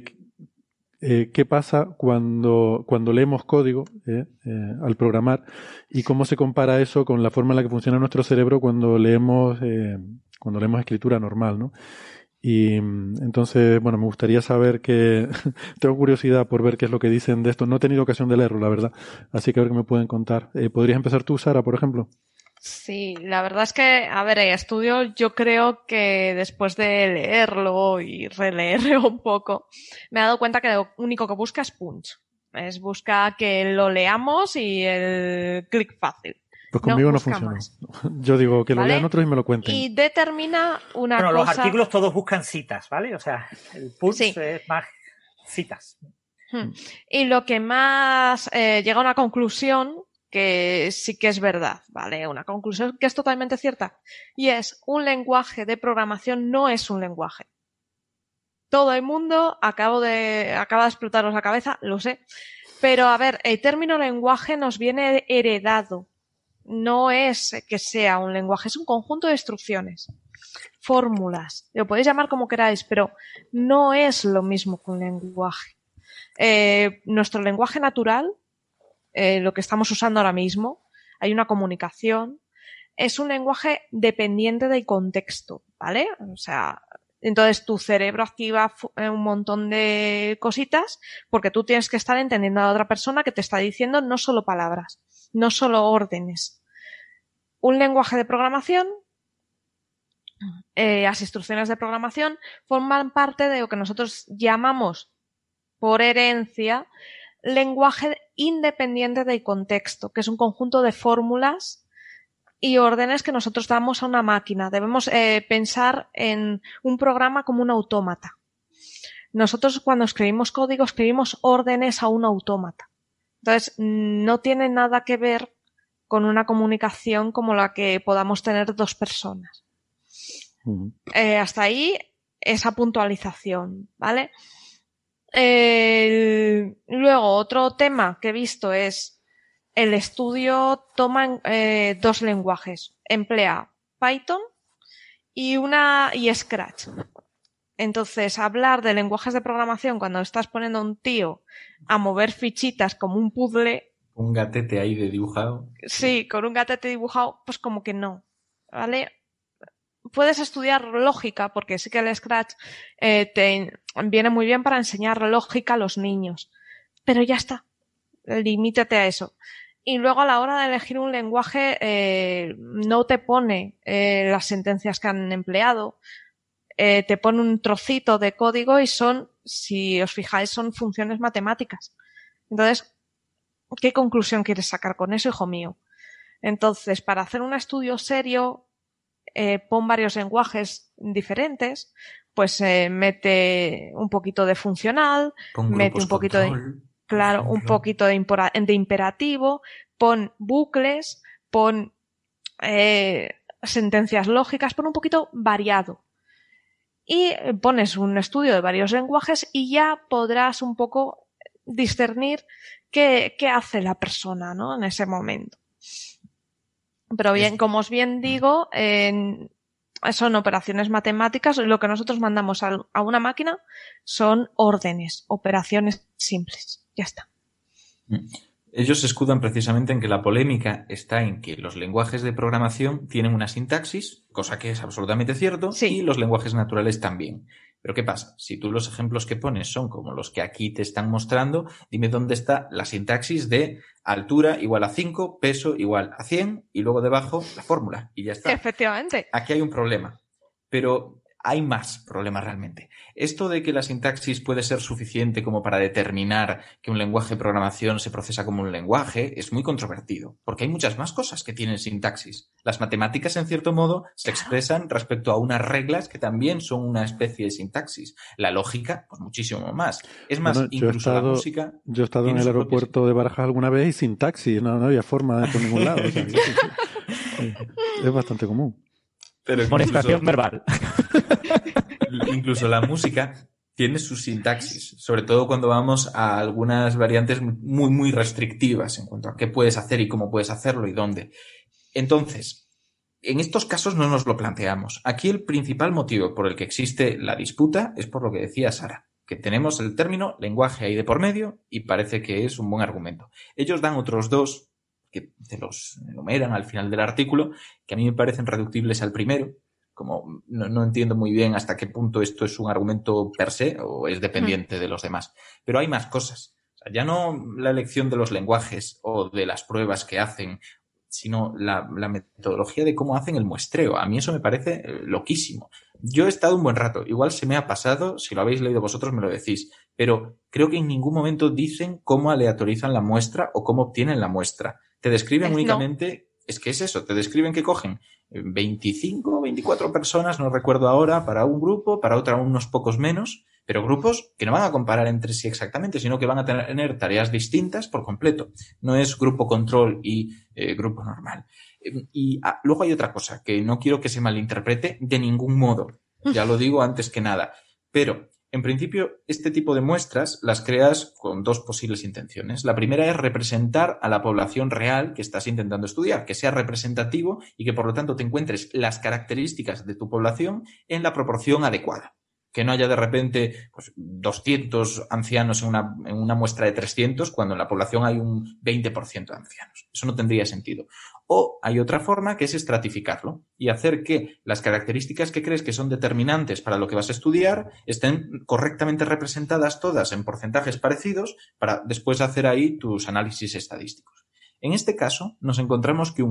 F: qué pasa cuando leemos código al programar y cómo se compara eso con la forma en la que funciona nuestro cerebro cuando leemos escritura normal, ¿no? Y entonces, bueno, me gustaría saber tengo curiosidad por ver qué es lo que dicen de esto. No he tenido ocasión de leerlo, la verdad, así que a ver qué me pueden contar. ¿Podrías empezar tú, Sara, por ejemplo?
G: Sí, la verdad es que, a ver, el estudio yo creo que después de leerlo y releerlo un poco, me he dado cuenta que lo único que busca es punch. Busca que lo leamos y el clic fácil.
F: Pues conmigo no funciona. Más. Yo digo que lo lean otros y me lo cuenten.
G: Y determina una cosa...
H: Los artículos todos buscan citas, ¿vale? O sea, el punch es más citas.
G: Y lo que más llega a una conclusión que sí que es verdad, ¿vale? Una conclusión que es totalmente cierta. Y es, un lenguaje de programación no es un lenguaje. Todo el mundo acaba de explotaros la cabeza, lo sé. Pero, a ver, el término lenguaje nos viene heredado. No es que sea un lenguaje, es un conjunto de instrucciones, fórmulas. Lo podéis llamar como queráis, pero no es lo mismo que un lenguaje. Nuestro lenguaje natural, lo que estamos usando ahora mismo, hay una comunicación, es un lenguaje dependiente del contexto, ¿vale? O sea, entonces tu cerebro activa un montón de cositas porque tú tienes que estar entendiendo a la otra persona que te está diciendo no solo palabras, no solo órdenes. Un lenguaje de programación, las instrucciones de programación forman parte de lo que nosotros llamamos por herencia lenguaje independiente del contexto, que es un conjunto de fórmulas y órdenes que nosotros damos a una máquina. Debemos pensar en un programa como un autómata. Nosotros cuando escribimos código escribimos órdenes a un autómata. Entonces no tiene nada que ver con una comunicación como la que podamos tener dos personas. Hasta ahí esa puntualización, ¿vale? Luego, otro tema que he visto es el estudio toma dos lenguajes. Emplea Python y Scratch. Entonces, hablar de lenguajes de programación cuando estás poniendo a un tío a mover fichitas como un puzzle...
J: Un gatete ahí de dibujado.
G: Sí, con un gatete dibujado, pues como que no, ¿vale? Puedes estudiar lógica, porque sí que el Scratch te viene muy bien para enseñar lógica a los niños. Pero ya está. Limítate a eso. Y luego a la hora de elegir un lenguaje no te pone las sentencias que han empleado. Te pone un trocito de código y son, si os fijáis, son funciones matemáticas. Entonces, ¿qué conclusión quieres sacar con eso, hijo mío? Entonces, para hacer un estudio serio, pon varios lenguajes diferentes, pues mete un poquito de funcional, mete un poquito de, claro, un poquito de imperativo, pon bucles, pon sentencias lógicas, pon un poquito variado. Y pones un estudio de varios lenguajes y ya podrás un poco discernir qué hace la persona, ¿no? En ese momento. Pero bien, como os bien digo, son operaciones matemáticas. Lo que nosotros mandamos a una máquina son órdenes, operaciones simples. Ya está.
J: Ellos se escudan precisamente en que la polémica está en que los lenguajes de programación tienen una sintaxis, cosa que es absolutamente cierto, y los lenguajes naturales también. Pero ¿qué pasa? Si tú los ejemplos que pones son como los que aquí te están mostrando, dime dónde está la sintaxis de altura igual a 5, peso igual a 100 y luego debajo la fórmula y ya está.
G: Efectivamente.
J: Aquí hay un problema, pero hay más problemas realmente. Esto de que la sintaxis puede ser suficiente como para determinar que un lenguaje de programación se procesa como un lenguaje es muy controvertido, porque hay muchas más cosas que tienen sintaxis. Las matemáticas, en cierto modo, se expresan respecto a unas reglas que también son una especie de sintaxis. La lógica, pues muchísimo más. Es más, incluso la música...
F: Yo he estado en el aeropuerto de Barajas alguna vez y sintaxis, no había forma por ningún lado. O sea, es bastante común.
J: Pero
K: Molestación verbal.
J: Incluso la música tiene su sintaxis, sobre todo cuando vamos a algunas variantes muy, muy restrictivas en cuanto a qué puedes hacer y cómo puedes hacerlo y dónde. Entonces, en estos casos no nos lo planteamos. Aquí el principal motivo por el que existe la disputa es por lo que decía Sara, que tenemos el término lenguaje ahí de por medio y parece que es un buen argumento. Ellos dan otros dos que te los enumeran al final del artículo, que a mí me parecen reductibles al primero, como no entiendo muy bien hasta qué punto esto es un argumento per se o es dependiente de los demás. Pero hay más cosas. O sea, ya no la elección de los lenguajes o de las pruebas que hacen, sino la metodología de cómo hacen el muestreo. A mí eso me parece loquísimo. Yo he estado un buen rato, igual se me ha pasado, si lo habéis leído vosotros me lo decís, pero creo que en ningún momento dicen cómo aleatorizan la muestra o cómo obtienen la muestra. Te describen únicamente, es que es eso, te describen que cogen 25 o 24 personas, no recuerdo ahora, para un grupo, para otra unos pocos menos, pero grupos que no van a comparar entre sí exactamente, sino que van a tener tareas distintas por completo. No es grupo control y grupo normal. Y luego hay otra cosa, que no quiero que se malinterprete de ningún modo, ya lo digo antes que nada, pero en principio, este tipo de muestras las creas con dos posibles intenciones. La primera es representar a la población real que estás intentando estudiar, que sea representativo y que por lo tanto te encuentres las características de tu población en la proporción adecuada. Que no haya de repente 200 ancianos en una muestra de 300 cuando en la población hay un 20% de ancianos. Eso no tendría sentido. O hay otra forma que es estratificarlo y hacer que las características que crees que son determinantes para lo que vas a estudiar estén correctamente representadas todas en porcentajes parecidos para después hacer ahí tus análisis estadísticos. En este caso nos encontramos que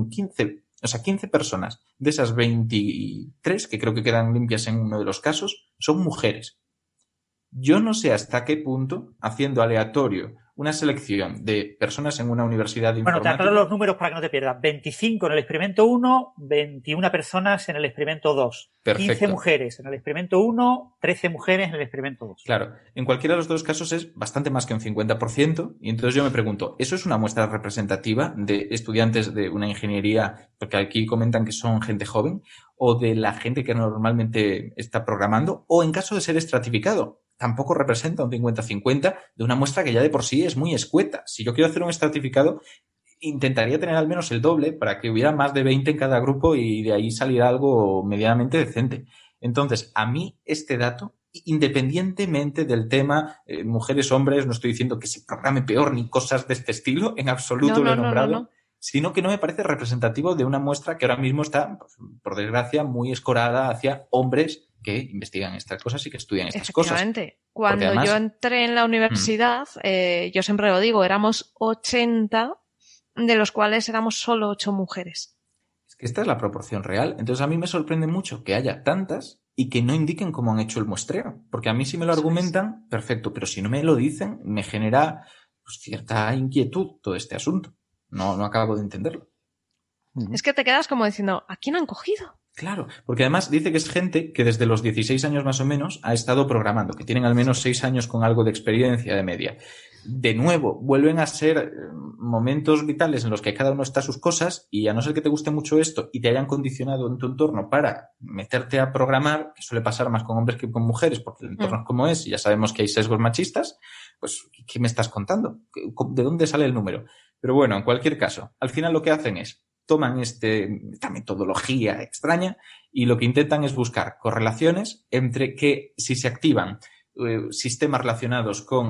J: 15 personas de esas 23, que creo que quedan limpias en uno de los casos, son mujeres. Yo no sé hasta qué punto, haciendo aleatorio una selección de personas en una universidad de informática...
H: Bueno, te aclaro los números para que no te pierdas. 25 en el experimento 1, 21 personas en el experimento 2.
J: Perfecto.
H: 15 mujeres en el experimento 1, 13 mujeres en el experimento 2.
J: Claro, en cualquiera de los dos casos es bastante más que un 50%, y entonces yo me pregunto, ¿eso es una muestra representativa de estudiantes de una ingeniería, porque aquí comentan que son gente joven, o de la gente que normalmente está programando, o en caso de ser estratificado? Tampoco representa un 50-50 de una muestra que ya de por sí es muy escueta. Si yo quiero hacer un estratificado, intentaría tener al menos el doble para que hubiera más de 20 en cada grupo y de ahí saliera algo medianamente decente. Entonces, a mí este dato, independientemente del tema mujeres, hombres, no estoy diciendo que se programe peor ni cosas de este estilo, en absoluto lo he nombrado, sino que no me parece representativo de una muestra que ahora mismo está, pues, por desgracia, muy escorada hacia hombres que investigan estas cosas y que estudian estas cosas.
G: Efectivamente. Cuando además, yo entré en la universidad, yo siempre lo digo, éramos 80, de los cuales éramos solo 8 mujeres.
J: Es que esta es la proporción real. Entonces a mí me sorprende mucho que haya tantas y que no indiquen cómo han hecho el muestreo. Porque a mí si me lo argumentan, perfecto, pero si no me lo dicen, me genera cierta inquietud todo este asunto. No acabo de entenderlo.
G: Es que te quedas como diciendo, ¿a quién han cogido?
J: Claro, porque además dice que es gente que desde los 16 años más o menos ha estado programando, que tienen al menos 6 años con algo de experiencia de media. De nuevo, vuelven a ser momentos vitales en los que cada uno está a sus cosas y a no ser que te guste mucho esto y te hayan condicionado en tu entorno para meterte a programar, que suele pasar más con hombres que con mujeres porque el entorno es como es y ya sabemos que hay sesgos machistas, pues ¿qué me estás contando? ¿De dónde sale el número? Pero bueno, en cualquier caso, al final lo que hacen es toman esta metodología extraña y lo que intentan es buscar correlaciones entre que si se activan sistemas relacionados con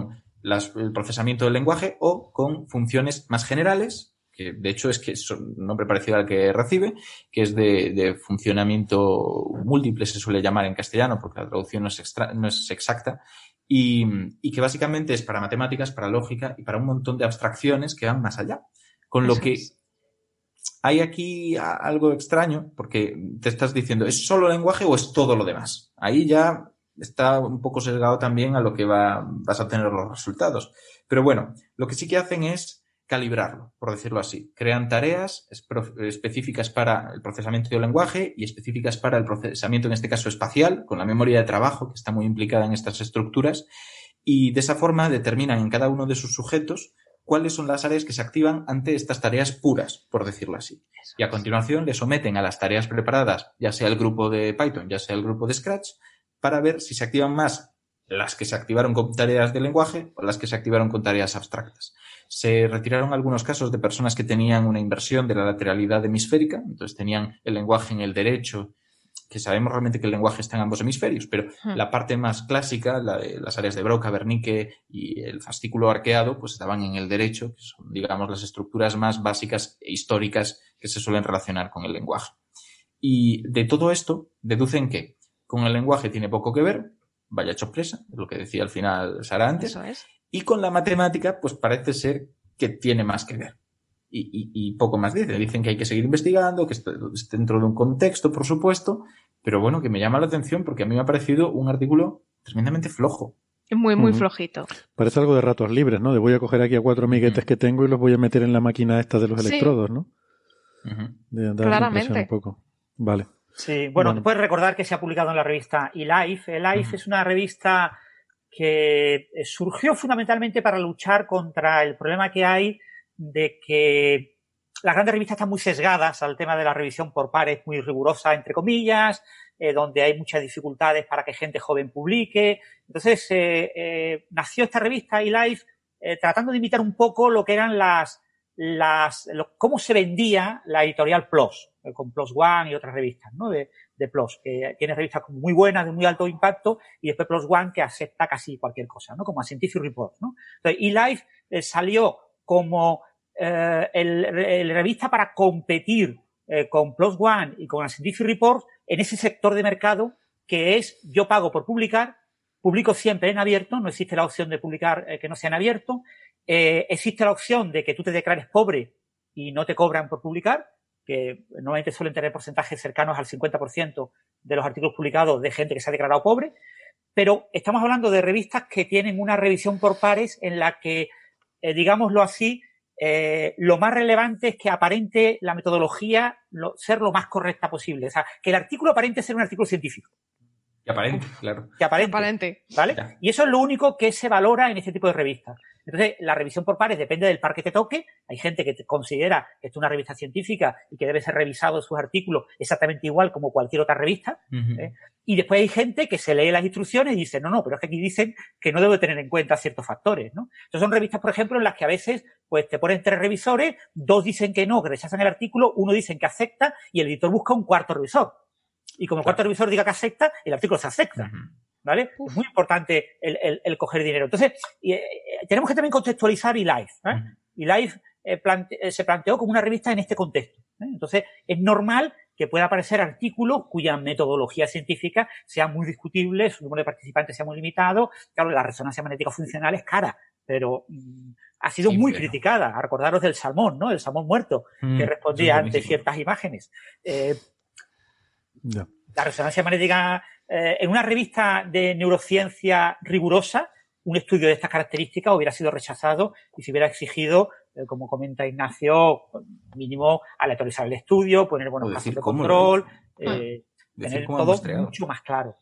J: el procesamiento del lenguaje o con funciones más generales, que de hecho es un nombre parecido al que recibe, que es de funcionamiento múltiple, se suele llamar en castellano, porque la traducción no es exacta, y que básicamente es para matemáticas, para lógica y para un montón de abstracciones que van más allá. Con lo que hay aquí algo extraño, porque te estás diciendo, ¿es solo lenguaje o es todo lo demás? Ahí ya está un poco sesgado también a lo que vas a tener los resultados. Pero bueno, lo que sí que hacen es calibrarlo, por decirlo así. Crean tareas específicas para el procesamiento del lenguaje y específicas para el procesamiento, en este caso espacial, con la memoria de trabajo, que está muy implicada en estas estructuras, y de esa forma determinan en cada uno de sus sujetos cuáles son las áreas que se activan ante estas tareas puras, por decirlo así. Y a continuación le someten a las tareas preparadas, ya sea el grupo de Python, ya sea el grupo de Scratch, para ver si se activan más las que se activaron con tareas de lenguaje o las que se activaron con tareas abstractas. Se retiraron algunos casos de personas que tenían una inversión de la lateralidad hemisférica, entonces tenían el lenguaje en el derecho, que sabemos realmente que el lenguaje está en ambos hemisferios, pero la parte más clásica, la de las áreas de Broca, Wernicke y el fascículo arqueado, pues estaban en el derecho, que son, digamos, las estructuras más básicas e históricas que se suelen relacionar con el lenguaje. Y de todo esto deducen que con el lenguaje tiene poco que ver, vaya sorpresa, es lo que decía al final Sara antes.
G: Eso es.
J: Y con la matemática, pues parece ser que tiene más que ver. Y poco más dicen. Dicen que hay que seguir investigando, que está dentro de un contexto, por supuesto, pero bueno, que me llama la atención porque a mí me ha parecido un artículo tremendamente flojo.
G: Muy flojito.
F: Parece algo de ratos libres, ¿no? De voy a coger aquí a 4 amiguetes que tengo y los voy a meter en la máquina esta de los electrodos, ¿no?
G: Claramente.
F: Un poco. Vale.
H: Sí, bueno, puedes recordar que se ha publicado en la revista eLife. eLife es una revista que surgió fundamentalmente para luchar contra el problema que hay de que las grandes revistas están muy sesgadas al tema de la revisión por pares, muy rigurosa, entre comillas, donde hay muchas dificultades para que gente joven publique. Entonces, nació esta revista eLife tratando de imitar un poco lo que eran cómo se vendía la editorial PLOS, con PLOS One y otras revistas, ¿no? De PLOS, que tiene revistas como muy buenas, de muy alto impacto, y después PLOS One, que acepta casi cualquier cosa, ¿no? Como a Scientific Reports, ¿no? Entonces, eLife salió como el revista para competir con PLOS One y con Scientific Reports en ese sector de mercado que es yo pago por publicar, publico siempre en abierto, no existe la opción de publicar que no sea en abierto, existe la opción de que tú te declares pobre y no te cobran por publicar, que normalmente suelen tener porcentajes cercanos al 50% de los artículos publicados de gente que se ha declarado pobre, pero estamos hablando de revistas que tienen una revisión por pares en la que, digámoslo así, lo más relevante es que aparente la metodología ser lo más correcta posible. O sea, que el artículo aparente ser un artículo científico.
J: Que aparente, claro.
H: Que aparente. ¿Vale? Ya. Y eso es lo único que se valora en este tipo de revistas. Entonces, la revisión por pares depende del par que te toque. Hay gente que considera que esto es una revista científica y que debe ser revisado sus artículos exactamente igual como cualquier otra revista. Y después hay gente que se lee las instrucciones y dice, no, pero es que aquí dicen que no debo tener en cuenta ciertos factores, ¿no? Entonces son revistas, por ejemplo, en las que a veces pues te ponen 3 revisores, 2 dicen que no, que rechazan el artículo, 1 dicen que acepta y el editor busca un cuarto revisor. Y como el cuarto revisor diga que acepta, el artículo se acepta. ¿Vale? Es muy importante el coger dinero. Entonces, tenemos que también contextualizar eLife. eLife se planteó como una revista en este contexto. Entonces, es normal que pueda aparecer artículos cuya metodología científica sea muy discutible, su número de participantes sea muy limitado. Claro, la resonancia magnética funcional es cara, pero ha sido muy criticada. Acordaros del salmón, ¿no? El salmón muerto, que respondía ante ciertas imágenes. La resonancia magnética, en una revista de neurociencia rigurosa, un estudio de estas características hubiera sido rechazado y se hubiera exigido, como comenta Ignacio, mínimo aleatorizar el estudio, poner buenos casos de control, tener todo mucho más claro.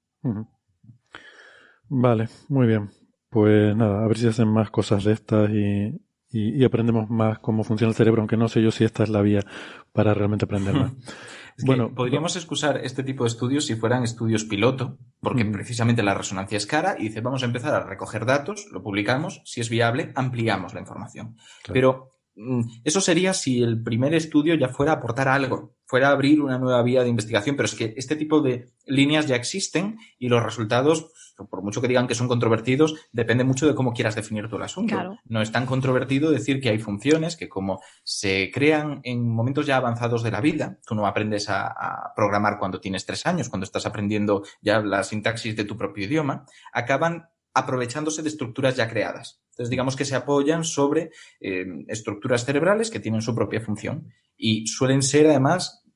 F: Vale, muy bien. Pues nada, a ver si hacen más cosas de estas y aprendemos más cómo funciona el cerebro, aunque no sé yo si esta es la vía para realmente aprender más.
J: Bueno, podríamos excusar este tipo de estudios si fueran estudios piloto, porque precisamente la resonancia es cara y dice, vamos a empezar a recoger datos, lo publicamos, si es viable, ampliamos la información. Claro. Pero eso sería si el primer estudio ya fuera a aportar algo, fuera a abrir una nueva vía de investigación, pero es que este tipo de líneas ya existen y los resultados, por mucho que digan que son controvertidos, depende mucho de cómo quieras definir tú el asunto.
G: Claro.
J: No es tan controvertido decir que hay funciones que, como se crean en momentos ya avanzados de la vida, tú no aprendes a programar cuando tienes 3 años, cuando estás aprendiendo ya la sintaxis de tu propio idioma, acaban aprovechándose de estructuras ya creadas. Entonces, digamos que se apoyan sobre estructuras cerebrales que tienen su propia función y suelen ser, además,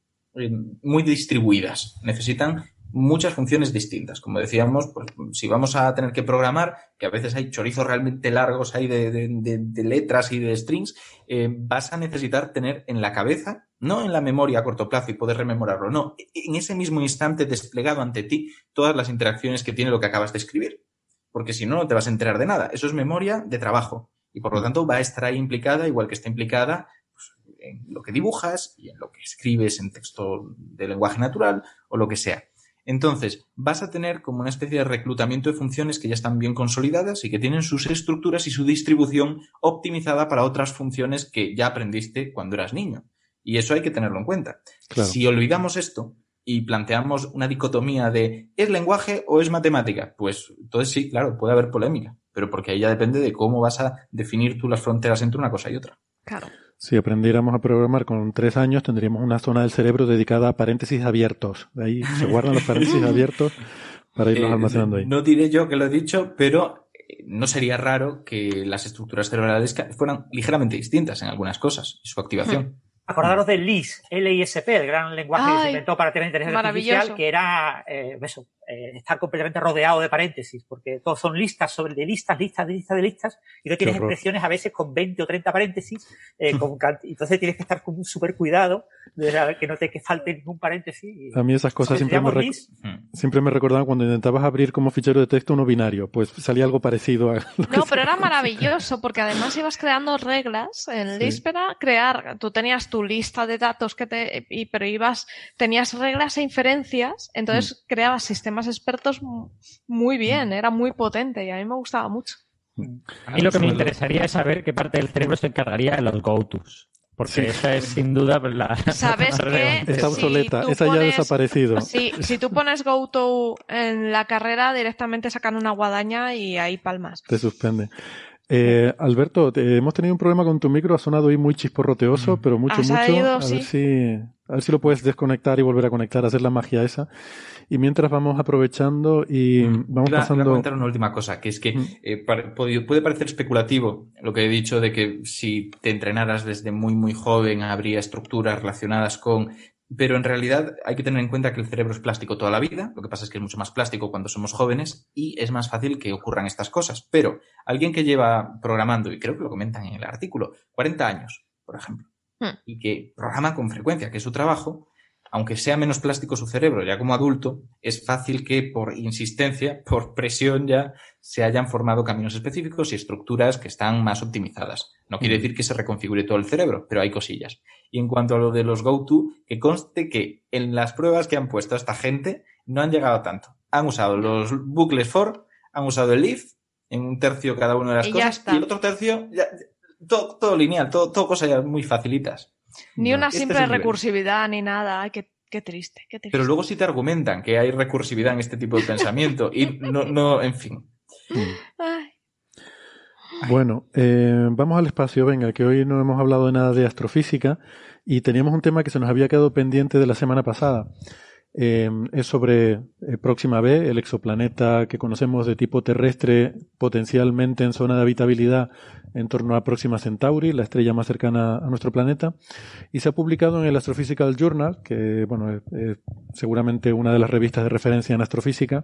J: muy distribuidas. Necesitan muchas funciones distintas. Como decíamos, pues, si vamos a tener que programar, que a veces hay chorizos realmente largos ahí de letras y de strings, vas a necesitar tener en la cabeza, no en la memoria a corto plazo y poder rememorarlo, no, en ese mismo instante desplegado ante ti todas las interacciones que tiene lo que acabas de escribir. Porque si no, no te vas a enterar de nada. Eso es memoria de trabajo. Y por lo tanto va a estar ahí implicada, igual que está implicada, pues, en lo que dibujas y en lo que escribes en texto de lenguaje natural o lo que sea. Entonces, vas a tener como una especie de reclutamiento de funciones que ya están bien consolidadas y que tienen sus estructuras y su distribución optimizada para otras funciones que ya aprendiste cuando eras niño. Y eso hay que tenerlo en cuenta. Claro. Si olvidamos esto y planteamos una dicotomía de ¿es lenguaje o es matemática? Pues entonces sí, claro, puede haber polémica, pero porque ahí ya depende de cómo vas a definir tú las fronteras entre una cosa y otra.
G: Claro.
F: Si aprendiéramos a programar con 3 años, tendríamos una zona del cerebro dedicada a paréntesis abiertos. De ahí se guardan los paréntesis abiertos para irlos almacenando ahí.
J: No diré yo que lo he dicho, pero no sería raro que las estructuras cerebrales fueran ligeramente distintas en algunas cosas y su activación.
H: Acordaros del LISP, L-I-S-P, el gran lenguaje que se inventó para tener inteligencia artificial, que era estar completamente rodeado de paréntesis, porque todos son listas sobre de listas, y tú tienes expresiones a veces con 20 o 30 paréntesis, entonces tienes que estar con un súper cuidado de que no te falte ningún paréntesis.
F: A mí esas cosas siempre me recordaban cuando intentabas abrir como fichero de texto uno binario, pues salía algo parecido a
G: No, pero era maravilloso, porque además ibas creando reglas en LISP para crear, tú tenías tu lista de datos pero tenías reglas e inferencias, entonces creabas sistemas expertos muy bien, era muy potente y a mí me gustaba mucho.
K: A mí lo que me interesaría es saber qué parte del cerebro se encargaría de los go-tos. Porque esa es sin duda la...
G: ¿Sabes qué?
F: Está obsoleta, esa ya ha desaparecido.
G: Si tú pones go-to en la carrera, directamente sacan una guadaña y ahí palmas.
F: Te suspende. Alberto, hemos tenido un problema con tu micro, ha sonado ahí muy chisporroteoso, pero mucho. A ver si lo puedes desconectar y volver a conectar, hacer la magia esa. Y mientras vamos aprovechando y vamos pasando...
J: Voy a comentar una última cosa, que es que puede parecer especulativo lo que he dicho de que si te entrenaras desde muy, muy joven habría estructuras relacionadas con... Pero en realidad hay que tener en cuenta que el cerebro es plástico toda la vida. Lo que pasa es que es mucho más plástico cuando somos jóvenes y es más fácil que ocurran estas cosas. Pero alguien que lleva programando, y creo que lo comentan en el artículo, 40 años, por ejemplo, y que programa con frecuencia, que es su trabajo, aunque sea menos plástico su cerebro ya como adulto, es fácil que por insistencia, por presión ya, se hayan formado caminos específicos y estructuras que están más optimizadas. No quiere decir que se reconfigure todo el cerebro, pero hay cosillas. Y en cuanto a lo de los go-to, que conste que en las pruebas que han puesto a esta gente no han llegado a tanto. Han usado los bucles for, han usado el if, en un tercio cada una de las cosas, y el otro tercio, todo lineal, todo cosas ya muy facilitas.
G: Ni una simple recursividad ni nada. Ay, qué triste, qué triste.
J: Pero luego sí te argumentan que hay recursividad en este tipo de pensamiento y no, en fin.
G: Ay.
F: Bueno, vamos al espacio, venga, que hoy no hemos hablado de nada de astrofísica y teníamos un tema que se nos había quedado pendiente de la semana pasada. Es sobre Próxima B, el exoplaneta que conocemos de tipo terrestre, potencialmente en zona de habitabilidad en torno a Próxima Centauri, la estrella más cercana a nuestro planeta, y se ha publicado en el Astrophysical Journal, que bueno, es seguramente una de las revistas de referencia en astrofísica,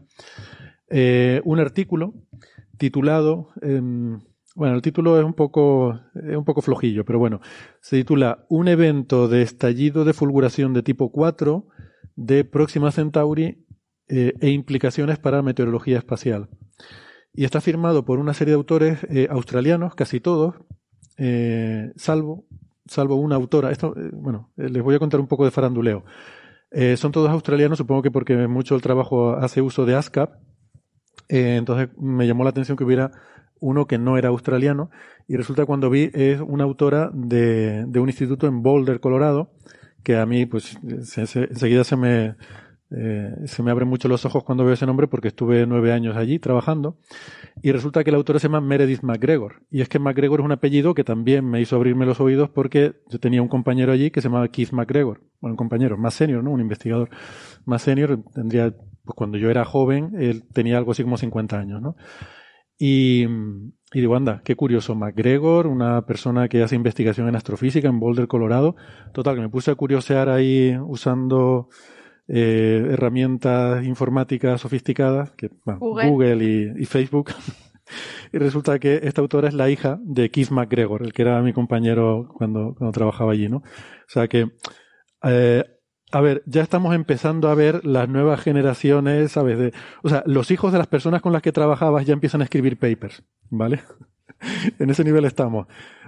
F: un artículo titulado, el título es un poco flojillo, pero bueno, se titula Un evento de estallido de fulguración de tipo 4 de Próxima Centauri e implicaciones para meteorología espacial. Y está firmado por una serie de autores australianos, casi todos, salvo una autora. Esto, les voy a contar un poco de faranduleo. Son todos australianos, supongo que porque mucho el trabajo hace uso de ASCAP, Entonces me llamó la atención que hubiera uno que no era australiano, y resulta cuando vi es una autora de un instituto en Boulder, Colorado, que a mí pues enseguida se me abren mucho los ojos cuando veo ese nombre porque estuve 9 años allí trabajando, y resulta que la autora se llama Meredith McGregor, y es que McGregor es un apellido que también me hizo abrirme los oídos porque yo tenía un compañero allí que se llamaba Keith McGregor, bueno, un compañero más senior, ¿no? Un investigador más senior, tendría, pues cuando yo era joven, él tenía algo así como 50 años, ¿no? Y digo, anda, qué curioso, McGregor, una persona que hace investigación en astrofísica en Boulder, Colorado. Total, que me puse a curiosear ahí usando herramientas informáticas sofisticadas, que bueno, Google y Facebook. Y resulta que esta autora es la hija de Keith McGregor, el que era mi compañero cuando trabajaba allí, ¿no? O sea que, a ver, ya estamos empezando a ver las nuevas generaciones, ¿sabes? O sea, los hijos de las personas con las que trabajabas ya empiezan a escribir papers, ¿vale? En ese nivel estamos.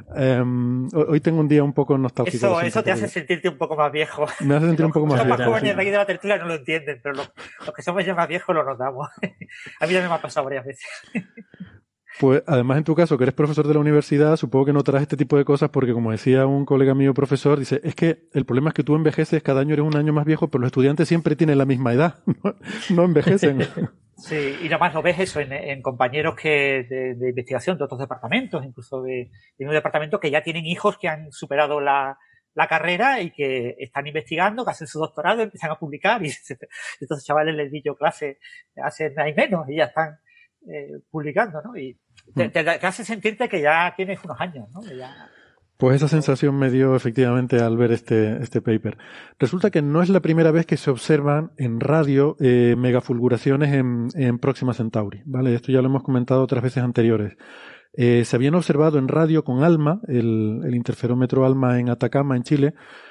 F: Hoy tengo un día un poco nostálgico.
H: Eso te hace sentirte un poco más viejo.
F: Me hace sentir un poco más viejo.
H: Los más jóvenes de aquí de la tertulia no lo entienden, pero los que somos ya más viejos lo notamos. A mí también me ha pasado varias veces.
F: Pues además en tu caso, que eres profesor de la universidad, supongo que notarás este tipo de cosas porque, como decía un colega mío profesor, dice, es que el problema es que tú envejeces, cada año eres un año más viejo, pero los estudiantes siempre tienen la misma edad, no envejecen.
H: Sí, y además lo ves eso en compañeros que de investigación de otros departamentos, incluso de un departamento que ya tienen hijos que han superado la carrera y que están investigando, que hacen su doctorado, empiezan a publicar y estos chavales les di yo clase hace nada y menos y ya están publicando, ¿no? Y te hace sentirte que ya tienes unos años, ¿no?
F: Pues esa sensación me dio efectivamente al ver este paper. Resulta que no es la primera vez que se observan en radio megafulguraciones en Próxima Centauri, ¿vale? Esto ya lo hemos comentado otras veces anteriores. Se habían observado en radio con ALMA, el interferómetro ALMA en Atacama, en Chile.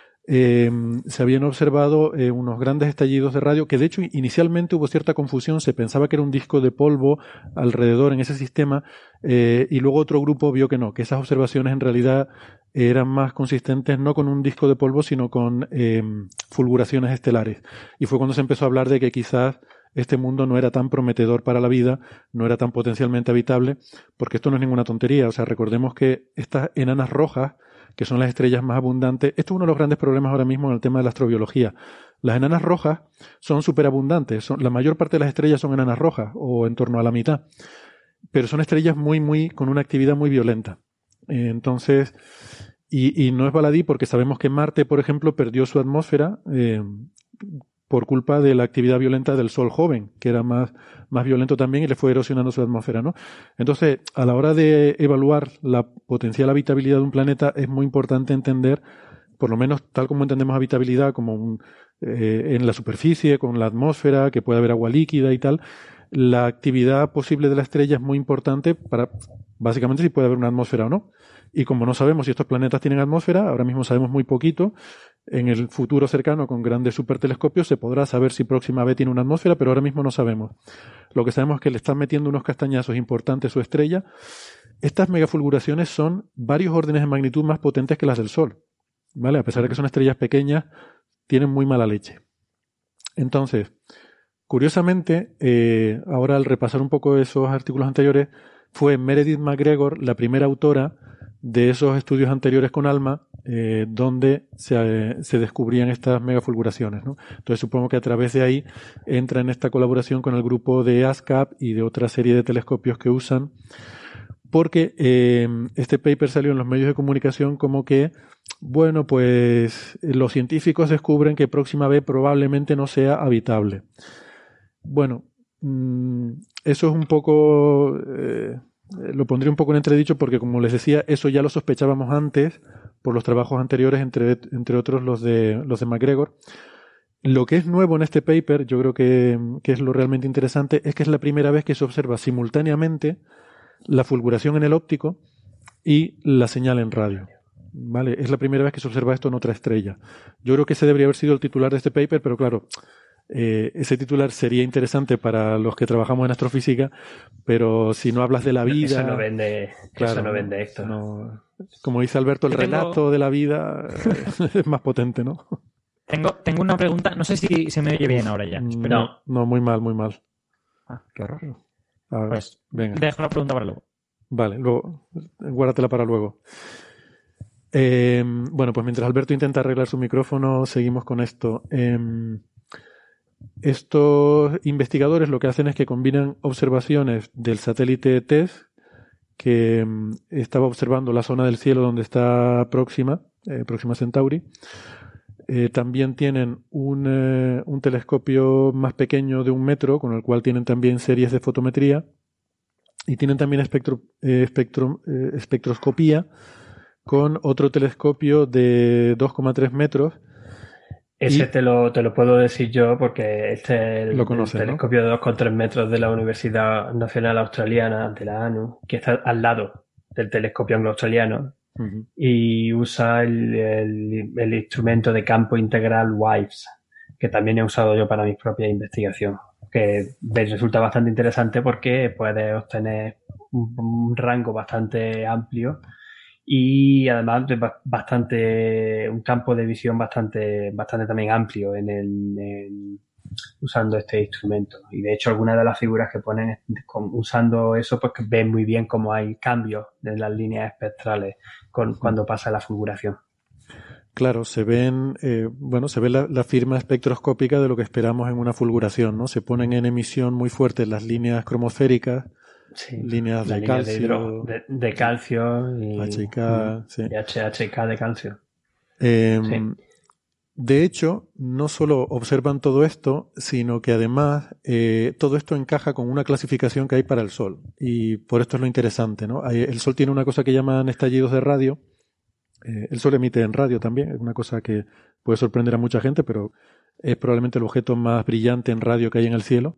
F: Se habían observado unos grandes estallidos de radio que de hecho inicialmente hubo cierta confusión, se pensaba que era un disco de polvo alrededor en ese sistema y luego otro grupo vio que no, que esas observaciones en realidad eran más consistentes no con un disco de polvo sino con fulguraciones estelares, y fue cuando se empezó a hablar de que quizás este mundo no era tan prometedor para la vida, no era tan potencialmente habitable, porque esto no es ninguna tontería. O sea, recordemos que estas enanas rojas, que son las estrellas más abundantes, esto es uno de los grandes problemas ahora mismo en el tema de la astrobiología. Las enanas rojas son superabundantes, la mayor parte de las estrellas son enanas rojas, o en torno a la mitad, pero son estrellas con una actividad muy violenta. Entonces, y no es baladí porque sabemos que Marte, por ejemplo, perdió su atmósfera por culpa de la actividad violenta del Sol joven, que era más violento también y le fue erosionando su atmósfera, ¿no? Entonces, a la hora de evaluar la potencial habitabilidad de un planeta, es muy importante entender, por lo menos tal como entendemos habitabilidad, como en la superficie, con la atmósfera, que puede haber agua líquida y tal, la actividad posible de la estrella es muy importante para, básicamente, si puede haber una atmósfera o no. Y como no sabemos si estos planetas tienen atmósfera, ahora mismo sabemos muy poquito. En el futuro cercano, con grandes supertelescopios, se podrá saber si Próxima B tiene una atmósfera, pero ahora mismo no sabemos. Lo que sabemos es que le están metiendo unos castañazos importantes a su estrella. Estas megafulguraciones son varios órdenes de magnitud más potentes que las del Sol, ¿vale? A pesar de que son estrellas pequeñas, tienen muy mala leche. Entonces, curiosamente, ahora al repasar un poco esos artículos anteriores, fue Meredith McGregor la primera autora de esos estudios anteriores con ALMA, donde se descubrían estas megafulguraciones, ¿no? Entonces supongo que a través de ahí entra en esta colaboración con el grupo de ASCAP y de otra serie de telescopios que usan, porque este paper salió en los medios de comunicación como que, bueno, pues los científicos descubren que Próxima B probablemente no sea habitable. Bueno, eso es un poco... lo pondría un poco en entredicho porque, como les decía, eso ya lo sospechábamos antes por los trabajos anteriores, entre otros los de McGregor. Lo que es nuevo en este paper, yo creo que es lo realmente interesante, es que es la primera vez que se observa simultáneamente la fulguración en el óptico y la señal en radio. ¿Vale? Es la primera vez que se observa esto en otra estrella. Yo creo que ese debería haber sido el titular de este paper, pero claro, ese titular sería interesante para los que trabajamos en astrofísica, pero si no hablas de la vida...
I: Eso no vende, claro, eso no vende esto.
F: No, como dice Alberto, el relato de la vida es más potente, ¿no?
K: Tengo una pregunta, no sé si se me oye bien ahora ya.
F: Pero... No, muy mal, muy mal.
K: Ah, qué horror. Pues venga. Dejo la pregunta para luego.
F: Vale, luego, guárdatela para luego. Bueno, pues mientras Alberto intenta arreglar su micrófono, seguimos con esto. Estos investigadores lo que hacen es que combinan observaciones del satélite TESS, que estaba observando la zona del cielo donde está Próxima Centauri. También tienen un telescopio más pequeño de 1 metro, con el cual tienen también series de fotometría, y tienen también espectroscopía con otro telescopio de 2,3 metros.
I: Ese te lo puedo decir yo porque este es el telescopio, ¿no?, de 2,3 metros de la Universidad Nacional Australiana, de la ANU, que está al lado del telescopio anglo-australiano. Uh-huh. Y usa el instrumento de campo integral WISE, que también he usado yo para mi propia investigación, que resulta bastante interesante porque puedes obtener un rango bastante amplio y además un campo de visión bastante también amplio usando este instrumento. Y de hecho algunas de las figuras que ponen usando eso, pues que ven muy bien cómo hay cambios en las líneas espectrales cuando pasa la fulguración.
F: Claro, se ve la firma espectroscópica de lo que esperamos en una fulguración, ¿no? Se ponen en emisión muy fuertes las líneas cromosféricas, sí, líneas de calcio,
I: de calcio y
F: HK, sí,
I: y HK de calcio.
F: Sí. De hecho, no solo observan todo esto, sino que además todo esto encaja con una clasificación que hay para el Sol. Y por esto es lo interesante, ¿no? El Sol tiene una cosa que llaman estallidos de radio. El Sol emite en radio también, es una cosa que puede sorprender a mucha gente, pero es probablemente el objeto más brillante en radio que hay en el cielo.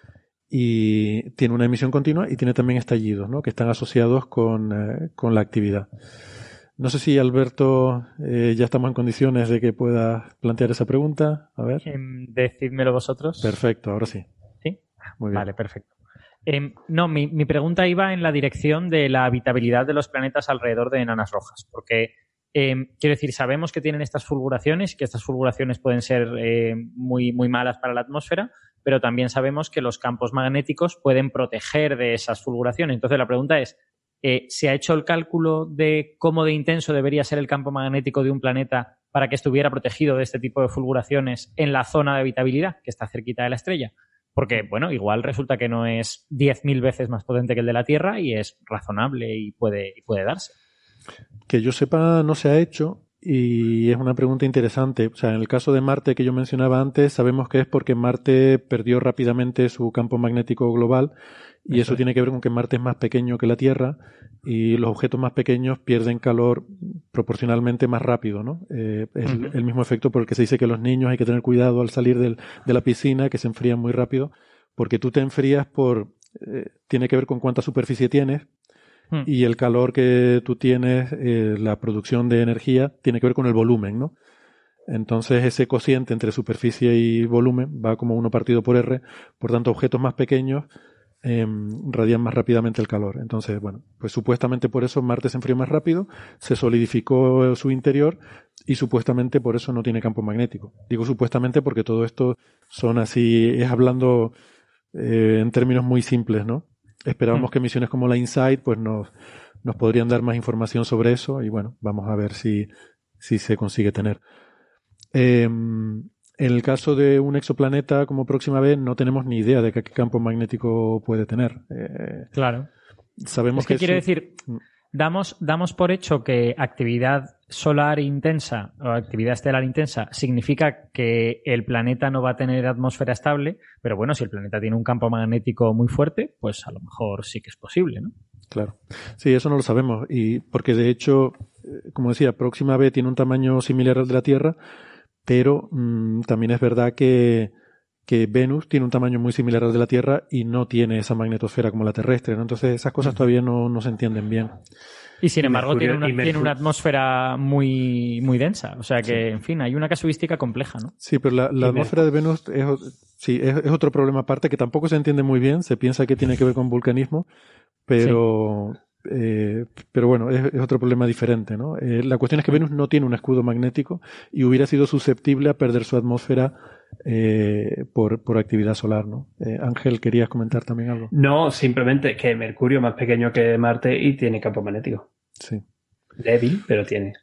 F: Y tiene una emisión continua y tiene también estallidos, ¿no?, que están asociados con la actividad. No sé si, Alberto, ya estamos en condiciones de que puedas plantear esa pregunta. A ver.
K: Decídmelo vosotros.
F: Perfecto, ahora sí.
K: ¿Sí?
F: Muy bien.
K: Vale, perfecto. No, mi pregunta iba en la dirección de la habitabilidad de los planetas alrededor de enanas rojas, porque quiero decir, sabemos que tienen estas fulguraciones y que estas fulguraciones pueden ser muy, muy malas para la atmósfera, pero también sabemos que los campos magnéticos pueden proteger de esas fulguraciones. Entonces la pregunta es, ¿se ha hecho el cálculo de cómo de intenso debería ser el campo magnético de un planeta para que estuviera protegido de este tipo de fulguraciones en la zona de habitabilidad, que está cerquita de la estrella? Porque, bueno, igual resulta que no es 10.000 veces más potente que el de la Tierra y es razonable y puede darse.
F: Que yo sepa, no se ha hecho y es una pregunta interesante. O sea, en el caso de Marte que yo mencionaba antes, sabemos que es porque Marte perdió rápidamente su campo magnético global y eso tiene que ver con que Marte es más pequeño que la Tierra y los objetos más pequeños pierden calor proporcionalmente más rápido, ¿no? Es el mismo efecto por el que se dice que los niños hay que tener cuidado al salir de la piscina, que se enfrían muy rápido, porque tú te enfrías tiene que ver con cuánta superficie tienes y el calor que tú tienes, la producción de energía, tiene que ver con el volumen, ¿no? Entonces ese cociente entre superficie y volumen va como 1 partido por R, por tanto objetos más pequeños radian más rápidamente el calor. Entonces, bueno, pues supuestamente por eso Marte se enfrió más rápido, se solidificó su interior y supuestamente por eso no tiene campo magnético. Digo supuestamente porque todo esto son así, es hablando en términos muy simples, ¿no? Esperábamos que misiones como la InSight pues nos podrían dar más información sobre eso y bueno, vamos a ver si se consigue tener. En el caso de un exoplaneta como Próxima B no tenemos ni idea de qué campo magnético puede tener.
K: Claro.
F: Sabemos
K: es que quiero decir, damos por hecho que actividad solar intensa o actividad estelar intensa significa que el planeta no va a tener atmósfera estable, pero bueno, si el planeta tiene un campo magnético muy fuerte, pues a lo mejor sí que es posible, ¿no?
F: Claro. Sí, eso no lo sabemos. Y porque de hecho, como decía, Próxima B tiene un tamaño similar al de la Tierra, pero también es verdad que Venus tiene un tamaño muy similar al de la Tierra y no tiene esa magnetosfera como la terrestre, ¿no? Entonces esas cosas todavía no se entienden bien.
K: Y sin embargo tiene una atmósfera muy, muy densa. O sea que, en fin, hay una casuística compleja, ¿no?
F: Sí, pero la atmósfera de Venus es otro problema aparte que tampoco se entiende muy bien. Se piensa que tiene que ver con vulcanismo, pero bueno, es otro problema diferente, ¿no? La cuestión es que Venus no tiene un escudo magnético y hubiera sido susceptible a perder su atmósfera por actividad solar, ¿no? Ángel, ¿querías comentar también algo?
I: No, simplemente que Mercurio es más pequeño que Marte y tiene campo magnético.
F: Sí.
I: Débil, pero tiene.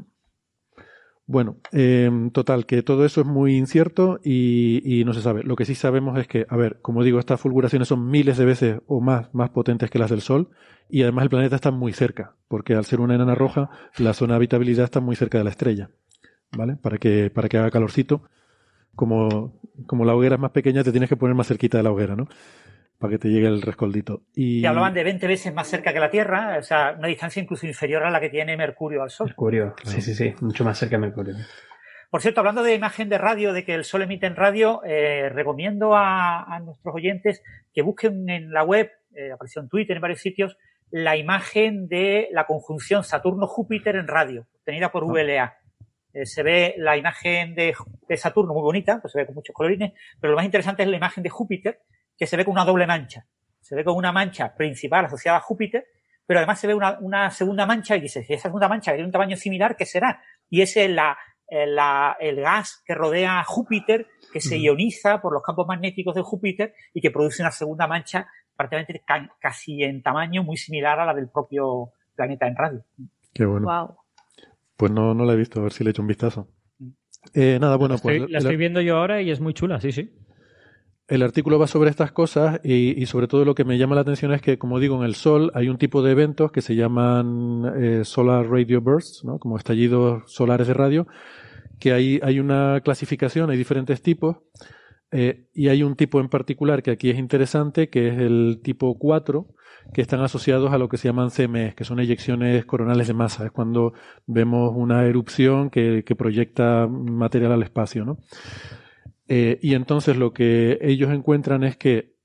F: Bueno, total, que todo eso es muy incierto y no se sabe. Lo que sí sabemos es que, a ver, como digo, estas fulguraciones son miles de veces o más potentes que las del Sol y además el planeta está muy cerca, porque al ser una enana roja, la zona de habitabilidad está muy cerca de la estrella, ¿vale? Para que haga calorcito. Como la hoguera es más pequeña, te tienes que poner más cerquita de la hoguera, ¿no? Para que te llegue el rescoldito.
H: Y hablaban de 20 veces más cerca que la Tierra, o sea, una distancia incluso inferior a la que tiene Mercurio al Sol.
I: Mercurio, claro. Sí, mucho más cerca de Mercurio.
H: Por cierto, hablando de imagen de radio, de que el Sol emite en radio, recomiendo a nuestros oyentes que busquen en la web, apareció en Twitter, en varios sitios, la imagen de la conjunción Saturno-Júpiter en radio, obtenida por VLA. Se ve la imagen de Saturno muy bonita, pues se ve con muchos colorines, pero lo más interesante es la imagen de Júpiter, que se ve con una doble mancha. Se ve con una mancha principal asociada a Júpiter, pero además se ve una segunda mancha y dice, si esa segunda mancha tiene un tamaño similar, ¿qué será? Y ese es el gas que rodea a Júpiter, que se ioniza por los campos magnéticos de Júpiter y que produce una segunda mancha prácticamente casi en tamaño muy similar a la del propio planeta en radio.
F: Qué bueno.
G: Wow.
F: Pues no la he visto, a ver si le echo un vistazo. Nada, bueno, pues...
K: La estoy viendo yo ahora y es muy chula, sí.
F: El artículo va sobre estas cosas y sobre todo lo que me llama la atención es que, como digo, en el Sol hay un tipo de eventos que se llaman Solar Radio Bursts, ¿no? Como estallidos solares de radio, que hay una clasificación, hay diferentes tipos y hay un tipo en particular que aquí es interesante, que es el tipo 4, que están asociados a lo que se llaman CMEs, que son eyecciones coronales de masa. Es cuando vemos una erupción que proyecta material al espacio, ¿no? Y entonces lo que ellos encuentran es que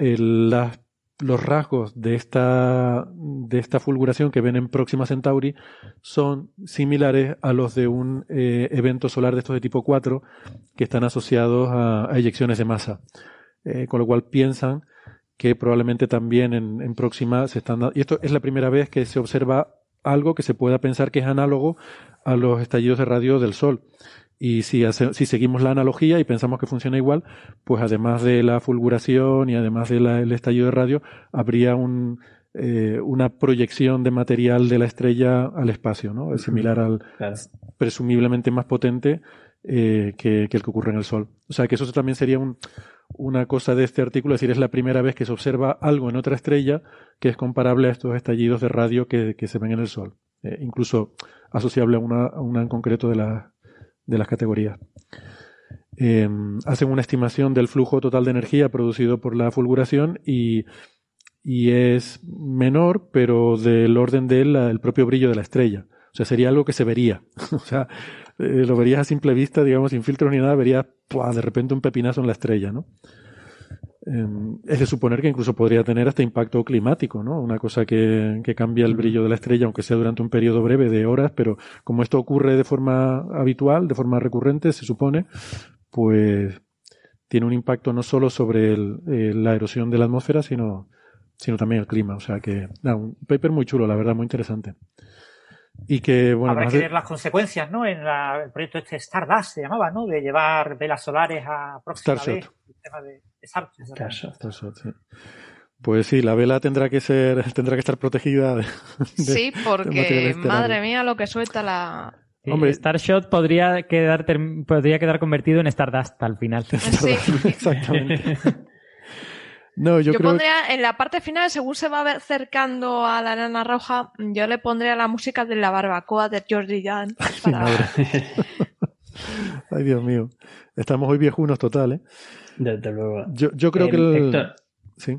F: los rasgos de esta fulguración que ven en Próxima Centauri son similares a los de un evento solar de estos de tipo 4 que están asociados a eyecciones de masa. Con lo cual piensan que probablemente también en Próxima se están dando... Y esto es la primera vez que se observa algo que se pueda pensar que es análogo a los estallidos de radio del Sol. Y si seguimos la analogía y pensamos que funciona igual, pues además de la fulguración y además del estallido de radio, habría una proyección de material de la estrella al espacio, ¿no? Es similar al presumiblemente más potente que el que ocurre en el Sol. O sea que eso también sería una cosa de este artículo, es decir, es la primera vez que se observa algo en otra estrella que es comparable a estos estallidos de radio que se ven en el Sol. Incluso asociable a una en concreto de las categorías. Hacen una estimación del flujo total de energía producido por la fulguración y es menor, pero del orden del propio brillo de la estrella. O sea, sería algo que se vería. O sea, lo verías a simple vista, digamos, sin filtros ni nada, verías de repente un pepinazo en la estrella, ¿no? Es de suponer que incluso podría tener hasta impacto climático, ¿no? Una cosa que cambia el brillo de la estrella, aunque sea durante un periodo breve de horas, pero como esto ocurre de forma habitual, de forma recurrente, se supone, pues tiene un impacto no solo sobre la erosión de la atmósfera, sino también el clima. O sea que, un paper muy chulo, la verdad, muy interesante. Y que, bueno,
H: habrá que ver las consecuencias, ¿no? En el proyecto Stardust se llamaba, ¿no? De llevar velas solares a Próxima
F: Starshot.
H: El tema de Starshot,
F: sí. Pues sí, la vela tendrá que estar protegida
G: sí, porque madre mía lo que suelta la...
K: Hombre, Starshot podría quedar convertido en Stardust al final.
G: Sí.
F: Exactamente. No, yo creo
G: pondría en la parte final, según se va acercando a la enana roja, yo le pondría la música de la barbacoa de Georgie Jan.
F: Ay, Dios mío. Estamos hoy viejunos total, ¿eh?
I: Desde luego.
F: Yo creo que
I: Héctor,
F: sí.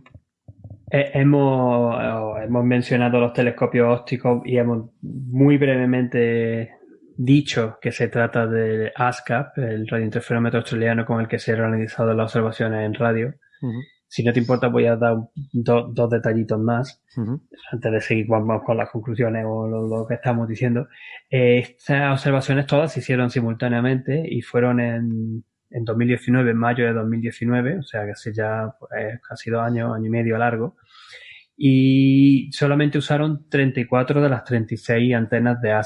I: Hemos mencionado los telescopios ópticos y hemos muy brevemente dicho que se trata de ASCAP, el radiointerferómetro australiano con el que se han realizado las observaciones en radio.
F: Uh-huh.
I: Si no te importa, voy a dar dos detallitos más antes de seguir con las conclusiones o lo que estamos diciendo. Estas observaciones todas se hicieron simultáneamente y fueron en 2019, en mayo de 2019, o sea que hace ya casi 2 años, año y medio largo. Y solamente usaron 34 de las 36 antenas de ASCAP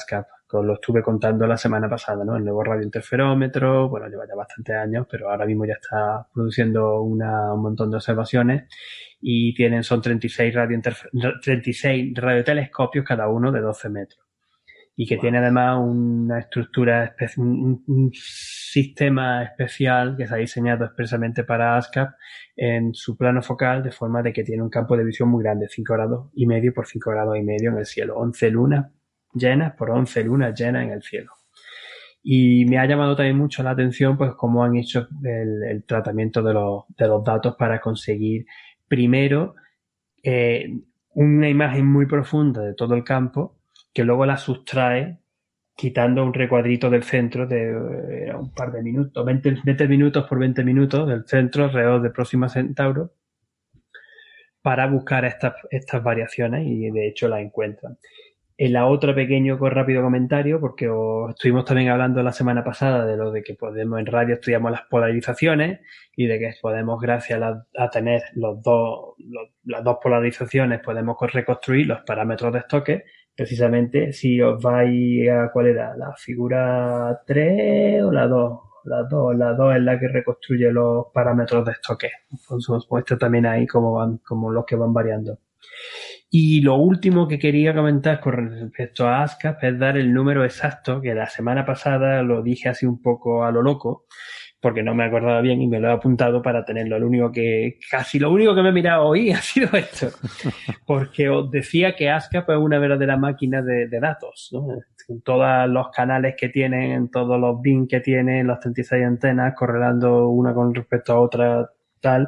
I: que os lo estuve contando la semana pasada, ¿no? El nuevo radiointerferómetro, bueno, lleva ya bastantes años, pero ahora mismo ya está produciendo un montón de observaciones y son 36 radiotelescopios, cada uno de 12 metros. Y que tiene además una estructura, un sistema especial que se ha diseñado expresamente para ASCAP en su plano focal, de forma de que tiene un campo de visión muy grande, 5,5 grados por 5,5 grados en el cielo, 11 lunas llenas por 11 lunas llenas en el cielo. Y me ha llamado también mucho la atención pues cómo han hecho el tratamiento de los datos para conseguir primero una imagen muy profunda de todo el campo, que luego la sustrae quitando un recuadrito del centro de un par de minutos, 20 minutos por 20 minutos del centro alrededor de Próxima Centauro, para buscar estas variaciones, y de hecho las encuentran. En la otra pequeño rápido comentario, porque estuvimos también hablando la semana pasada de lo de que podemos en radio estudiamos las polarizaciones y de que podemos, gracias a tener las dos polarizaciones, podemos reconstruir los parámetros de Stokes. Precisamente, si os vais a, ¿cuál era? ¿La figura 3 o la 2? La 2 es la que reconstruye los parámetros de Stokes. Os muestra también ahí como los que van variando. Y lo último que quería comentar con respecto a ASCAP es dar el número exacto, que la semana pasada lo dije así un poco a lo loco, porque no me acordaba bien y me lo he apuntado para tenerlo. Casi lo único que me he mirado hoy ha sido esto. Porque os decía que ASCAP es una verdadera máquina de datos, ¿no? En todos los canales que tienen, en todos los bins que tienen, las 36 antenas, correlando una con respecto a otra, tal.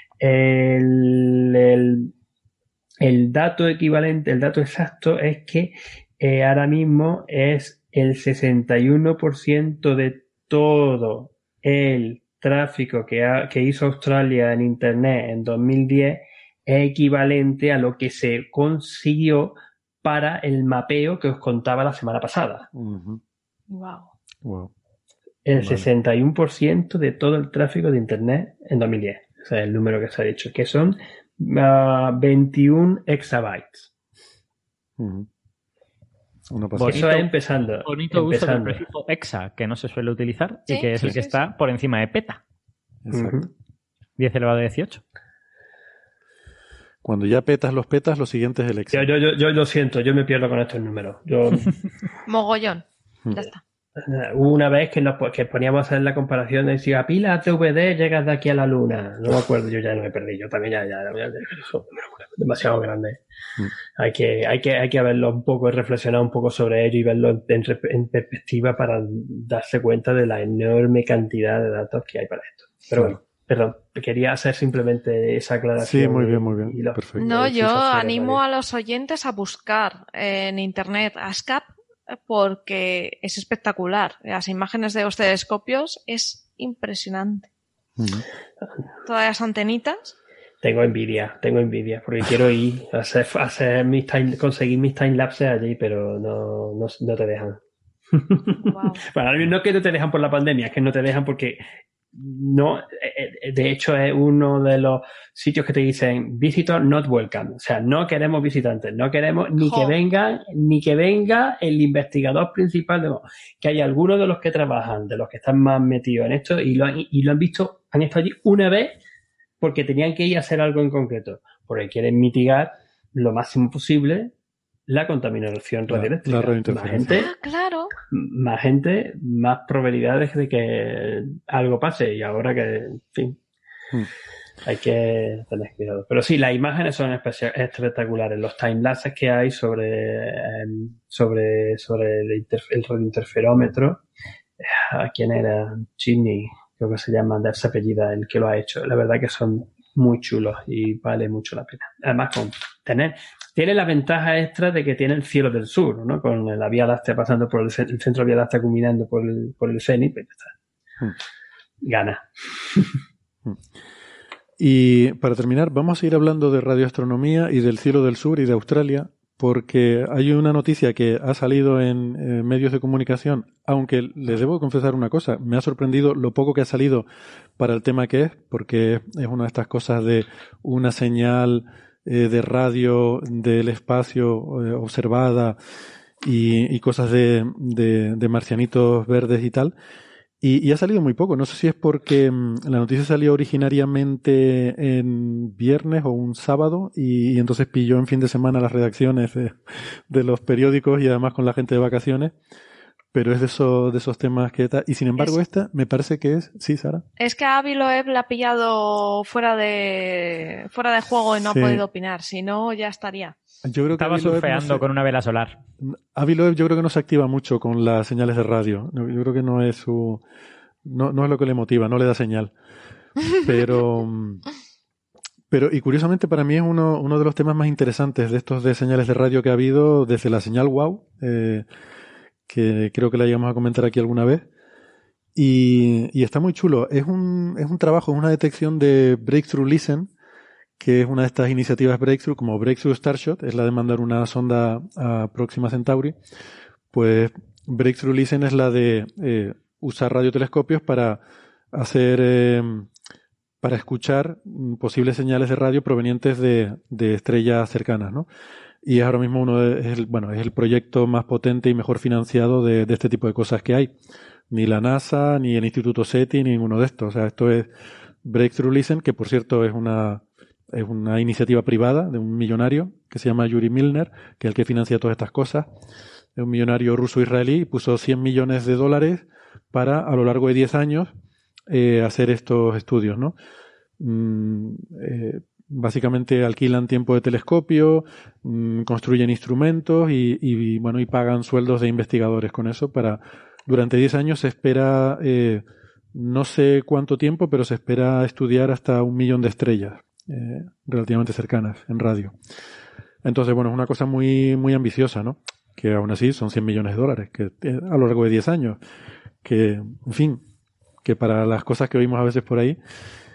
I: El dato equivalente, el dato exacto es que ahora mismo es el 61% de todo el tráfico que hizo Australia en Internet en 2010 es equivalente a lo que se consiguió para el mapeo que os contaba la semana pasada.
F: Uh-huh.
G: Wow.
I: El 61% de todo el tráfico de Internet en 2010. O sea, el número que se ha dicho, que son 21 exabytes.
F: Uh-huh.
K: Bonito,
I: eso es empezando.
K: Bonito uso del prefijo exa, que no se suele utilizar, y que es el que está por encima de peta.
F: Exacto.
K: 10 elevado a 18.
F: Cuando ya petas los petas, lo siguiente es el exa.
I: Yo lo siento, yo me pierdo con estos números.
G: Mogollón. Ya está.
I: Hubo una vez que poníamos a hacer la comparación de si a pilas DVD llegas de aquí a la luna. No me acuerdo, yo ya no me perdí. Yo también ya demasiado grande. Hay que verlo un poco, reflexionar un poco sobre ello y verlo en perspectiva para darse cuenta de la enorme cantidad de datos que hay para esto. Pero bueno, perdón, quería hacer simplemente esa aclaración.
F: Sí, muy bien. Perfecto.
G: No, yo animo a los oyentes a buscar en internet ASCAP, porque es espectacular. Las imágenes de los telescopios es impresionante.
F: Uh-huh.
G: Todas las antenitas.
I: Tengo envidia, porque quiero ir a conseguir mis timelapses allí, pero no te dejan.
G: Wow.
I: Bueno, no es que no te dejan por la pandemia, es que no te dejan porque no, de hecho es uno de los sitios que te dicen visitor not welcome, o sea, no queremos visitantes, no queremos ni que venga el investigador principal, que hay algunos de los que trabajan, de los que están más metidos en esto y lo han visto, han estado allí una vez porque tenían que ir a hacer algo en concreto, porque quieren mitigar lo máximo posible la contaminación radioeléctrica. Más gente, más probabilidades de que algo pase, y ahora que, en fin, hay que tener cuidado. Pero sí, las imágenes son espectaculares. Los timelapses que hay sobre el radiointerferómetro, ¿quién era? Chini, creo que se llama, de esa apellida, el que lo ha hecho. La verdad que son muy chulos y vale mucho la pena. Además, tiene la ventaja extra de que tiene el cielo del sur, ¿no? Con la Vía Láctea pasando por el centro de Vía Láctea, culminando por el cenit, pues ya está. Gana.
F: Y para terminar, vamos a ir hablando de radioastronomía y del cielo del sur y de Australia, porque hay una noticia que ha salido en medios de comunicación, aunque les debo confesar una cosa, me ha sorprendido lo poco que ha salido para el tema que es, porque es una de estas cosas de una señal de radio del espacio observada y cosas de marcianitos verdes y tal. Y ha salido muy poco. No sé si es porque la noticia salió originariamente en viernes o un sábado y entonces pilló en fin de semana las redacciones de los periódicos y además con la gente de vacaciones. Pero es de esos temas que... Y sin embargo esta me parece que es... Sí, Sara.
G: Es que a Avi Loeb la ha pillado fuera de juego y no ha podido opinar. Si no, ya estaría.
K: Yo creo que estaba surfeando con una vela solar.
F: Avi Loeb yo creo que no se activa mucho con las señales de radio. Yo creo que no es su... No es lo que le motiva, no le da señal. Pero y curiosamente para mí es uno de los temas más interesantes de estos de señales de radio que ha habido desde la señal WOW, que creo que la llegamos a comentar aquí alguna vez. Y está muy chulo. Es un trabajo, es una detección de Breakthrough Listen, que es una de estas iniciativas Breakthrough, como Breakthrough Starshot, es la de mandar una sonda a Próxima Centauri. Pues Breakthrough Listen es la de usar radiotelescopios para escuchar posibles señales de radio provenientes de estrellas cercanas, ¿no? Y ahora mismo es el proyecto más potente y mejor financiado de este tipo de cosas que hay. Ni la NASA, ni el Instituto SETI, ni ninguno de estos. O sea, esto es Breakthrough Listen, que por cierto es una iniciativa privada de un millonario que se llama Yuri Milner, que es el que financia todas estas cosas. Es un millonario ruso-israelí y puso $100 millones para, a lo largo de 10 años, hacer estos estudios, ¿no? Básicamente alquilan tiempo de telescopio, construyen instrumentos y pagan sueldos de investigadores con eso durante 10 años se espera, no sé cuánto tiempo, pero se espera estudiar hasta 1 millón de estrellas, relativamente cercanas en radio. Entonces, es una cosa muy, muy ambiciosa, ¿no? Que aún así son $100 millones, que a lo largo de 10 años, que, en fin, que para las cosas que oímos a veces por ahí.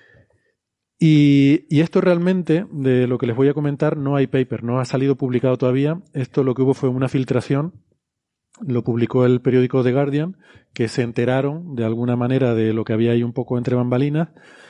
F: Y esto realmente, de lo que les voy a comentar, no hay paper, no ha salido publicado todavía. Esto lo que hubo fue una filtración, lo publicó el periódico The Guardian, que se enteraron de alguna manera de lo que había ahí un poco entre bambalinas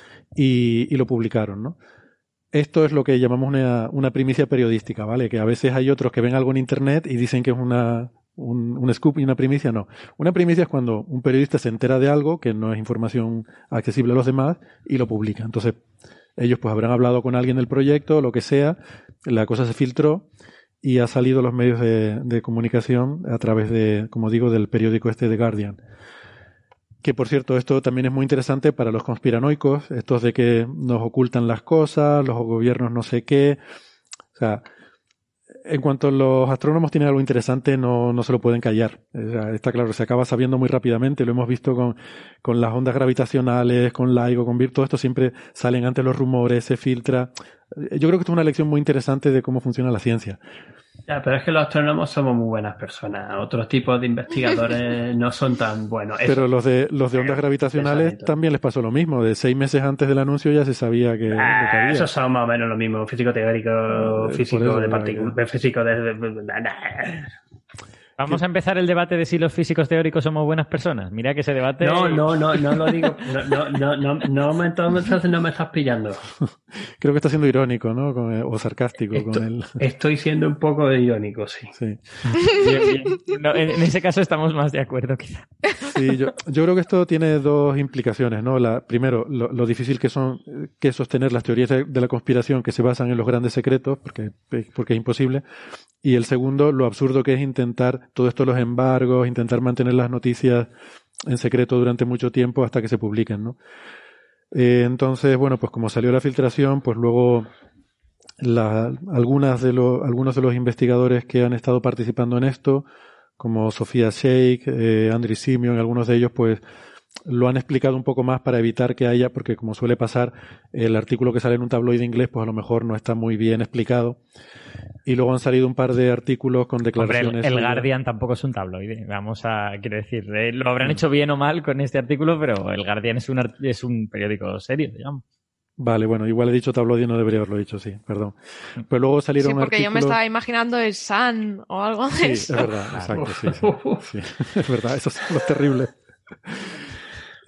F: y lo publicaron, ¿no? Esto es lo que llamamos una primicia periodística, ¿vale? Que a veces hay otros que ven algo en internet y dicen que es un scoop y una primicia no. Una primicia es cuando un periodista se entera de algo que no es información accesible a los demás y lo publica. Entonces, ellos pues habrán hablado con alguien del proyecto, lo que sea, la cosa se filtró y ha salido a los medios de comunicación a través de, como digo, del periódico The Guardian. Que, por cierto, esto también es muy interesante para los conspiranoicos, estos de que nos ocultan las cosas, los gobiernos no sé qué. O sea, en cuanto los astrónomos tienen algo interesante, no se lo pueden callar. O sea, está claro, se acaba sabiendo muy rápidamente. Lo hemos visto con las ondas gravitacionales, con LIGO, con VIRT, todo esto siempre salen antes los rumores, se filtra. Yo creo que esto es una lección muy interesante de cómo funciona la ciencia.
I: Ya, pero es que los astrónomos somos muy buenas personas. Otros tipos de investigadores no son tan buenos.
F: Pero los de ondas gravitacionales también les pasó lo mismo. De 6 meses antes del anuncio ya se sabía que lo que había.
I: Esos son más o menos lo mismo. Físico teórico, físico de partículas, físico de...
K: Vamos a empezar el debate de si los físicos teóricos somos buenas personas. Mira que ese debate...
I: No lo digo. No me estás pillando.
F: Creo que está siendo irónico, ¿no? O sarcástico con él.
I: Estoy siendo un poco irónico, sí.
K: Bien. No, en ese caso estamos más de acuerdo, quizá.
F: Sí, yo creo que esto tiene dos implicaciones, ¿no? Primero, lo difícil que es sostener las teorías de la conspiración que se basan en los grandes secretos, porque es imposible. Y el segundo, lo absurdo que es intentar todo esto, los embargos, intentar mantener las noticias en secreto durante mucho tiempo hasta que se publiquen, ¿no? Entonces, pues como salió la filtración, pues luego algunos de los investigadores que han estado participando en esto, como Sofía Sheikh, Andriy Simeon, algunos de ellos, pues lo han explicado un poco más para evitar que haya, porque como suele pasar, el artículo que sale en un tabloide inglés, pues a lo mejor no está muy bien explicado. Y luego han salido un par de artículos con declaraciones.
K: Hombre, el Guardian tampoco es un tabloide. Quiero decir, lo habrán hecho bien o mal con este artículo, pero el Guardian es un periódico serio, digamos.
F: Vale, igual he dicho tabloide, no debería haberlo dicho, sí, perdón. Pero luego salieron
G: sí, porque
F: artículos...
G: yo me estaba imaginando el Sun o algo de eso.
F: Sí, es verdad, exacto, sí. Es verdad, esos son los terribles.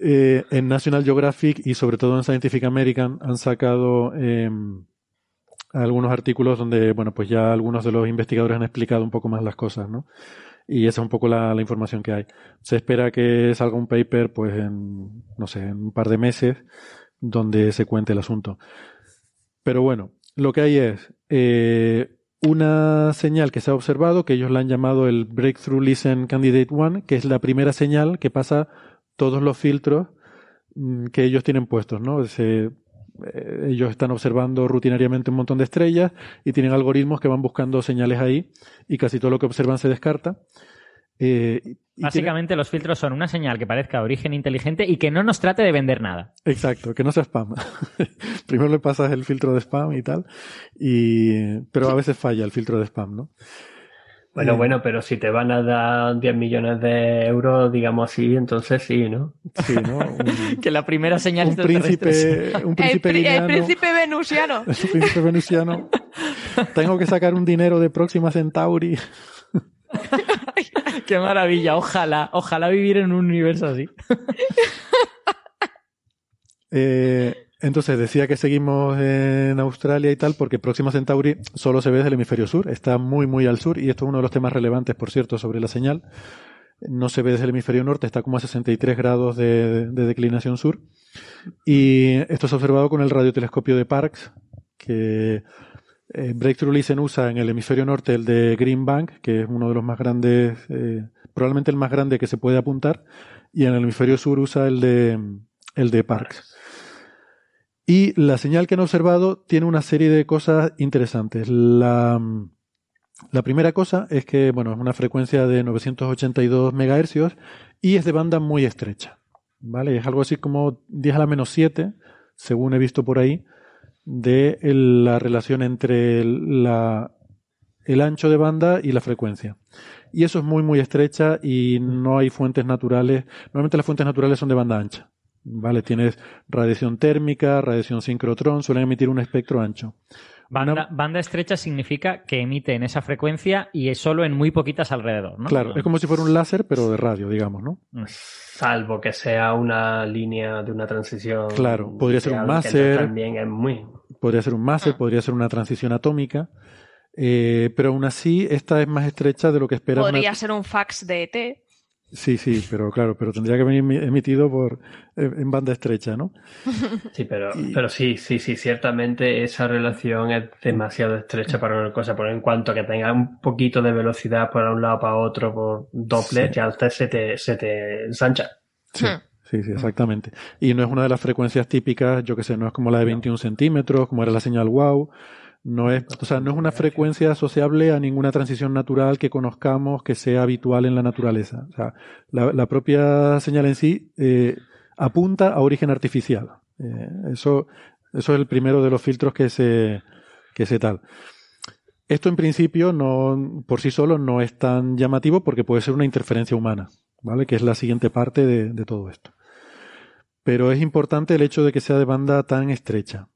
F: En National Geographic y sobre todo en Scientific American han sacado algunos artículos donde, bueno, pues ya algunos de los investigadores han explicado un poco más las cosas, ¿no? Y esa es un poco la información que hay. Se espera que salga un paper, pues en, no sé, en un par de meses, donde se cuente el asunto. Pero bueno, lo que hay es una señal que se ha observado, que ellos la han llamado el Breakthrough Listen Candidate 1, que es la primera señal que pasa todos los filtros que ellos tienen puestos, ¿no? Ellos están observando rutinariamente un montón de estrellas y tienen algoritmos que van buscando señales ahí y casi todo lo que observan se descarta.
K: Básicamente los filtros son una señal que parezca de origen inteligente y que no nos trate de vender nada.
F: Exacto, que no sea spam. Primero le pasas el filtro de spam y tal, pero a veces falla el filtro de spam, ¿no?
I: Bueno, pero si te van a dar 10 millones de euros, digamos así, entonces sí, ¿no?
F: Sí, ¿no?
K: Que la primera señal
F: un príncipe
G: el príncipe venusiano.
F: El príncipe venusiano. Tengo que sacar un dinero de Próxima Centauri.
K: Qué maravilla, ojalá vivir en un universo así.
F: Entonces decía que seguimos en Australia y tal porque Próxima Centauri solo se ve desde el hemisferio sur, está muy muy al sur y esto es uno de los temas relevantes, por cierto, sobre la señal. No se ve desde el hemisferio norte, está como a 63 grados de declinación sur y esto se ha observado con el radiotelescopio de Parkes, que Breakthrough Listen usa en el hemisferio norte el de Green Bank, que es uno de los más grandes, probablemente el más grande que se puede apuntar, y en el hemisferio sur usa el de Parkes. Y la señal que han observado tiene una serie de cosas interesantes. La primera cosa es que, bueno, es una frecuencia de 982 MHz y es de banda muy estrecha, ¿vale? Es algo así como 10 a la menos 7, según he visto por ahí, de la relación entre el ancho de banda y la frecuencia. Y eso es muy, muy estrecha y no hay fuentes naturales. Normalmente las fuentes naturales son de banda ancha. Vale, tienes radiación térmica, radiación sincrotrón, suelen emitir un espectro ancho.
K: Banda estrecha significa que emite en esa frecuencia y es solo en muy poquitas alrededor, ¿no?
F: Claro, es como si fuera un láser, pero de radio, digamos, ¿no?
I: Salvo que sea una línea de una transición.
F: Claro, podría ser un máser.
I: También es muy.
F: Podría ser un máser, podría ser una transición atómica. Pero aún así, esta es más estrecha de lo que esperas.
G: Podría ser un fax de ET.
F: Sí, pero claro, pero tendría que venir emitido en banda estrecha, ¿no?
I: Sí, pero sí, ciertamente esa relación es demasiado estrecha para una cosa, por en cuanto que tenga un poquito de velocidad por un lado para otro por Doppler, ya se te ensancha.
F: Sí, exactamente. Y no es una de las frecuencias típicas, yo que sé, no es como la de 21 centímetros, como era la señal WOW. No es una frecuencia asociable a ninguna transición natural que conozcamos que sea habitual en la naturaleza. O sea, la propia señal en sí apunta a origen artificial. Eso es el primero de los filtros que se tal. Esto en principio no, por sí solo no es tan llamativo porque puede ser una interferencia humana, ¿vale? Que es la siguiente parte de todo esto. Pero es importante el hecho de que sea de banda tan estrecha.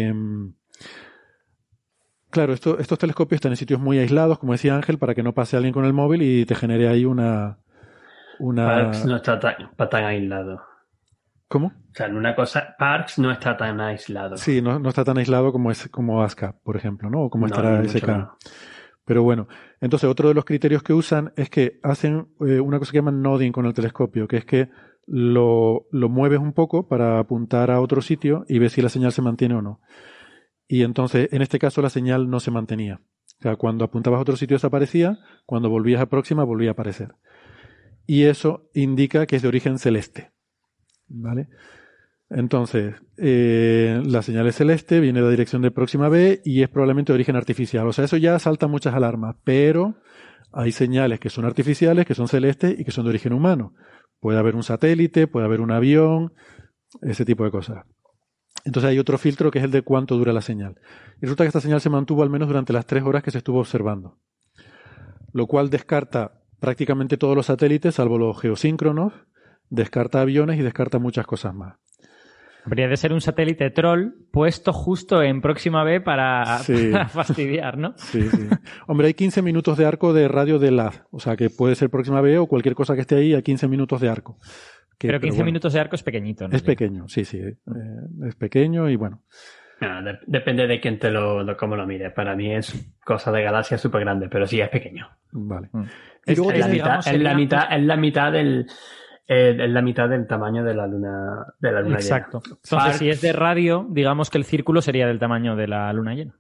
F: Claro, estos telescopios están en sitios muy aislados, como decía Ángel, para que no pase alguien con el móvil y te genere ahí una...
I: Parkes no está tan aislado.
F: ¿Cómo?
I: O sea, en una cosa, Parkes no está tan aislado.
F: Sí, no está tan aislado como ASCAP, por ejemplo, ¿no? O como estará SK. No. Pero bueno, entonces otro de los criterios que usan es que hacen una cosa que llaman nodding con el telescopio, que es que lo mueves un poco para apuntar a otro sitio y ves si la señal se mantiene o no. Y entonces, en este caso, la señal no se mantenía. O sea, cuando apuntabas a otro sitio desaparecía, cuando volvías a Próxima volvía a aparecer. Y eso indica que es de origen celeste. ¿Vale? Entonces, la señal es celeste, viene de la dirección de Próxima B y es probablemente de origen artificial. O sea, eso ya salta muchas alarmas, pero hay señales que son artificiales, que son celestes y que son de origen humano. Puede haber un satélite, puede haber un avión, ese tipo de cosas. Entonces hay otro filtro que es el de cuánto dura la señal. Y resulta que esta señal se mantuvo al menos durante las 3 horas que se estuvo observando. Lo cual descarta prácticamente todos los satélites, salvo los geosíncronos, descarta aviones y descarta muchas cosas más.
K: Habría de ser un satélite troll puesto justo en Próxima B para fastidiar, ¿no?
F: Sí. Hombre, hay 15 minutos de arco de radio de LAD. O sea, que puede ser Próxima B o cualquier cosa que esté ahí a 15 minutos de arco.
K: Pero 15 minutos de arco es pequeñito, ¿no?
F: Es pequeño, sí. Es pequeño y bueno.
I: Depende de quién cómo lo mires. Para mí es cosa de galaxia súper grande, pero sí es pequeño.
F: Vale.
K: Y luego
I: Es la mitad del tamaño de la luna
K: Exacto.
I: llena.
K: Entonces, si es de radio, digamos que el círculo sería del tamaño de la luna llena.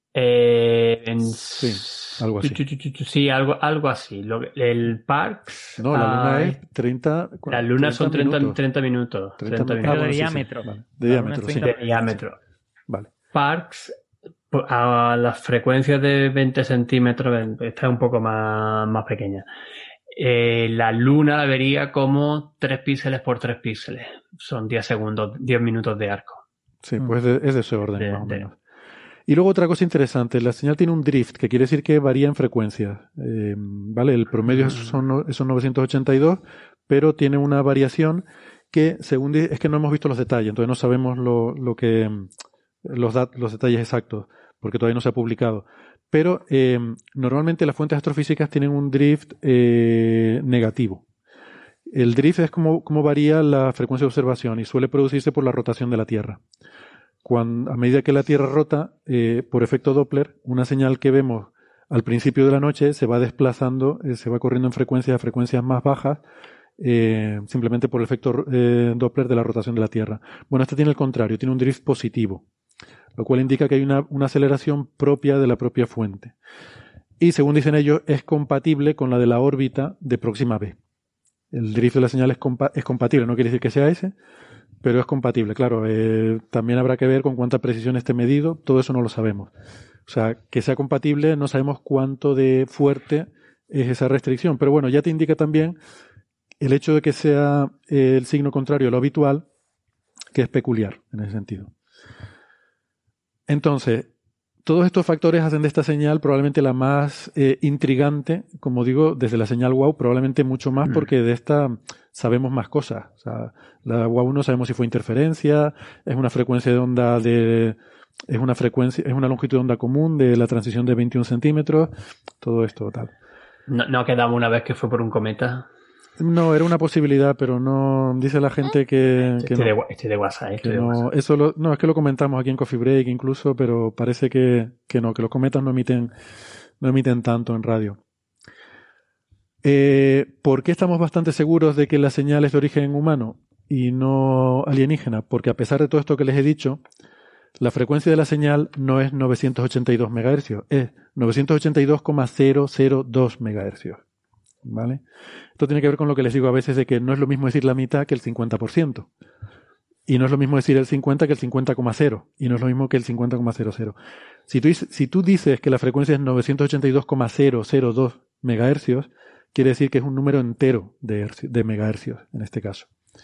F: Sí, algo así.
I: Sí, algo así. El Parkes...
F: No, la luna es 30...
I: La luna son 30 minutos. 30 minutos.
K: Pero de diámetro.
F: Vale. De diámetro, sí.
I: De diámetro.
F: Vale.
I: Parkes, a las frecuencias de 20 centímetros, esta es un poco más pequeña. La luna la vería como 3 píxeles por 3 píxeles. Son 10 minutos de arco.
F: Sí, pues es de ese orden, más o menos. Y luego otra cosa interesante, la señal tiene un drift, que quiere decir que varía en frecuencia. ¿Vale? El promedio son 982, pero tiene una variación que, según es que no hemos visto los detalles, entonces no sabemos los detalles exactos, porque todavía no se ha publicado. Pero normalmente las fuentes astrofísicas tienen un drift negativo. El drift es como varía la frecuencia de observación y suele producirse por la rotación de la Tierra. A medida que la Tierra rota, por efecto Doppler, una señal que vemos al principio de la noche se va desplazando, se va corriendo en frecuencias a frecuencias más bajas, simplemente por el efecto Doppler de la rotación de la Tierra. Bueno, este tiene el contrario, tiene un drift positivo, lo cual indica que hay una aceleración propia de la propia fuente. Y según dicen ellos, es compatible con la de la órbita de Próxima B. El drift de la señal es compatible, no quiere decir que sea ese, pero es compatible. Claro, también habrá que ver con cuánta precisión esté medido, todo eso no lo sabemos. O sea, que sea compatible, no sabemos cuánto de fuerte es esa restricción, pero bueno, ya te indica también el hecho de que sea el signo contrario a lo habitual, que es peculiar en ese sentido. Entonces, todos estos factores hacen de esta señal probablemente la más intrigante, como digo, desde la señal WOW, probablemente mucho más porque de esta sabemos más cosas. O sea, la WOW no sabemos si fue interferencia, es una frecuencia de onda es una longitud de onda común de la transición de 21 centímetros, todo esto tal.
I: No quedamos una vez que fue por un cometa.
F: No, era una posibilidad, pero no dice la gente que no.
I: Estoy de WhatsApp,
F: Es que lo comentamos aquí en Coffee Break incluso, pero parece que no, que los cometas no emiten tanto en radio. ¿Por qué estamos bastante seguros de que la señal es de origen humano y no alienígena? Porque a pesar de todo esto que les he dicho, la frecuencia de la señal no es 982 MHz, es 982,002 MHz. ¿Vale? Esto tiene que ver con lo que les digo a veces de que no es lo mismo decir la mitad que el 50%. Y no es lo mismo decir el 50 que el 50,0. Y no es lo mismo que el 50,00. Si tú dices que la frecuencia es 982,002 MHz, quiere decir que es un número entero de megahercios, en este caso.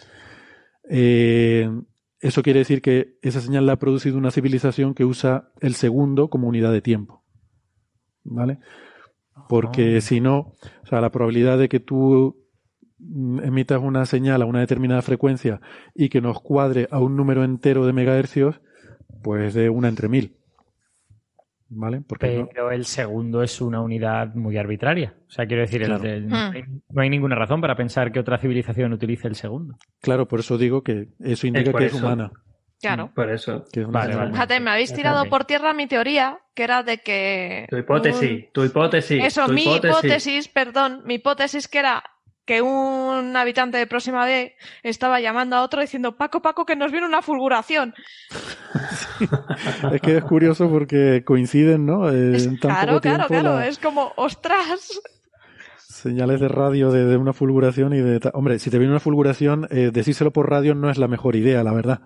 F: Eso quiere decir que esa señal la ha producido una civilización que usa el segundo como unidad de tiempo. ¿Vale? Porque si no, o sea, la probabilidad de que tú emitas una señal a una determinada frecuencia y que nos cuadre a un número entero de megahercios, pues de 1 entre 1000. ¿Vale?
K: Pero el segundo es una unidad muy arbitraria. O sea, quiero decir, claro. No hay ninguna razón para pensar que otra civilización utilice el segundo.
F: Claro, por eso digo que eso indica que es humana.
G: Claro.
I: Por eso.
F: Vale.
G: Fíjate, me habéis tirado por tierra mi teoría, que era de que...
I: Tu hipótesis.
G: Mi hipótesis que era que un habitante de Próxima B estaba llamando a otro diciendo Paco, que nos viene una fulguración.
F: Sí. Es que es curioso porque coinciden, ¿no?
G: Claro, es como, ¡ostras!
F: Señales de radio de una fulguración y de... Hombre, si te viene una fulguración, decírselo por radio no es la mejor idea, la verdad.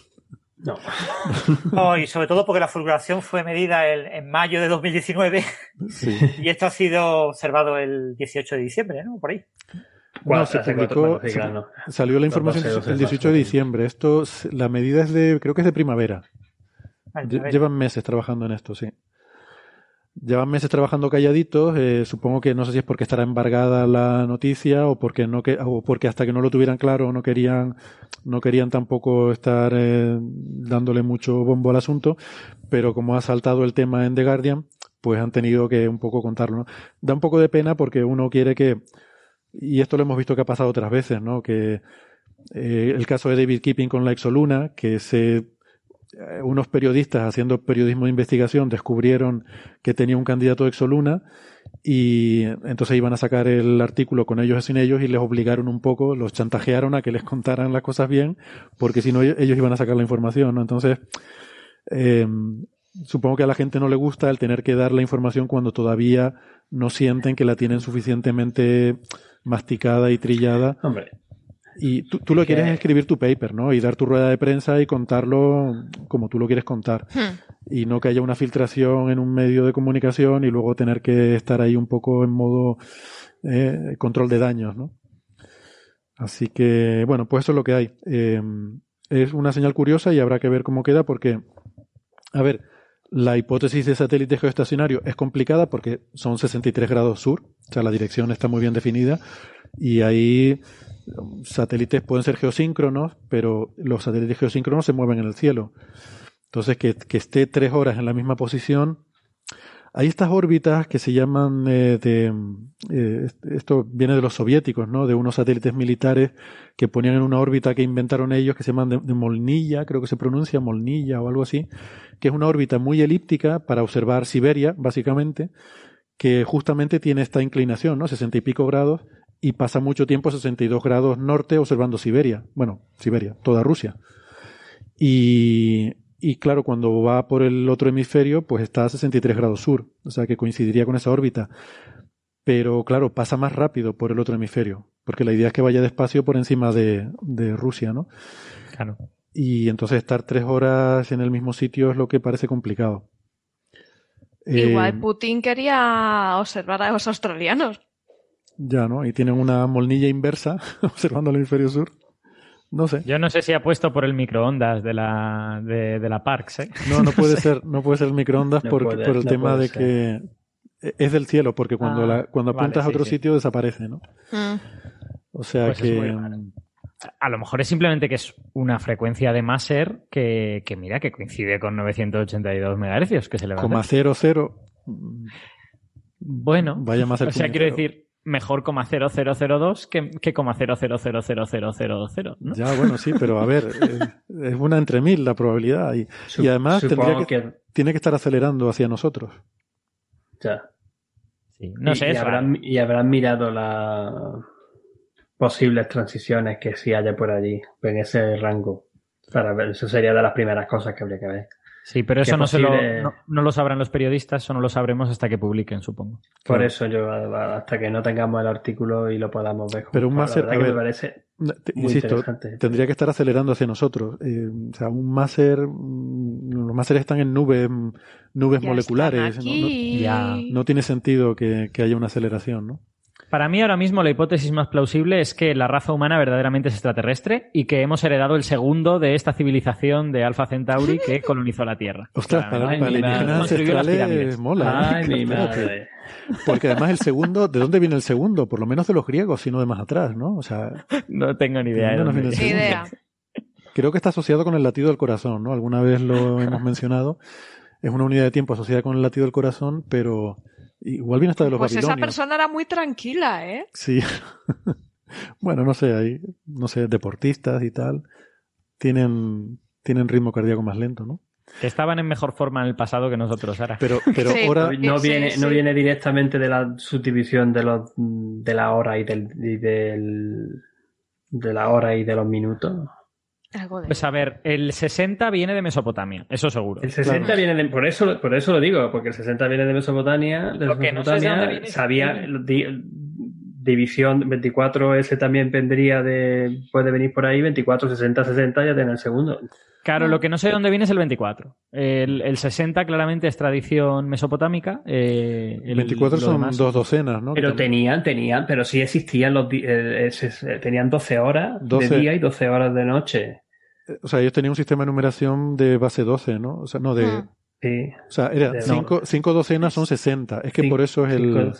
H: No, y sobre todo porque la fulguración fue medida en mayo de 2019
F: sí.
H: Y esto ha sido observado el 18 de diciembre, ¿no? Por ahí.
F: No, salió la información el 18 de diciembre. Esto, la medida creo que es de primavera. Llevan meses trabajando en esto, sí. Llevan meses trabajando calladitos, supongo que no sé si es porque estará embargada la noticia o porque hasta que no lo tuvieran claro no querían tampoco estar dándole mucho bombo al asunto, pero como ha saltado el tema en The Guardian, pues han tenido que un poco contarlo, ¿no? Da un poco de pena porque uno quiere y esto lo hemos visto que ha pasado otras veces, ¿no? Que el caso de David Kipping con la exoluna, que unos periodistas haciendo periodismo de investigación descubrieron que tenía un candidato exoluna y entonces iban a sacar el artículo con ellos o sin ellos y les obligaron un poco, los chantajearon a que les contaran las cosas bien, porque si no ellos iban a sacar la información, ¿no? Entonces, supongo que a la gente no le gusta el tener que dar la información cuando todavía no sienten que la tienen suficientemente masticada y trillada.
I: Hombre.
F: Y tú lo quieres escribir tu paper, ¿no? Y dar tu rueda de prensa y contarlo como tú lo quieres contar. Y no que haya una filtración en un medio de comunicación y luego tener que estar ahí un poco en modo control de daños, ¿no? Así que, bueno, pues eso es lo que hay. Es una señal curiosa y habrá que ver cómo queda porque, a ver, la hipótesis de satélite geoestacionario es complicada porque son 63 grados sur, o sea, la dirección está muy bien definida y ahí satélites pueden ser geosíncronos, pero los satélites geosíncronos se mueven en el cielo. Entonces, que esté 3 horas en la misma posición. Hay estas órbitas que se llaman esto viene de los soviéticos, ¿no? De unos satélites militares que ponían en una órbita que inventaron ellos que se llaman de Molnilla, creo que se pronuncia Molnilla o algo así, que es una órbita muy elíptica para observar Siberia, básicamente, que justamente tiene esta inclinación, ¿no? 60 y pico grados, y pasa mucho tiempo a 62 grados norte observando Siberia. Bueno, Siberia, toda Rusia. Y claro, cuando va por el otro hemisferio, pues está a 63 grados sur, o sea que coincidiría con esa órbita. Pero claro, pasa más rápido por el otro hemisferio, porque la idea es que vaya despacio por encima de Rusia, ¿no?
K: Claro.
F: Y entonces estar 3 horas en el mismo sitio es lo que parece complicado.
G: Igual Putin quería observar a los australianos.
F: Ya, ¿no? Y tienen una molnilla inversa observando el hemisferio sur. No sé.
K: Yo no sé si apuesto por el microondas de la Parks, ¿eh?
F: No puede ser el microondas por el tema de que es del cielo, porque cuando apuntas a otro sitio desaparece, ¿no? O sea pues que
K: a lo mejor es simplemente que es una frecuencia de Maser que mira, que coincide con 982 MHz, que se le va a hacer.
F: 0,00.
K: Bueno,
F: vaya Maser,
K: o sea, quiero decir, mejor 0,0002 que 0,000000, ¿no?
F: Ya, bueno, sí, pero a ver, es una entre mil la probabilidad y además tiene que estar acelerando hacia nosotros.
I: Ya.
K: Sí, no sé.
I: Y habrán mirado las posibles transiciones que sí haya por allí, en ese rango. Para ver, eso sería de las primeras cosas que habría que ver.
K: Sí, pero eso no lo sabrán los periodistas, eso no lo sabremos hasta que publiquen, supongo.
I: Por eso yo, hasta que no tengamos el artículo y lo podamos ver.
F: Pero un máser,
I: me parece
F: insisto, tendría que estar acelerando hacia nosotros. O sea, un máser, los máseres están en nubes moleculares. No tiene sentido que haya una aceleración, ¿no?
K: Para mí ahora mismo la hipótesis más plausible es que la raza humana verdaderamente es extraterrestre y que hemos heredado el segundo de esta civilización de Alpha Centauri que colonizó la Tierra.
F: Ostras, para alienígenas ancestrales mola.
I: Ay, mi madre.
F: Porque además el segundo, ¿de dónde viene el segundo? Por lo menos de los griegos, sino de más atrás, ¿no? O sea,
K: no tengo ni idea.
G: Ni idea.
F: Creo que está asociado con el latido del corazón, ¿no? Alguna vez lo hemos mencionado. Es una unidad de tiempo asociada con el latido del corazón, pero igual viene hasta de los babilonios.
G: Pues esa persona era muy tranquila, ¿eh?
F: Sí. Bueno, no sé, deportistas y tal tienen ritmo cardíaco más lento, ¿no?
K: Estaban en mejor forma en el pasado que nosotros ahora.
F: Pero
G: sí,
F: ahora
I: no viene directamente de la subdivisión de la hora y de la hora y de los minutos.
K: Pues a ver, el 60 viene de Mesopotamia, eso seguro.
I: El 60 viene de... Por eso lo digo, porque el 60 viene de Mesopotamia.
K: Lo que no sé de dónde viene.
I: Sabía... División 24, ese también puede venir por ahí, 24, 60, 60, ya tiene el segundo.
K: Claro, lo que no sé de dónde viene es el 24. El 60 claramente es tradición mesopotámica.
F: El 24 son demás, 2 docenas, ¿no?
I: Pero pero sí existían tenían 12 5 de día y 12 horas de noche.
F: O sea, ellos tenían un sistema de numeración de base 12, ¿no? O sea, no de...
I: Sí.
F: O sea, era 5 docenas son 60. Es que por eso es el...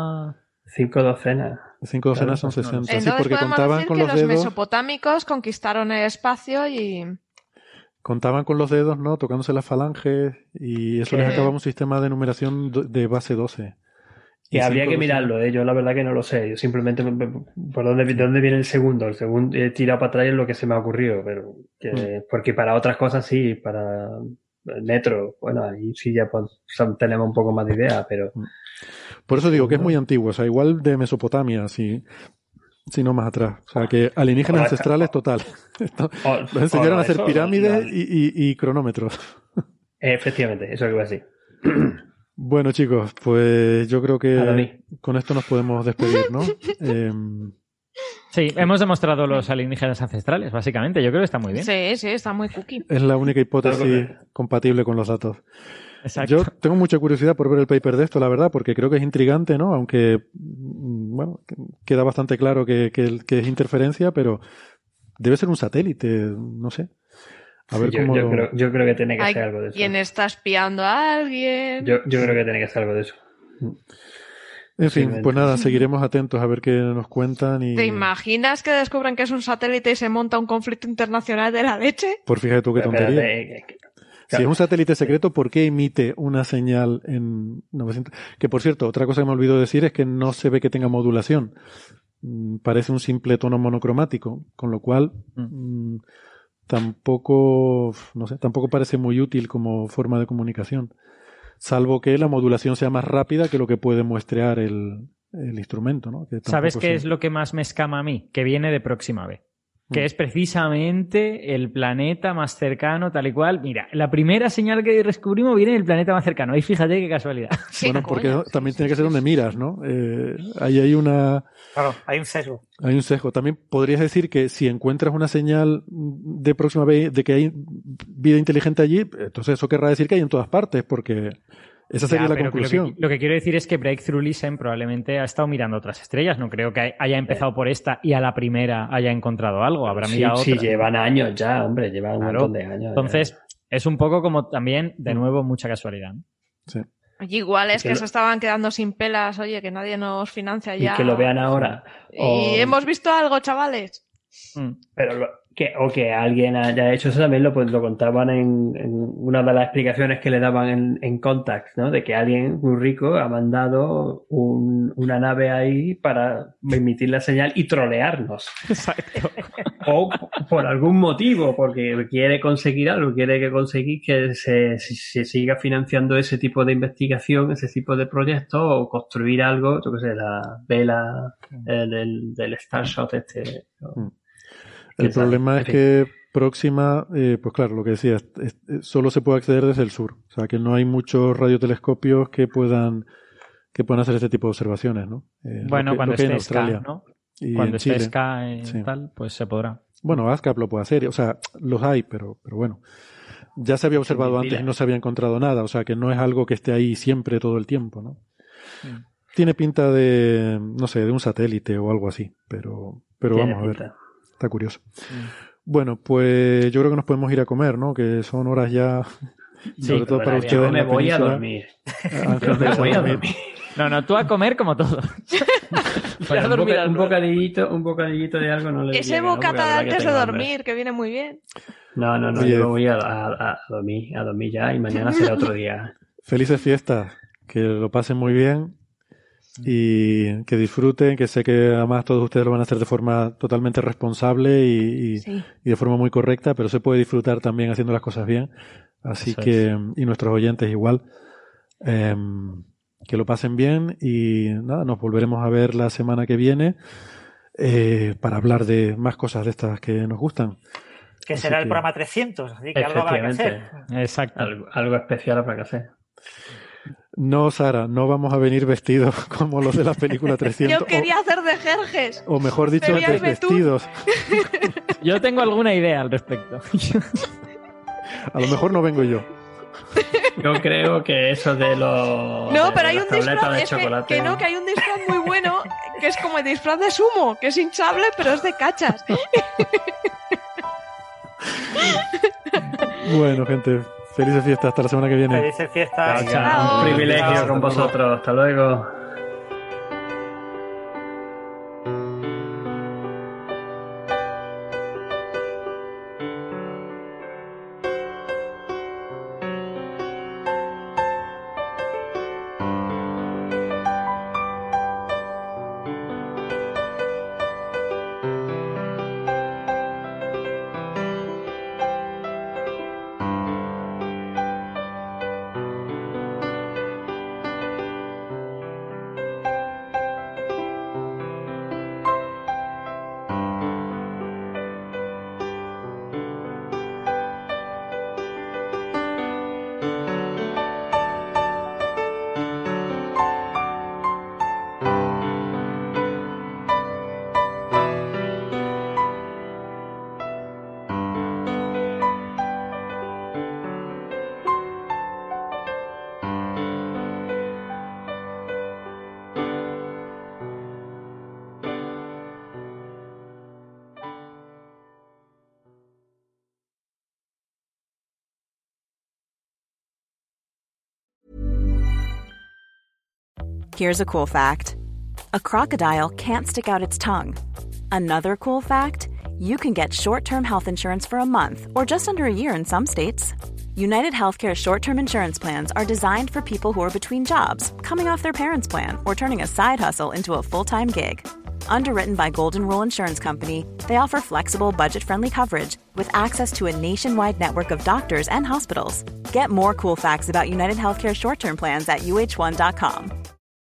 I: 5 docenas.
F: 5 docenas son 60.
G: Entonces
F: sí, porque contaban
G: decir
F: con
G: que
F: los dedos.
G: Los mesopotámicos conquistaron el espacio y...
F: Contaban con los dedos, ¿no? Tocándose las falanges y eso les acababa un sistema de numeración de base 12.
I: Que habría que mirarlo, yo la verdad que no lo sé. Yo simplemente por dónde viene el segundo. El segundo he tirado para atrás es lo que se me ha ocurrido, pero porque para otras cosas sí, para el metro, bueno, ahí sí ya pues, tenemos un poco más de idea, pero...
F: Por eso digo que es muy antiguo, o sea, igual de Mesopotamia, si no más atrás. O sea, que alienígenas ancestrales total. Nos enseñaron a hacer pirámides y cronómetros.
I: Efectivamente, eso es algo así.
F: Bueno, chicos, pues yo creo que con esto nos podemos despedir, ¿no?
K: Sí, hemos demostrado los alienígenas ancestrales, básicamente. Yo creo que está muy bien.
G: Sí, está muy cookie.
F: Es la única hipótesis compatible con los datos.
K: Exacto.
F: Yo tengo mucha curiosidad por ver el paper de esto, la verdad, porque creo que es intrigante, ¿no? Aunque, bueno, queda bastante claro que es interferencia, pero debe ser un satélite, no sé. A ver cómo
I: yo creo que tiene que ser algo de eso.
G: ¿Quién está espiando a alguien?
I: Yo creo que tiene que ser algo de eso.
F: En fin, pues nada, seguiremos atentos a ver qué nos cuentan.
G: ¿Te imaginas que descubran que es un satélite y se monta un conflicto internacional de la leche?
F: Por fíjate tú qué tontería. Si es un satélite secreto, ¿por qué emite una señal en 900? Que por cierto, otra cosa que me olvidó decir es que no se ve que tenga modulación. Parece un simple tono monocromático, con lo cual tampoco parece muy útil como forma de comunicación. Salvo que la modulación sea más rápida que lo que puede muestrear el instrumento, ¿no?
K: ¿Sabes qué es lo que más me escama a mí? Que viene de Próxima B. Que es precisamente el planeta más cercano, tal y cual. Mira, la primera señal que descubrimos viene del planeta más cercano. Ahí fíjate qué casualidad.
F: Bueno, porque también tiene que ser donde miras, ¿no? Ahí hay
H: Claro, hay un sesgo.
F: Hay un sesgo. También podrías decir que si encuentras una señal de Próxima B de que hay vida inteligente allí, entonces eso querrá decir que hay en todas partes, porque esa sería la conclusión.
K: Lo que quiero decir es que Breakthrough Listen probablemente ha estado mirando otras estrellas. No creo que haya empezado por esta y a la primera haya encontrado algo. Habrá mirado otras.
I: Sí, llevan años ya, hombre, llevan un montón de años.
K: Entonces, es un poco como también, de nuevo, mucha casualidad, ¿no?
F: Sí.
G: Oye, igual es que se estaban quedando sin pelas, oye, que nadie nos financia ya.
I: Y que lo vean ahora.
G: Y hemos visto algo, chavales.
I: Pero que alguien haya hecho eso también lo contaban en una de las explicaciones que le daban en Contacts, ¿no? De que alguien muy rico ha mandado una nave ahí para emitir la señal y trolearnos.
K: Exacto.
I: O por algún motivo, porque quiere conseguir algo, quiere conseguir que se siga financiando ese tipo de investigación, ese tipo de proyectos, o construir algo, yo qué sé, la vela del Starshot este.
F: El problema es que Próxima, pues claro, lo que decía, solo se puede acceder desde el sur. O sea, que no hay muchos radiotelescopios que puedan hacer este tipo de observaciones, ¿no?
K: Bueno, cuando esté
F: Australia,
K: SK, ¿no?
F: Y
K: cuando
F: en Chile.
K: esté SK tal, pues se podrá.
F: Bueno, ASCAP lo puede hacer, o sea, los hay, pero bueno. Ya se había observado antes y no se había encontrado nada, o sea, que no es algo que esté ahí siempre, todo el tiempo, ¿no? Tiene pinta de, no sé, de un satélite o algo así, pero vamos a ver. Está curioso. Bueno, pues yo creo que nos podemos ir a comer, ¿no? Que son horas ya, sobre todo para ustedes.
I: Yo me voy a dormir.
K: No, tú a comer como todo.
I: Un bocadillito de algo no le
G: ese bocata de antes de dormir, que viene muy bien.
I: No, yo me voy a dormir ya y mañana será otro día.
F: Felices fiestas, que lo pasen muy bien. Y que disfruten, que sé que además todos ustedes lo van a hacer de forma totalmente responsable y de forma muy correcta, pero se puede disfrutar también haciendo las cosas bien. Así que, y nuestros oyentes igual, que lo pasen bien y nada, nos volveremos a ver la semana que viene para hablar de más cosas de estas que nos gustan.
H: Que será el programa 300, así que algo habrá que hacer.
K: Exacto.
I: Algo especial habrá que hacer.
F: No, Sara, no vamos a venir vestidos como los de la película 300.
G: Yo quería hacer de Jerjes.
F: O mejor dicho, desvestidos.
K: Yo tengo alguna idea al respecto.
F: A lo mejor no vengo yo.
I: Yo creo que eso de los...
G: No, pero hay un disfraz
I: de chocolate...
G: que hay un disfraz muy bueno, que es como el disfraz de sumo, que es hinchable, pero es de cachas.
F: Bueno, gente... Felices fiestas, hasta la semana que viene.
H: Felices fiestas.
I: Chao. Un privilegio con vosotros. Hasta luego.
L: Here's a cool fact. A crocodile can't stick out its tongue. Another cool fact, you can get short-term health insurance for a month or just under a year in some states. United Healthcare short-term insurance plans are designed for people who are between jobs, coming off their parents' plan, or turning a side hustle into a full-time gig. Underwritten by Golden Rule Insurance Company, they offer flexible, budget-friendly coverage with access to a nationwide network of doctors and hospitals. Get more cool facts about United Healthcare short-term plans at uh1.com.